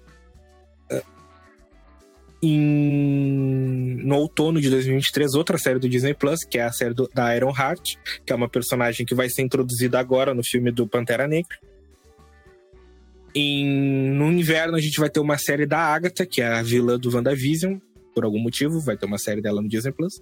Speaker 4: No outono de 2023, outra série do Disney Plus, que é a série da Iron Heart, que é uma personagem que vai ser introduzida agora no filme do Pantera Negra. No inverno, a gente vai ter uma série da Agatha, que é a vilã do WandaVision, por algum motivo, vai ter uma série dela no Disney Plus.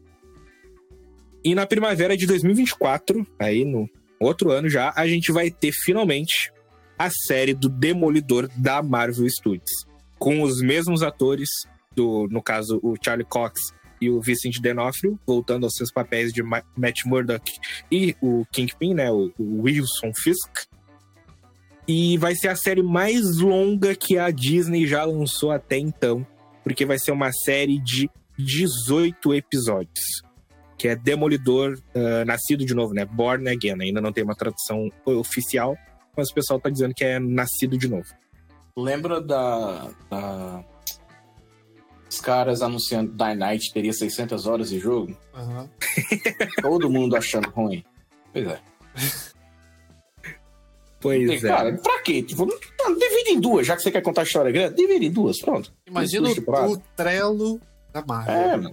Speaker 4: E na primavera de 2024, aí no outro ano já, a gente vai ter finalmente a série do Demolidor da Marvel Studios, com os mesmos atores, no caso o Charlie Cox e o Vincent D'Onofrio, voltando aos seus papéis de Matt Murdock e o Kingpin, né, o Wilson Fisk. E vai ser a série mais longa que a Disney já lançou até então, porque vai ser uma série de 18 episódios, que é Demolidor Nascido de Novo, né, Born Again. Ainda não tem uma tradução oficial, mas o pessoal tá dizendo que é Nascido de Novo.
Speaker 1: Lembra os caras anunciando que Dynamite teria 600 horas de jogo?
Speaker 3: Uhum.
Speaker 1: Todo mundo achando ruim. Pois é.
Speaker 4: Pois
Speaker 1: cara, pra quê? Tipo, divide em duas, já que você quer contar a história grande, divide em duas, pronto.
Speaker 3: Imagina o Trello da Marvel.
Speaker 1: Mano.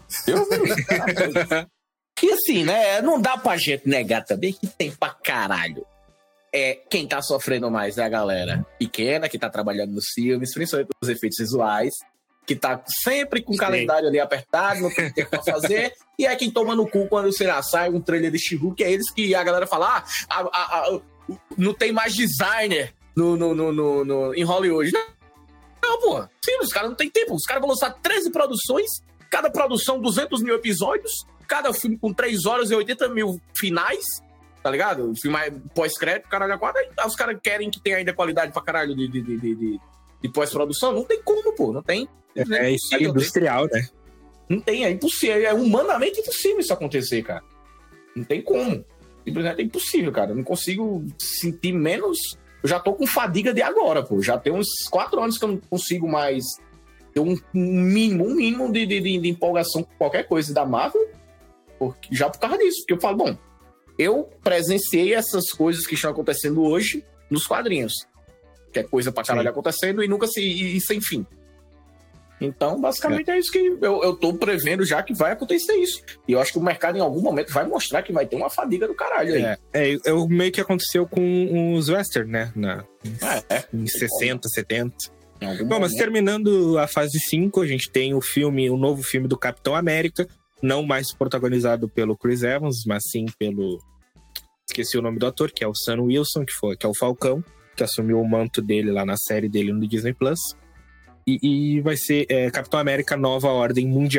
Speaker 1: E assim, né, não dá pra gente negar também que tem pra caralho. Quem tá sofrendo mais é a galera pequena, que tá trabalhando nos filmes, principalmente os efeitos visuais, que tá sempre com o calendário ali apertado, não tem tempo pra fazer, e é quem toma no cu quando, sei lá, sai um trailer de She-Hulk, que é eles que a galera fala, não tem mais designer em Hollywood. Não, pô, sim, os caras não tem tempo, os caras vão lançar 13 produções, cada produção 200 mil episódios, cada filme com 3 horas e 80 mil finais, tá ligado? Filmar pós-crédito, caralho, a quadra. Os caras querem que tenha ainda qualidade pra caralho de pós-produção. Não tem como, pô. Não tem.
Speaker 4: Isso é industrial, né?
Speaker 1: Não tem, é impossível. É humanamente impossível isso acontecer, cara. Não tem como. Simplesmente é impossível, cara. Eu não consigo sentir menos. Eu já tô com fadiga de agora, pô. Já tem uns 4 anos que eu não consigo mais ter um mínimo de empolgação com qualquer coisa da Marvel. Já por causa disso. Porque eu falo, bom, eu presenciei essas coisas que estão acontecendo hoje nos quadrinhos. Que é coisa pra caralho acontecendo e nunca sem fim. Então, basicamente é isso que eu tô prevendo já que vai acontecer isso. E eu acho que o mercado em algum momento vai mostrar que vai ter uma fadiga do caralho aí.
Speaker 4: É o meio que aconteceu com os western, né? Em 60, 70. Bom, mas terminando a fase 5, a gente tem o novo filme do Capitão América, não mais protagonizado pelo Chris Evans, mas sim pelo... Esqueci o nome do ator, que é o Sam Wilson, que é o Falcão, que assumiu o manto dele lá na série dele no Disney Plus. E vai ser Capitão América Nova Ordem Mundial.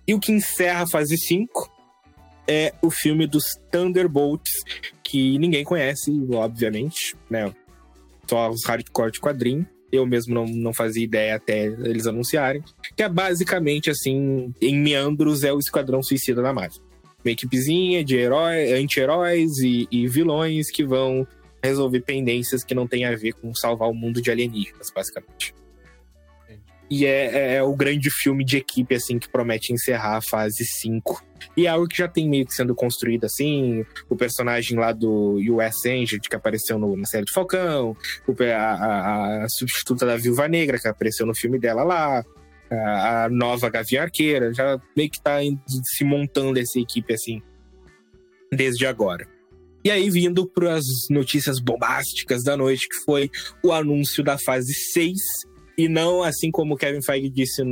Speaker 4: E o que encerra a fase 5 é o filme dos Thunderbolts, que ninguém conhece, obviamente, né? Só os hardcore de quadrinho. Eu mesmo não fazia ideia até eles anunciarem. Que é basicamente, assim, em meandros, é o Esquadrão Suicida da Marvel. Uma equipezinha de anti-heróis e vilões que vão resolver pendências que não tem a ver com salvar o mundo de alienígenas, basicamente. E é o grande filme de equipe, assim, que promete encerrar a fase 5. E é algo que já tem meio que sendo construído, assim. O personagem lá do US Agent, que apareceu na série de Falcão. A substituta da Viúva Negra, que apareceu no filme dela lá. A nova Gavião Arqueira. Já meio que tá se montando essa equipe, assim, desde agora. E aí, vindo para as notícias bombásticas da noite, que foi o anúncio da fase 6. E não, assim como o Kevin Feige disse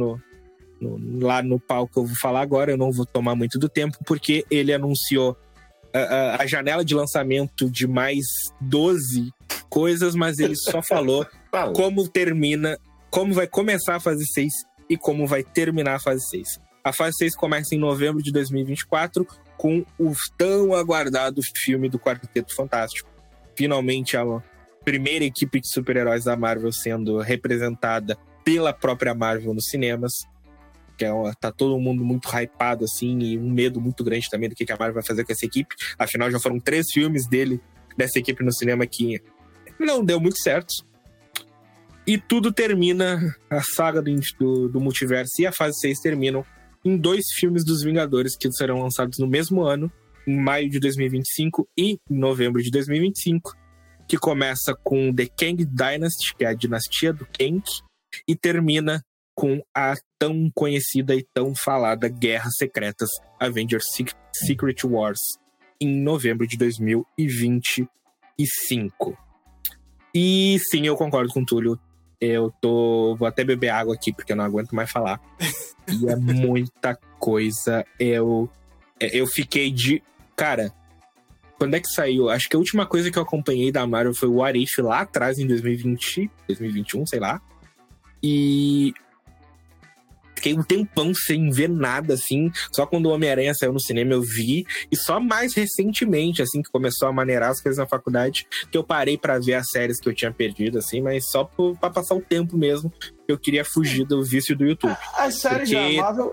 Speaker 4: lá no palco que eu vou falar agora, eu não vou tomar muito do tempo, porque ele anunciou a janela de lançamento de mais 12 coisas, mas ele só falou como termina, como vai começar a fase 6 e como vai terminar a fase 6. A fase 6 começa em novembro de 2024 com o tão aguardado filme do Quarteto Fantástico. Finalmente a primeira equipe de super-heróis da Marvel sendo representada pela própria Marvel nos cinemas. Que tá todo mundo muito hypado, assim, e um medo muito grande também do que a Marvel vai fazer com essa equipe. Afinal, já foram 3 filmes dessa equipe no cinema que não deu muito certo. E tudo termina, a saga do multiverso e a fase 6 terminam em 2 filmes dos Vingadores que serão lançados no mesmo ano, em maio de 2025 e em novembro de 2025. Que começa com The Kang Dynasty, que é a dinastia do Kang, e termina com a tão conhecida e tão falada Guerras Secretas, Avengers Secret Wars, em novembro de 2025. E sim, eu concordo com o Túlio. Vou até beber água aqui, porque eu não aguento mais falar. E é muita coisa. Eu fiquei de... Cara... Quando é que saiu? Acho que a última coisa que eu acompanhei da Marvel foi o What If lá atrás, em 2020, 2021, sei lá. E fiquei um tempão sem ver nada, assim. Só quando o Homem-Aranha saiu no cinema eu vi. E só mais recentemente, assim, que começou a maneirar as coisas na faculdade, que eu parei pra ver as séries que eu tinha perdido, assim. Mas só pra passar o tempo mesmo, eu queria fugir do vício do YouTube.
Speaker 1: As séries da Marvel...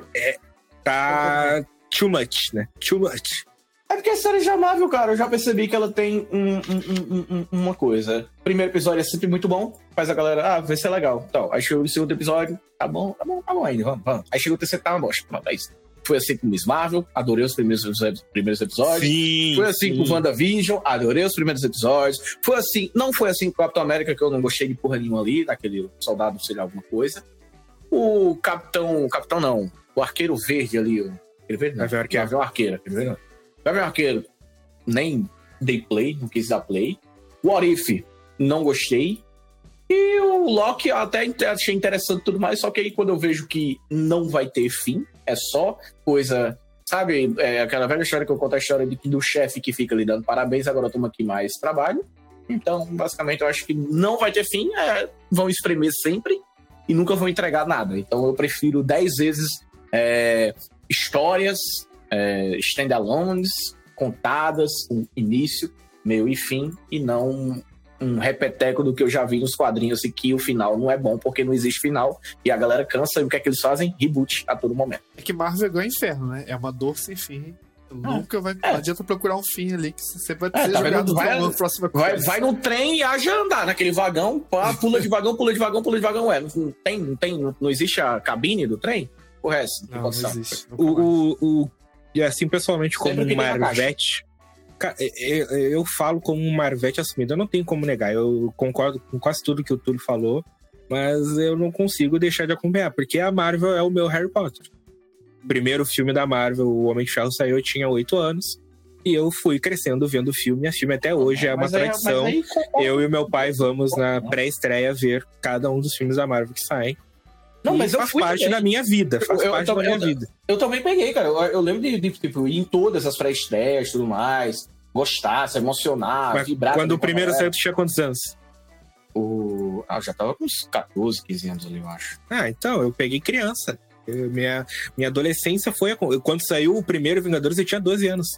Speaker 4: Tá too much, né? Too much.
Speaker 1: É porque a série da Marvel, cara, eu já percebi que ela tem uma coisa. O primeiro episódio é sempre muito bom, faz a galera, vai ser legal. Então, aí chegou o segundo episódio, tá bom ainda, vamos. Aí chegou o terceiro, tá uma bosta. É isso. Foi assim com Miss Marvel, adorei os primeiros episódios.
Speaker 4: Sim,
Speaker 1: foi assim com WandaVision, adorei os primeiros episódios. Foi assim, não foi assim com o Capitão América, que eu não gostei de porra nenhuma ali, daquele soldado, sei lá, alguma coisa. O Capitão não, o Arqueiro Verde ali, o Gavião Arqueiro, Gavião Arqueiro, nem dei play, não quis dar play. What If, não gostei. E o Loki até achei interessante e tudo mais, só que aí quando eu vejo que não vai ter fim, é só coisa... Sabe, aquela velha história que eu conto, a história do chefe que fica lhe dando parabéns, agora toma aqui mais trabalho. Então, basicamente, eu acho que não vai ter fim, vão espremer sempre e nunca vão entregar nada. Então, eu prefiro 10 vezes histórias... standalones, contadas, com início, meio e fim, e não um repeteco do que eu já vi nos quadrinhos e que o final não é bom porque não existe final e a galera cansa e o que é que eles fazem? Reboot a todo momento.
Speaker 3: É que Marvel é igual inferno, né? É uma dor sem fim. Nunca vai... Não adianta procurar um fim ali que você vai ser jogado na próxima coisa.
Speaker 1: Vai no trem e haja andar naquele vagão, pula de vagão, não existe a cabine do trem? Porra,
Speaker 3: não existe.
Speaker 4: E assim, pessoalmente, como um Marvete, eu falo como um Marvete assumido, eu não tenho como negar, eu concordo com quase tudo que o Túlio falou, mas eu não consigo deixar de acompanhar, porque a Marvel é o meu Harry Potter. O primeiro filme da Marvel, O Homem de Ferro, saiu, eu tinha 8 anos, e eu fui crescendo vendo o filme, e a filme até hoje é uma tradição. Eu e o meu pai vamos na pré-estreia ver cada um dos filmes da Marvel que saem. Não, mas faz parte da minha vida.
Speaker 1: Eu também peguei, cara. Eu lembro de tipo, ir em todas as pré-estreias e tudo mais. Gostar, se emocionar,
Speaker 4: mas
Speaker 1: vibrar.
Speaker 4: Quando o primeiro saiu, tu tinha quantos anos?
Speaker 1: Eu já tava com uns 14, 15 anos ali, eu acho.
Speaker 4: Então, eu peguei criança. Minha adolescência foi... Quando saiu o primeiro Vingadores, eu tinha 12 anos.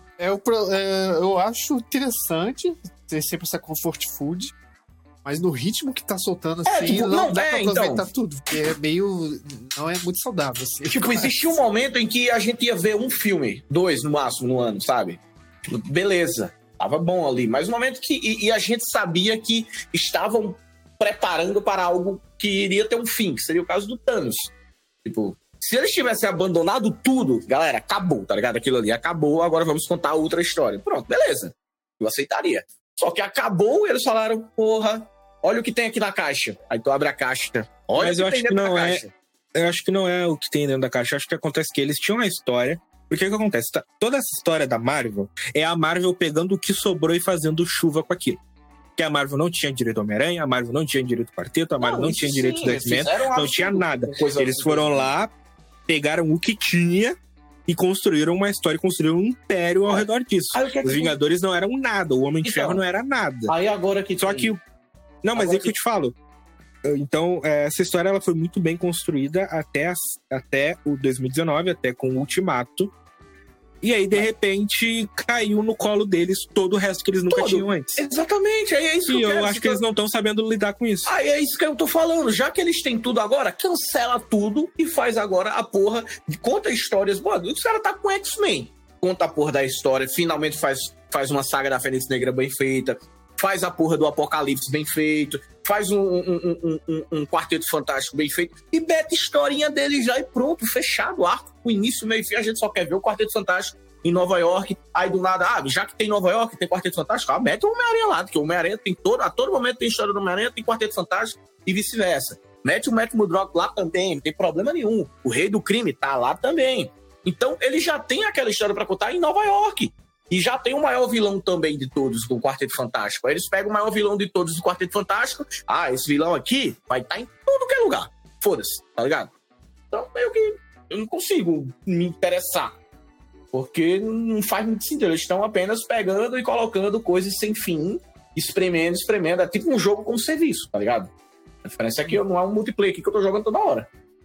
Speaker 3: Eu acho interessante ter sempre essa comfort food, mas no ritmo que tá soltando assim,
Speaker 1: tipo,
Speaker 3: não dá pra aproveitar
Speaker 1: então,
Speaker 3: tudo, porque é meio... não é muito saudável, assim.
Speaker 1: Tipo, existia um momento em que a gente ia ver um filme, 2 no máximo no ano, sabe? Tipo, beleza, tava bom ali, mas um momento que... E a gente sabia que estavam preparando para algo que iria ter um fim, que seria o caso do Thanos. Tipo... Se eles tivessem abandonado tudo, galera, acabou, tá ligado? Aquilo ali acabou, agora vamos contar outra história. Pronto, beleza. Eu aceitaria. Só que acabou e eles falaram, porra, olha o que tem aqui na caixa. Aí tu abre a caixa. Olha
Speaker 4: Mas
Speaker 1: o que tem dentro da caixa.
Speaker 4: Eu acho que não é o que tem dentro da caixa. Eu acho que acontece que eles tinham uma história. Porque o que acontece? Toda essa história da Marvel é a Marvel pegando o que sobrou e fazendo chuva com aquilo. Porque a Marvel não tinha direito ao Homem-Aranha, a Marvel não tinha direito ao Quarteto, a Marvel não tinha direito do X-Men, não tinha nada. Eles foram lá, pegaram o que tinha e construíram uma história, construíram um império ao redor disso. Os Vingadores não eram nada, o Homem de Ferro não era nada.
Speaker 1: Aí agora que...
Speaker 4: Só que... Não, mas é que eu te falo. Então, essa história ela foi muito bem construída até o 2019, até com o Ultimato. E aí, de repente, caiu no colo deles todo o resto que eles nunca tinham antes.
Speaker 1: Exatamente, aí é isso que
Speaker 4: eu acho que eles não estão sabendo lidar com isso.
Speaker 1: Aí é isso que eu tô falando. Já que eles têm tudo agora, cancela tudo e faz agora a porra de conta histórias. Pô, os caras tá com X-Men. Conta a porra da história, finalmente faz uma saga da Fênix Negra bem feita, faz a porra do Apocalipse bem feito, faz um Quarteto Fantástico bem feito e mete a historinha dele já e pronto, fechado, arco, o início, meio e fim, a gente só quer ver o Quarteto Fantástico em Nova York, aí do nada, já que tem Nova York, tem Quarteto Fantástico, mete o Homem-Aranha lá, porque o Homem-Aranha tem a todo momento tem história do Homem-Aranha, tem Quarteto Fantástico e vice-versa. Mete o Matt Murdock lá também, não tem problema nenhum. O Rei do Crime tá lá também. Então, ele já tem aquela história pra contar em Nova York. E já tem o maior vilão também de todos do Quarteto Fantástico. Aí eles pegam o maior vilão de todos do Quarteto Fantástico. Esse vilão aqui vai estar em tudo que é lugar. Foda-se, tá ligado? Então, meio que eu não consigo me interessar. Porque não faz muito sentido. Eles estão apenas pegando e colocando coisas sem fim, espremendo. É tipo um jogo como serviço, tá ligado? A diferença é que não é um multiplayer aqui que eu tô jogando toda hora.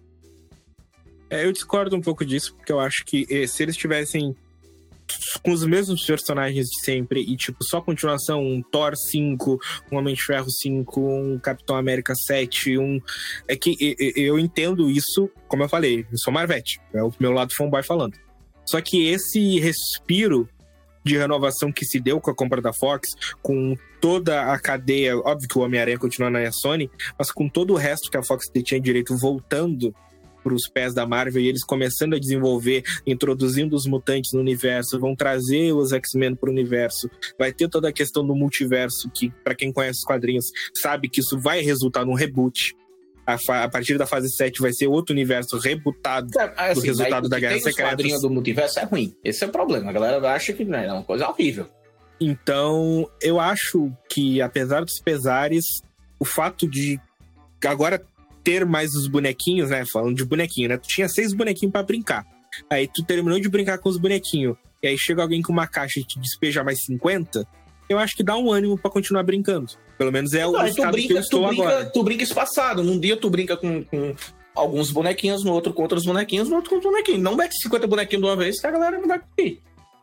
Speaker 4: Eu discordo um pouco disso, porque eu acho que se eles tivessem com os mesmos personagens de sempre e, tipo, só continuação, um Thor 5, um Homem de Ferro 5, um Capitão América 7, É que eu entendo isso, como eu falei, eu sou Marvete, é o meu lado fanboy falando. Só que esse respiro de renovação que se deu com a compra da Fox, com toda a cadeia, óbvio que o Homem-Aranha continua na Sony, mas com todo o resto que a Fox tinha direito voltando para os pés da Marvel e eles começando a desenvolver, introduzindo os mutantes no universo, vão trazer os X-Men para o universo, vai ter toda a questão do multiverso, que para quem conhece os quadrinhos sabe que isso vai resultar num reboot. A partir da fase 7 vai ser outro universo rebootado do resultado da Guerra Secreta. O
Speaker 1: quadrinho do multiverso é ruim, esse é o problema, a galera acha que é uma coisa horrível.
Speaker 4: Então, eu acho que, apesar dos pesares, o fato de agora ter mais os bonequinhos, né? Falando de bonequinho, né? Tu tinha 6 bonequinhos pra brincar. Aí tu terminou de brincar com os bonequinhos. E aí chega alguém com uma caixa e te despeja mais 50. Eu acho que dá um ânimo pra continuar brincando. Pelo menos é o estado que eu estou agora.
Speaker 1: Tu brinca espaçado. Num dia tu brinca com alguns bonequinhos, no outro com outros bonequinhos, no outro com outros bonequinhos. Não mete 50 bonequinhos de uma vez que a galera não vai curtir.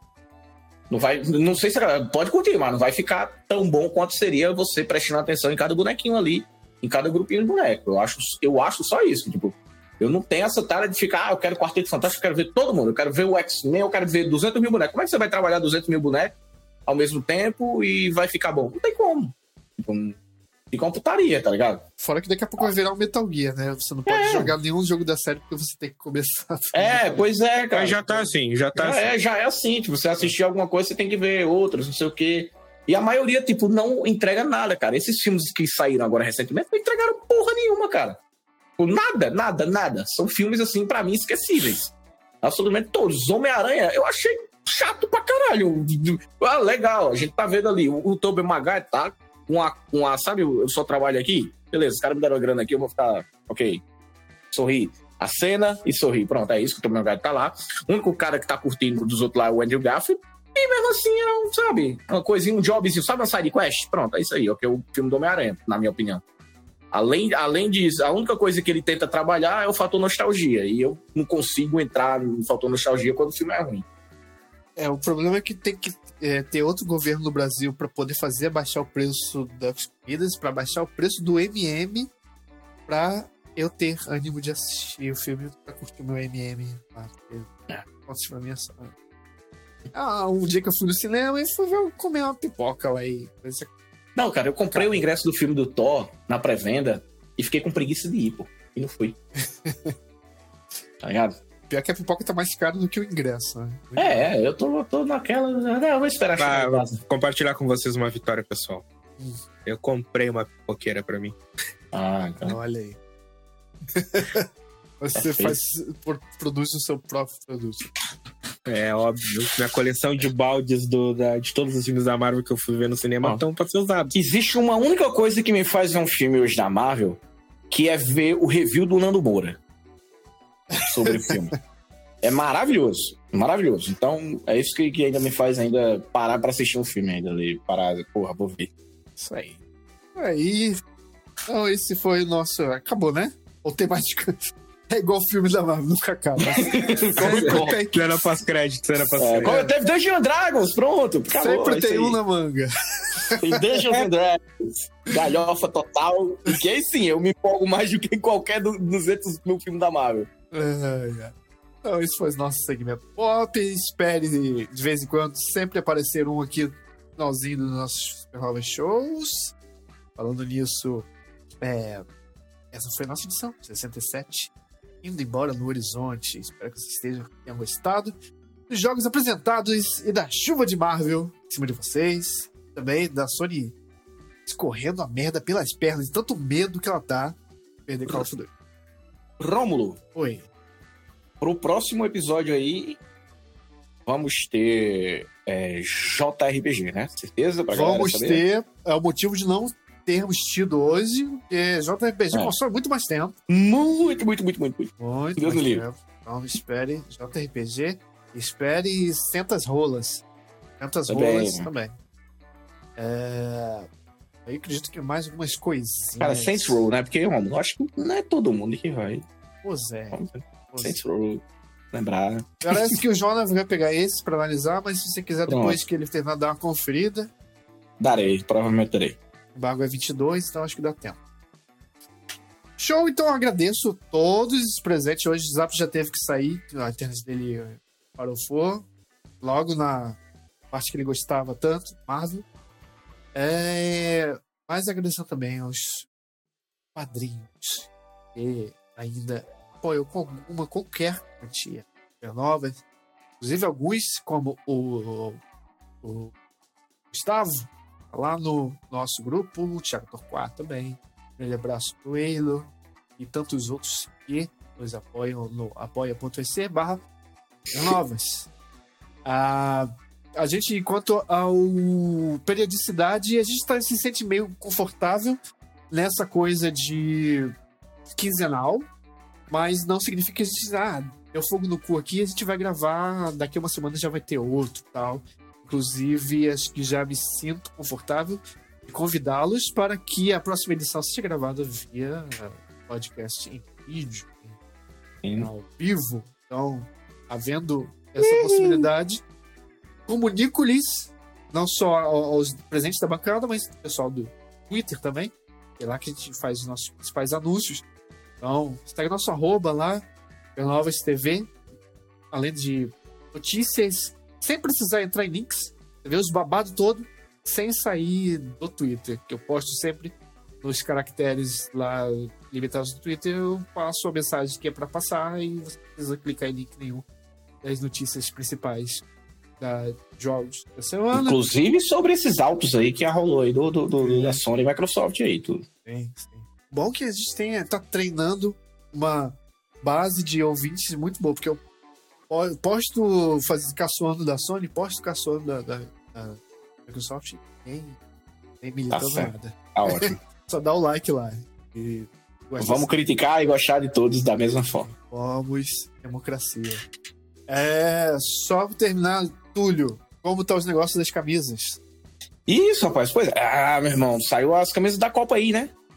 Speaker 1: Não sei se a galera pode curtir, mas não vai ficar tão bom quanto seria você prestando atenção em cada bonequinho ali, em cada grupinho de boneco. Eu acho só isso. Tipo, eu não tenho essa tara de ficar, eu quero Quarteto Fantástico, eu quero ver todo mundo. Eu quero ver o X-Men, eu quero ver 200 mil bonecos. Como é que você vai trabalhar 200 mil bonecos ao mesmo tempo e vai ficar bom? Não tem como. Tipo, fica uma putaria, tá ligado?
Speaker 3: Fora que daqui a pouco vai virar um Metal Gear, né? Você não pode jogar nenhum jogo da série porque você tem que começar.
Speaker 1: Pois é, cara.
Speaker 4: Mas já tá assim,
Speaker 1: Já é assim. Tipo, você assistir alguma coisa, você tem que ver outras, não sei o quê. E a maioria, tipo, não entrega nada, cara. Esses filmes que saíram agora recentemente não entregaram porra nenhuma, cara. Nada. São filmes, assim, pra mim, esquecíveis. Absolutamente todos. Homem-Aranha, eu achei chato pra caralho. Legal, a gente tá vendo ali. O Tobey Maguire tá com a... Sabe, eu só trabalho aqui? Beleza, os caras me deram a grana aqui, eu vou ficar... Ok. Sorri. A cena e sorri. Pronto, é isso que o Tobey Maguire tá lá. O único cara que tá curtindo dos outros lá é o Andrew Garfield. E mesmo assim, sabe, uma coisinha, um jobzinho, sabe, uma side quest? Pronto, é isso aí, é o filme do Homem-Aranha, na minha opinião. Além disso, a única coisa que ele tenta trabalhar é o fator nostalgia. E eu não consigo entrar no fator nostalgia quando o filme é ruim.
Speaker 3: O problema é que tem que ter outro governo no Brasil para poder fazer baixar o preço das comidas, para baixar o preço do MM, para eu ter ânimo de assistir o filme, para curtir o meu MM. Pra mim um dia que eu fui no cinema e fui comer uma pipoca lá e...
Speaker 1: Não, cara, eu comprei o ingresso do filme do Thor na pré-venda e fiquei com preguiça de ir, pô. E não fui. Tá ligado?
Speaker 3: Pior que a pipoca tá mais cara do que o ingresso, né?
Speaker 1: Eu tô naquela... Eu vou esperar chegar em casa.
Speaker 4: Compartilhar com vocês uma vitória, pessoal. Eu comprei uma pipoqueira pra mim.
Speaker 3: Então. Olha aí. Você produz o seu próprio produto.
Speaker 4: É óbvio. Minha coleção de baldes de todos os filmes da Marvel que eu fui ver no cinema estão pra ser usados.
Speaker 1: Existe uma única coisa que me faz ver um filme hoje da Marvel, que é ver o review do Nando Moura sobre o filme. É maravilhoso. Maravilhoso. Então, é isso que ainda me faz ainda parar pra assistir um filme ainda ali. Vou ver.
Speaker 3: Isso aí. Então, esse foi o nosso... Acabou, né? Ou tem mais... É igual o filme da Marvel, nunca acaba.
Speaker 4: Cena pós-crédito.
Speaker 1: Teve Dungeons & Dragons, pronto. Acabou,
Speaker 3: sempre tem um na manga.
Speaker 1: Tem Dungeons & Dragons. Galhofa total. Porque aí sim, eu me empolgo mais do que qualquer dos 200 mil filmes da Marvel.
Speaker 3: Então, esse foi o nosso segmento pop. Espere de vez em quando sempre aparecer um aqui no finalzinho dos nossos Super Shows. Falando nisso, essa foi a nossa edição 67. Indo embora no horizonte. Espero que vocês tenham gostado dos jogos apresentados e da chuva de Marvel em cima de vocês. Também da Sony escorrendo a merda pelas pernas, de tanto medo que ela tá de perder Call of Duty.
Speaker 1: Rômulo.
Speaker 3: Oi.
Speaker 1: Pro próximo episódio aí, vamos ter JRPG, né? Certeza?
Speaker 3: Vamos ter. É o motivo de não termos tido hoje, porque JRPG consome muito mais tempo.
Speaker 1: Muito
Speaker 3: Deus
Speaker 1: mais
Speaker 3: tempo. Então espere JRPG, espere Sentas Rolas. Sentas Rolas também. Eu acredito que mais algumas coisinhas.
Speaker 1: Cara, Saints Row, né? Porque eu acho que não é todo mundo que vai.
Speaker 3: Pois é.
Speaker 1: Saints Row, lembrar.
Speaker 3: Parece que o Jonas vai pegar esse pra analisar, mas se você quiser depois que ele terminar, dar uma conferida.
Speaker 1: Darei, provavelmente darei.
Speaker 3: O bagulho é 22, então acho que dá tempo. Show, então eu agradeço todos os presentes. Hoje o Zap já teve que sair, a internet dele parou fogo. Logo na parte que ele gostava tanto, Marvel. Mas agradeço também aos padrinhos que ainda apoiam com qualquer quantia nova. Inclusive alguns, como o Gustavo, lá no nosso grupo, o Thiago Torquato também. Um grande abraço pro Eilo e tantos outros que nos apoiam no apoia.se/novas. A gente, quanto ao periodicidade, a gente se sente meio confortável nessa coisa de quinzenal, mas não significa que a gente deu fogo no cu aqui, a gente vai gravar, daqui a uma semana já vai ter outro tal. Inclusive, acho que já me sinto confortável de convidá-los para que a próxima edição seja gravada via podcast em vídeo, ao vivo. Então, havendo essa possibilidade, comunico-lhes, não só aos presentes da bancada, mas ao pessoal do Twitter também. É lá que a gente faz os nossos principais anúncios. Então, segue nosso @, lá, Novas TV, além de notícias, sem precisar entrar em links, você vê os babados todos, sem sair do Twitter, que eu posto sempre nos caracteres lá limitados do Twitter, eu passo a mensagem que é para passar e você não precisa clicar em link nenhum das notícias principais da jogos da semana.
Speaker 1: Inclusive sobre esses autos aí que rolou aí da Sony e Microsoft aí, tudo.
Speaker 3: Sim. Bom que a gente tá treinando uma base de ouvintes muito boa, porque eu posto caçoando da Sony, posto caçoando da Microsoft, nem militando nada.
Speaker 1: Tá ótimo.
Speaker 3: Só dá o like lá.
Speaker 1: Vamos criticar e gostar de todos da mesma forma.
Speaker 3: Vamos, democracia. Só pra terminar, Túlio, como tá os negócios das camisas?
Speaker 1: Isso, rapaz, pois é. Meu irmão, saiu as camisas da Copa aí, né?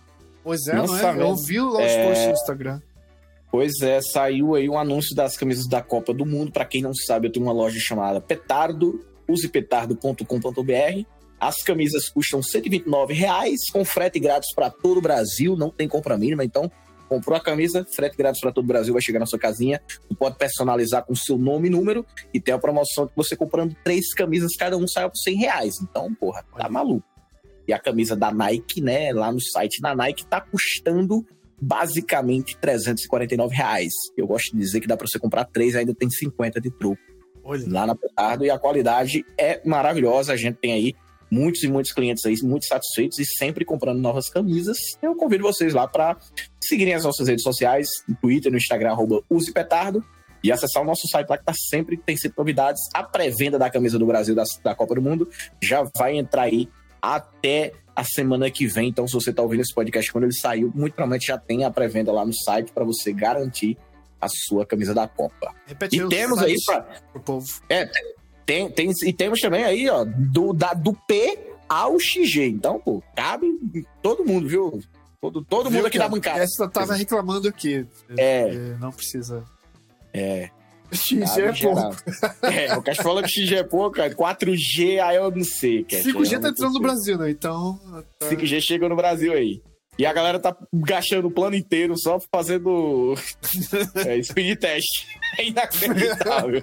Speaker 3: Pois é, não é? Eu vi lá os posts no Instagram.
Speaker 1: Pois é, saiu aí um anúncio das camisas da Copa do Mundo. Pra quem não sabe, eu tenho uma loja chamada Petardo, usepetardo.com.br. As camisas custam R$129, com frete grátis para todo o Brasil, não tem compra mínima, então comprou a camisa, frete grátis para todo o Brasil, vai chegar na sua casinha. Tu pode personalizar com seu nome e número, e tem a promoção que você comprando 3 camisas, cada um sai por R$100. Então, porra, tá maluco. E a camisa da Nike, né, lá no site da Nike, tá custando basicamente R$349. Eu gosto de dizer que dá para você comprar 3, ainda tem 50 de troco. Olha. Lá na Petardo, e a qualidade é maravilhosa. A gente tem aí muitos e muitos clientes aí, muito satisfeitos e sempre comprando novas camisas. Eu convido vocês lá para seguirem as nossas redes sociais, no Twitter, no Instagram, @usepetardo, e acessar o nosso site lá que tem sempre novidades. A pré-venda da camisa do Brasil da Copa do Mundo já vai entrar aí até a semana que vem. Então, se você está ouvindo esse podcast quando ele saiu, muito provavelmente já tem a pré-venda lá no site para você garantir a sua camisa da Copa.
Speaker 3: Repete
Speaker 1: e temos aí
Speaker 3: pro povo.
Speaker 1: E temos também aí, ó, do P ao XG. Então, pô, cabe todo mundo, viu? Todo mundo aqui da bancada.
Speaker 3: Essa tava reclamando aqui. Não precisa. XG é pouco.
Speaker 1: O Cash falou que XG é pouco, cara. 4G, aí eu não sei.
Speaker 3: 5G tá entrando no Brasil, né? Então.
Speaker 1: 5G chegou no Brasil aí. E a galera tá gastando o plano inteiro só fazendo speed test. É inacreditável.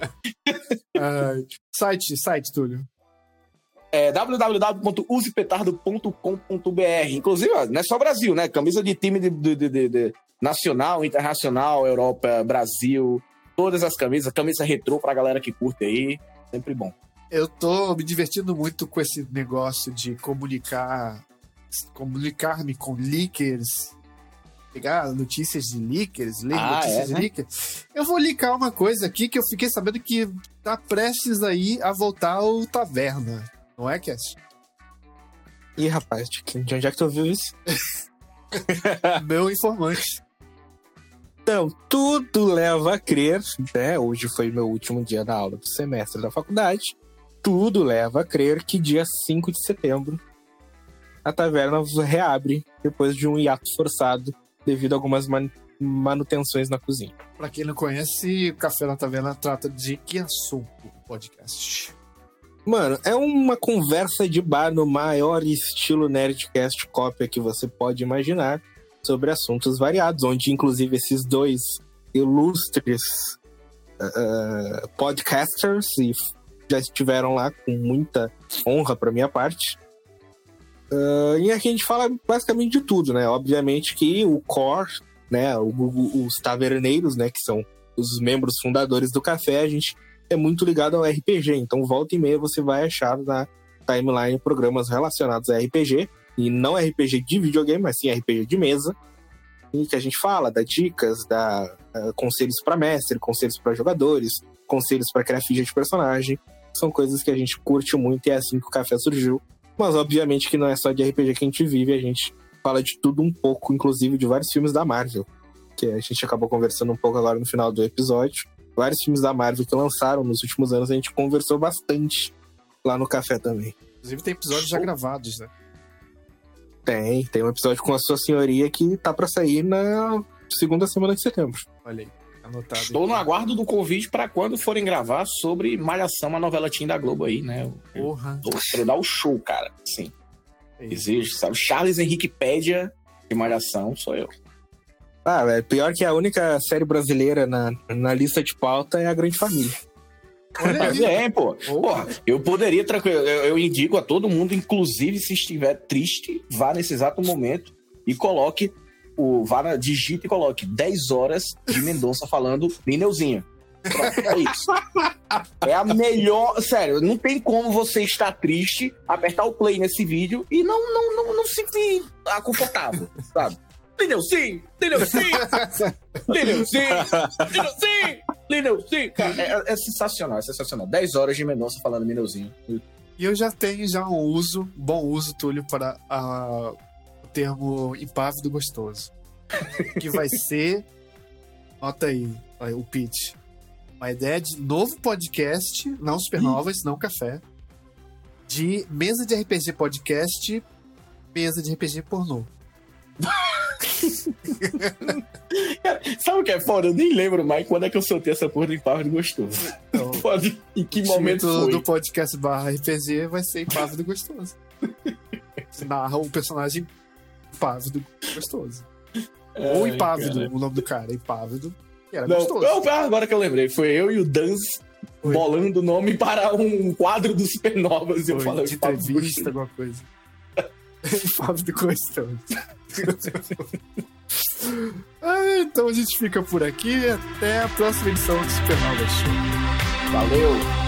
Speaker 3: Site, Túlio.
Speaker 1: www.usepetardo.com.br. Inclusive, ó, não é só Brasil, né? Camisa de time de nacional, internacional, Europa, Brasil. Todas as camisas. Camisa retrô pra galera que curte aí. Sempre bom.
Speaker 3: Eu tô me divertindo muito com esse negócio de comunicar-me com leakers, pegar notícias de leakers, ler notícias de leakers. Eu vou linkar uma coisa aqui que eu fiquei sabendo que tá prestes aí a voltar ao Taverna. Não é, Cass?
Speaker 4: Ih, rapaz, de onde é que tu ouviu isso?
Speaker 3: Meu informante.
Speaker 4: Então, tudo leva a crer, né? Hoje foi meu último dia da aula do semestre da faculdade. Tudo leva a crer que dia 5 de setembro a taverna reabre depois de um hiato forçado devido a algumas manutenções na cozinha.
Speaker 3: Pra quem não conhece, o Café na Taverna trata de que assunto o podcast?
Speaker 4: Mano, é uma conversa de bar no maior estilo Nerdcast cópia que você pode imaginar sobre assuntos variados, onde inclusive esses dois ilustres podcasters já estiveram lá com muita honra pra minha parte. E aqui a gente fala basicamente de tudo, né? Obviamente que o core, né? Os taverneiros, né? Que são os membros fundadores do café, a gente é muito ligado ao RPG. Então, volta e meia você vai achar na timeline programas relacionados a RPG. E não RPG de videogame, mas sim RPG de mesa. E que a gente fala, dá dicas, dá conselhos para mestre, conselhos para jogadores, conselhos para criar ficha de personagem. São coisas que a gente curte muito e é assim que o café surgiu. Mas, obviamente, que não é só de RPG que a gente vive, a gente fala de tudo um pouco, inclusive de vários filmes da Marvel, que a gente acabou conversando um pouco agora no final do episódio. Vários filmes da Marvel que lançaram nos últimos anos, a gente conversou bastante lá no café também.
Speaker 3: Inclusive tem episódios já gravados, né?
Speaker 4: Tem um episódio com a sua senhoria que tá pra sair na segunda semana de setembro.
Speaker 3: Olha aí. Anotado.
Speaker 1: Estou no aguardo do convite para quando forem gravar sobre Malhação, a novela teen da Globo aí, né?
Speaker 3: Porra.
Speaker 1: Vou dar o show, cara. Sim. Existe, sabe? Charles Henrique Pédia de Malhação sou eu.
Speaker 4: Velho, pior que a única série brasileira na lista de pauta é A Grande Família.
Speaker 1: Mas pô. Porra, eu poderia, tranquilo. Eu indico a todo mundo, inclusive se estiver triste, vá nesse exato momento e coloque digite e coloque 10 horas de Mendonça falando Mineuzinho. É isso. É a melhor. Sério, não tem como você estar triste, apertar o play nesse vídeo e não se vir confortável, sabe? Lineuzinho! Cara, é sensacional, é sensacional. 10 horas de Mendonça falando Mineuzinho.
Speaker 3: E eu já tenho um bom uso, Túlio, para o termo impávido gostoso. Que vai ser, nota aí, o pitch. Uma ideia de novo podcast, não Supernovas, não Café, de mesa de RPG podcast, mesa de RPG pornô.
Speaker 1: Cara, sabe o que é foda? Eu nem lembro mais quando é que eu soltei essa porra do Impávido Gostoso.
Speaker 3: Então,
Speaker 1: em que momento foi?
Speaker 3: do podcast /RPG vai ser Impávido Gostoso. Narra o personagem Impávido Gostoso. Ou Impávido, cara. O nome do cara, Impávido. Era gostoso.
Speaker 1: Agora que eu lembrei, foi eu e o Danz bolando o nome para um quadro do Supernovas. Eu falei
Speaker 3: de entrevista, alguma coisa. Impávido Gostoso. Então a gente fica por aqui. Até a próxima edição do Supernovas Show.
Speaker 1: Valeu!